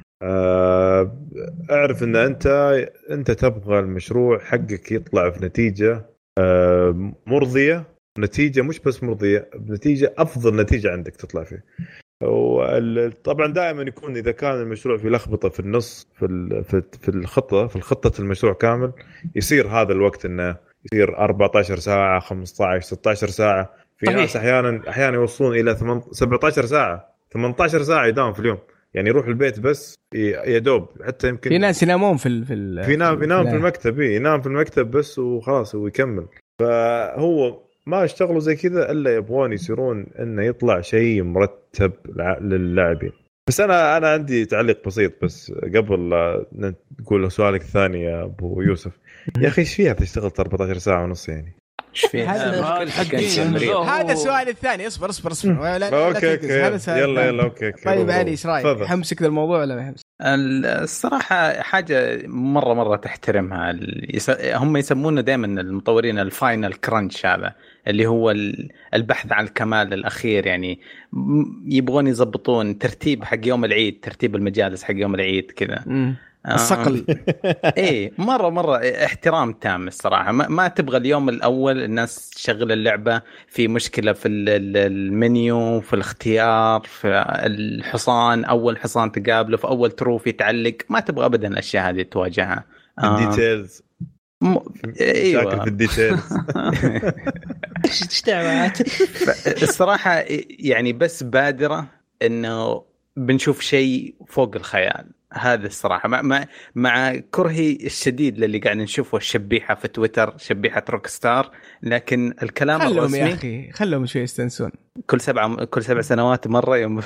اعرف ان انت انت تبغى المشروع حقك يطلع في نتيجه مرضيه، نتيجه مش بس مرضيه، نتيجه افضل نتيجه عندك تطلع فيه. وطبعا دائما يكون اذا كان المشروع في لخبطه في النص في في الخطه في الخطه المشروع كامل، يصير هذا الوقت انه يصير أربعة عشر ساعه خمسة عشر ستة عشر ساعه. في طبيعي. ناس احيانا احيانا يوصلون الى سبعة عشر ساعه ثمانية عشر ساعه يداوم في اليوم، يعني يروح البيت بس يا دوب، حتى يمكن في ناس ينامون في ال في ال في نام ينام في المكتب ينام في المكتب بس وخلاص ويكمل. فهو ما اشتغلوا زي كذا الا يبغون يصيرون انه يطلع شيء مرتب للاعبين. بس انا انا عندي تعليق بسيط بس قبل نقول سؤالك الثاني يا ابو يوسف. يا اخي ايش فيها بتشتغل أربعة عشر ساعه ونص يعني؟ ايش فيها هذا السؤال الثاني. اصبر اصبر اصبر لا لا اوكي اوكي يلا يلا اوكي طيب علي ايش رايك؟ حمسك ذا الموضوع ولا ما يحمس؟ الصراحه حاجه مره مره تحترمها. هم يسمونه دائما المطورين الفاينل كرانش، هذا اللي هو البحث عن الكمال الاخير، يعني يبغون يضبطون ترتيب حق يوم العيد، ترتيب المجالس حق يوم العيد كذا الصقل. ايه مره مره احترام تام الصراحه. ما, ما تبغى اليوم الاول الناس تشغل اللعبه في مشكله في المنيو، في الاختيار، في الحصان، اول حصان تقابله في اول تروفي تعلق، ما تبغى ابدا الاشياء هذه تواجهها. الديتيلز م... ايوه شاكل في الديتيلز ايش دعوات. الصراحه يعني بس بادره انه بنشوف شيء فوق الخيال. هذا الصراحة مع, مع, مع كرهي الشديد للي قاعد نشوفه الشبيحة في تويتر، شبيحة روك ستار، لكن الكلام خلهم الرسمي يا أخي خلهم شوي يستنسون. كل سبعة كل سبع سنوات مرة يوم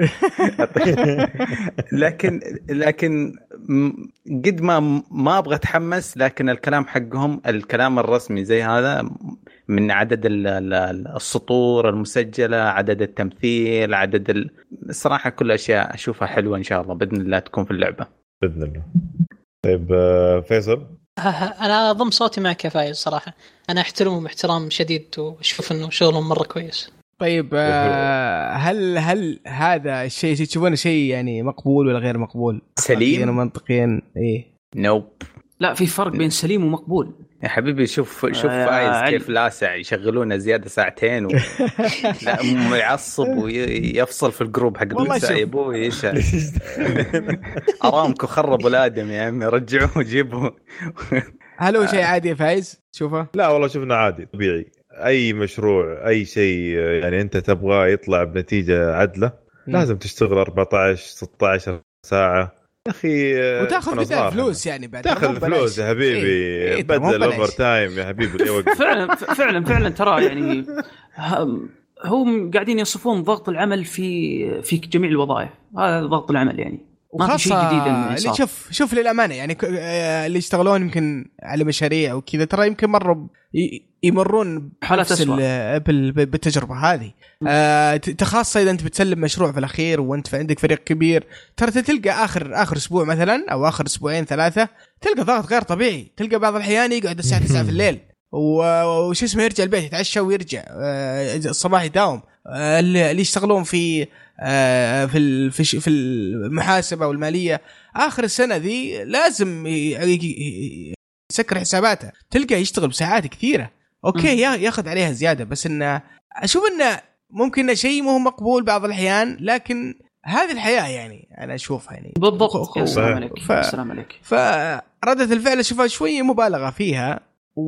لكن لكن قد ما ما أبغى أتحمس، لكن الكلام حقهم الكلام الرسمي زي هذا، من عدد السطور المسجلة، عدد التمثيل، عدد ال... الصراحة كل أشياء أشوفها حلوة إن شاء الله بإذن الله تكون في اللعبة بإذن الله. طيب فيصل، أنا أضم صوتي معك يا فايز صراحة، أنا أحترمهم احترام شديد وأشوف إنه شغلهم مرة كويس. طيب هل هل هذا الشيء تشوفونه شيء يعني مقبول ولا غير مقبول؟ سليم ومنطقيا إيه؟ نوب. لا في فرق بين سليم ومقبول يا حبيبي. شوف شوف فايز كيف لاسع، يشغلونه زيادة ساعتين و... لا مو يعصب ويفصل في الجروب حق النساء يا ابوي. ايش ارامكو خربوا الادم يا عمي، رجعوه وجيبوه. هل هو شيء عادي يا فايز تشوفه؟ لا والله شفنا عادي طبيعي. اي مشروع اي شيء يعني انت تبغى يطلع بنتيجة عدلة م. لازم تشتغل أربعة عشر ستة عشر ساعة يا اخي، وتاخذ بدل فلوس يعني بعد تاخذ فلوس يا حبيبي. إيه إيه بدل اوفر تايم يا حبيبي. فعلا فعلا فعلا ترى يعني هم قاعدين يصفون ضغط العمل في في جميع الوظائف، هذا ضغط العمل يعني ما في شيء جديد. اللي شوف شوف للامانه يعني اللي يشتغلون يمكن على مشاريع وكذا ترى يمكن مروا يمرون حالات أسوأ بالتجربه هذه. أه تخاصه اذا انت بتسلم مشروع في الاخير وانت في عندك فريق كبير، ترى تلقى اخر اخر اسبوع مثلا او اخر اسبوعين ثلاثه تلقى ضغط غير طبيعي. تلقى بعض الاحيان يقعد الساعه تسعة في الليل وش اسمه يرجع البيت يتعشى ويرجع الصباح يداوم. اللي يشتغلون في في في المحاسبة والمالية آخر السنة ذي لازم يسكر حساباته، تلقى يشتغل بساعات كثيرة. أوكي ياخذ عليها زيادة، بس إنه أشوف إنه ممكن شيء مو مقبول بعض الأحيان، لكن هذه الحياة يعني أنا أشوفها يعني بالضبط. السلام عليك. ف... السلام عليك. فردة الفعل أشوفها شوية مبالغة فيها،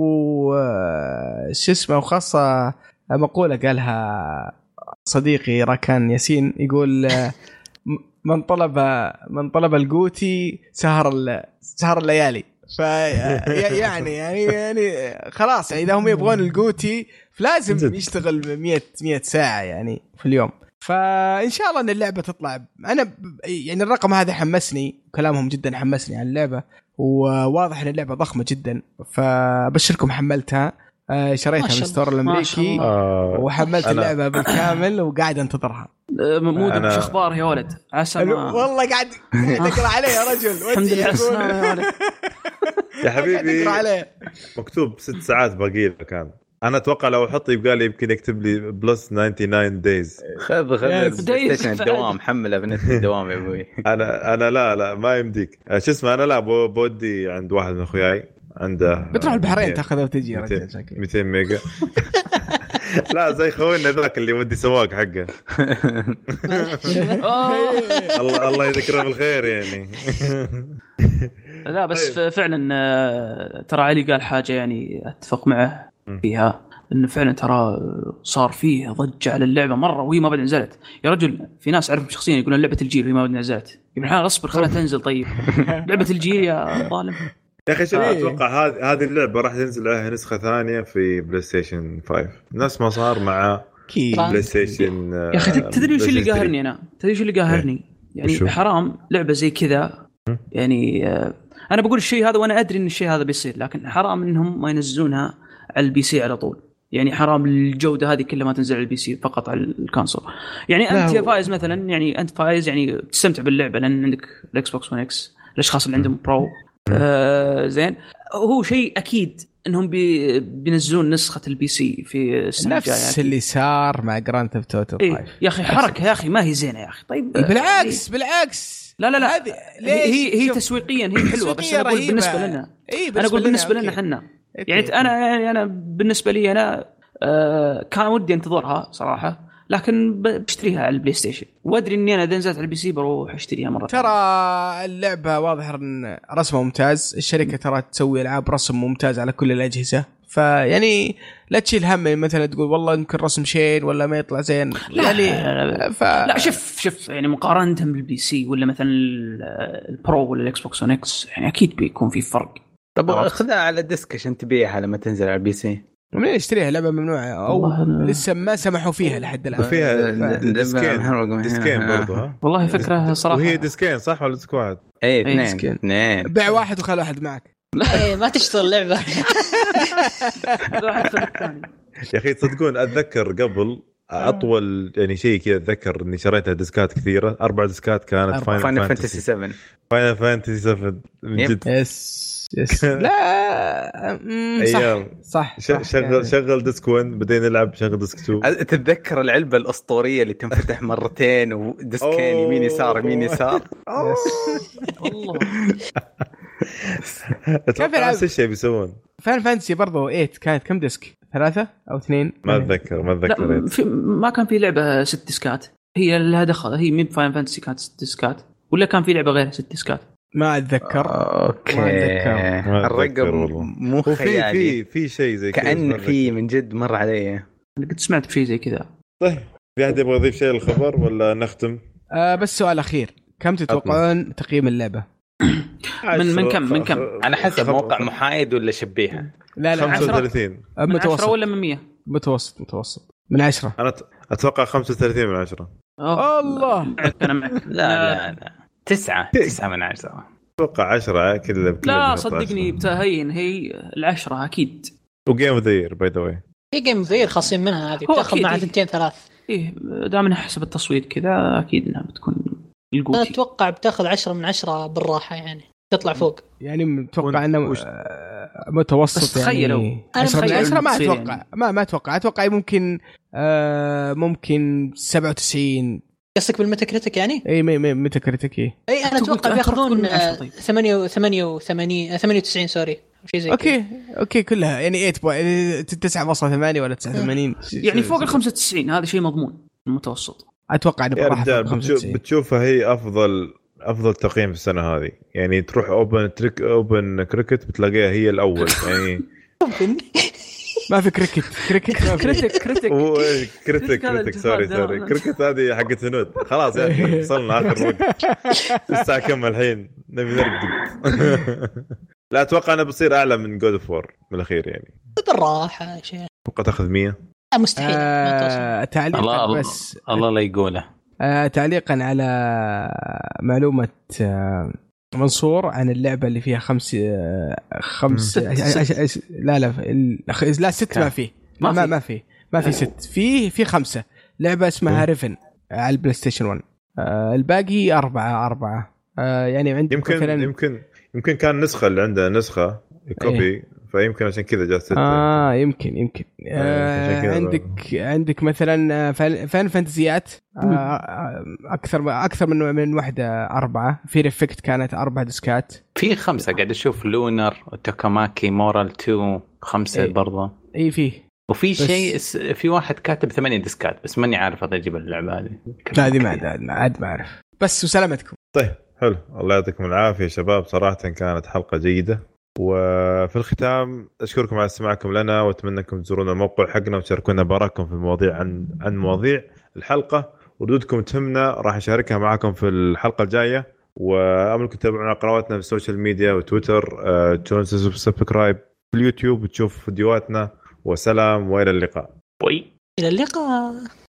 وش اسمه، وخاصة مقولة قالها صديقي راكان ياسين يقول من طلب من طلب القوتي سهر سهر الليالي. فيعني يعني يعني خلاص يعني إذا هم يبغون القوتي فلازم يشتغل مية مية ساعة يعني في اليوم. فإن شاء الله إن اللعبة تطلع. أنا يعني الرقم هذا حمسني، كلامهم جدا حمسني عن اللعبة، وواضح إن اللعبة ضخمة جدا. فبشركم حملتها، شريتها من ستور الأمريكي وحملت اللعبة بالكامل وقاعد انتظرها. مودك أنا... شو أخبار يا ولد؟ عسى ما... والله قاعد تقرأ عليه يا رجل. الحمد لله يا ولد. يا حبيبي مكتوب ست ساعات باقي له كان. انا اتوقع لو احط يبقى لي يمكن يكتب لي بلس تسعة وتسعين دايز. خذ خذ الدوام حمله بنت الدوام يا ابوي. انا انا لا لا ما يمديك. شو اسمه انا لا بودي عند واحد من اخوياي عنده بتروح البحرين تاخذها وتجي رجل شكلك مئتين ميجا. لا زي خوينا ذاك اللي ودي سواق حقه. الله الله يذكره بالخير يعني. لا بس فعلا ترى علي قال حاجة يعني أتفق معه فيها، إنه فعلا ترى صار فيه ضجة على اللعبة مرة وهي ما بعد نزلت. يا رجل في ناس أعرفهم شخصيا يقولون لعبة الجيل وهي ما بعد نزلت. يبقى الحين أصبر خلها تنزل. طيب لعبة الجيل يا ظالم. يا أخي شو أتوقع هذه هذه اللعبة راح تنزل عليها نسخة ثانية في بلاي ستيشن خمسة نفس ما صار مع بلاي ستيشن. يا أخي تدري وش اللي قاهرني أنا؟ تدري وش اللي قاهرني؟ يعني شو؟ حرام لعبة زي كذا يعني. أنا بقول الشيء هذا وأنا أدري إن الشيء هذا بيصير، لكن حرام إنهم ما ينزلونها على البي سي على طول. يعني حرام الجودة هذه كلها ما تنزل على البي سي فقط على الكونسول. يعني أنت يا فايز مثلا، يعني أنت فايز يعني تستمتع باللعبة لأن عندك الإكس بوكس ون إكس. الأشخاص اللي عندهم برو آه زين، هو شيء أكيد إنهم بي بينزلون نسخة البي سي في السنة الجاية. نفس اللي صار مع جراند ثيفت أوتو خمسة. إيه يا أخي حركة يا أخي ما هي زينة يا أخي. طيب بالعكس إيه؟ بالعكس لا لا لا هي هي تسويقيا هي حلوة، بس أنا أقول بالنسبة لنا إيه أنا أقول بالنسبة لنا حنا يعني أنا يعني أنا بالنسبة لي أنا آه كان ودي انتظرها صراحة، لكن بشتريها على البلاي ستيشن وادري اني انا اذا نزلت على البي سي بروح اشتريها مره. ترى اللعبه واضح ان رسمها ممتاز، الشركه ترى تسوي العاب رسم ممتاز على كل الاجهزه، فيعني لا تشيل هم مثلا تقول والله يمكن رسم شين ولا ما يطلع زين. لا يعني لا, ف... لا شوف شوف يعني مقارنه بالبي سي ولا مثلا البرو ولا الاكس بوكس ون اكس يعني اكيد بيكون في فرق. طب خذها على ديسك عشان تبيعها لما تنزل على البي سي. منين اشتريها؟ لعبة ممنوعة أو لسه ما سمحوا فيها لحد الآن. وفيها ديسكين ديسكين برضو ها. والله فكرة صراحة. وهي ديسكين صح ولا ديسك واحد؟ ايه اثنين اثنين. بيع واحد وخلي واحد معك. لا ما تشتغل اللعبة. يا أخي تصدقون أتذكر قبل أطول يعني شيء كذا أتذكر إني شريتها ديسكات كثيرة، أربع ديسكات كانت فاينل فانتسي سبعة. فاينل فانتسي سبعة من جد. يس يس. لا صح صح, صح شغل يعني. شغل ديسك واحد بعدين نلعب شغل ديسك اثنين. تتذكر العلبة الأسطورية اللي تنفتح مرتين وديسكين يمين يسار يمين يسار. والله اتوقع نفس الشيء بيسوون. فان فانتسي برضو ثمانية كانت كم ديسك؟ ثلاثة أو اثنين؟ ما أتذكر ما أتذكر. ما كان في لعبة ست ديسكات هي اللي دخل هي مين فان فانتسي كانت ست ديسكات ولا كان في لعبة غير ست ديسكات؟ ما اتذكر. اوكي الرقم مو خيالي. في في شيء زي كذا كأن في من جد مر علي. انا قد سمعت بشيء زي كذا. طيب في احد يبغى يضيف شيء للخبر ولا نختم؟ آه بس سؤال اخير، كم تتوقعون تقييم اللعبه؟ من من كم من كم انا حسب موقع محايد ولا شبيهه؟ لا لا خمسة وثلاثين متوسط ولا من مية؟ متوسط متوسط من عشرة. انا اتوقع خمسة وثلاثين من عشرة. الله انا معك. لا لا لا تسعة تسعة من عشرة. اتوقع عشرة كذا. لا صدقني بتهين هي العشرة اكيد. وجيم اوف ذا يير باي ذا واي. هي جيم اوف ذا يير خاصين منها هذه بتاخذ معها اثنتين ثلاث. ايه دام انها حسب التصويت كذا اكيد انها بتكون القوتي. انا اتوقع بتاخذ عشرة من عشرة بالراحة يعني تطلع فوق. يعني متوقع انه متوسط تخيلوا. يعني أنا عشرة من متخيل عشرة ما تصير اتوقع يعني. ما ما اتوقع اتوقع ممكن آه ممكن سبعة وتسعين. قصدك بالميتا كريتيك يعني؟ اي متى كريتيكي اي انا تقول- اتوقع تقول بياخذون من عشرة طيب. ثمانية ثمانية وثمانين ثمانية وتسعين سوري شيء زي كذا. اوكي اوكي كلها يعني ثمانية تسعة فاصلة ثمانية ولا تسعة وثمانين يعني فوق ال خمسة وتسعين هذا شيء مضمون المتوسط. اتوقع انه يا بروح رجال فوق بتشوف خمسة وتسعين. بتشوفها هي افضل افضل تقييم في السنه هذه يعني تروح اوبن تريك اوبن كريكت بتلاقيها هي الاول يعني ما في كريكت كريكت ما في. كريتيك كريتيك هو كريتيك هذا كريتيك سوري الجهاز سوري ده. كريكت هذه حقت هنود خلاص يا اخي وصلنا اخر وقت الساعه كم الحين نبي نرقد. لا اتوقع انه بصير اعلى من جود اوف وور بالاخير يعني بالراحه يا شيخ اتوقع تاخذ مية. لا مستحيل ما توصل. آه تعليقا الله بس الله لا يقوله. آه تعليقا على معلومة آه منصور عن اللعبة اللي فيها خمس آه خمس ست- عش- عش- عش- لا لا ال- لا ست ما فيه ما ما في. ما في ما في ست في في خمسة لعبة اسمها ريفن على البلاي ستيشن واحد آه الباقي أربعة أربعة آه يعني عندك يمكن مثلا يمكن يمكن كان نسخه اللي عنده نسخه كوبي إيه. فيمكن عشان كذا جات ستة. اه يمكن يمكن عشان آه كذا عندك عندك مثلا فان فان فانتزيات آه اكثر اكثر من من واحده اربعه في ريفكت كانت اربع ديسكات في خمسة قاعد اشوف لونر وتوكاماكي مورال اثنين خمسة إيه. برضه. اي فيه وفي بس- شيء س- في واحد كاتب ثمانية ديسكات بس ماني عارف هذا اجيب اللعبة هذه. لا دي ما عاد ما عاد ما اعرف بس وسلامتكم. طيب حلو الله يعطيكم العافيه شباب صراحه كانت حلقه جيده. وفي الختام اشكركم على استماعكم لنا واتمنى انكم تزورون الموقع حقنا وتشاركونا براءكم في المواضيع عن عن مواضيع الحلقه وردودكم تهمنا راح اشاركها معكم في الحلقه الجايه. واملكم تتابعونا على قنواتنا في السوشيال ميديا وتويتر أه، تنسوا سبسكرايب في اليوتيوب وتشوف فيديوهاتنا وسلام والى اللقاء. بوي. الى اللقاء.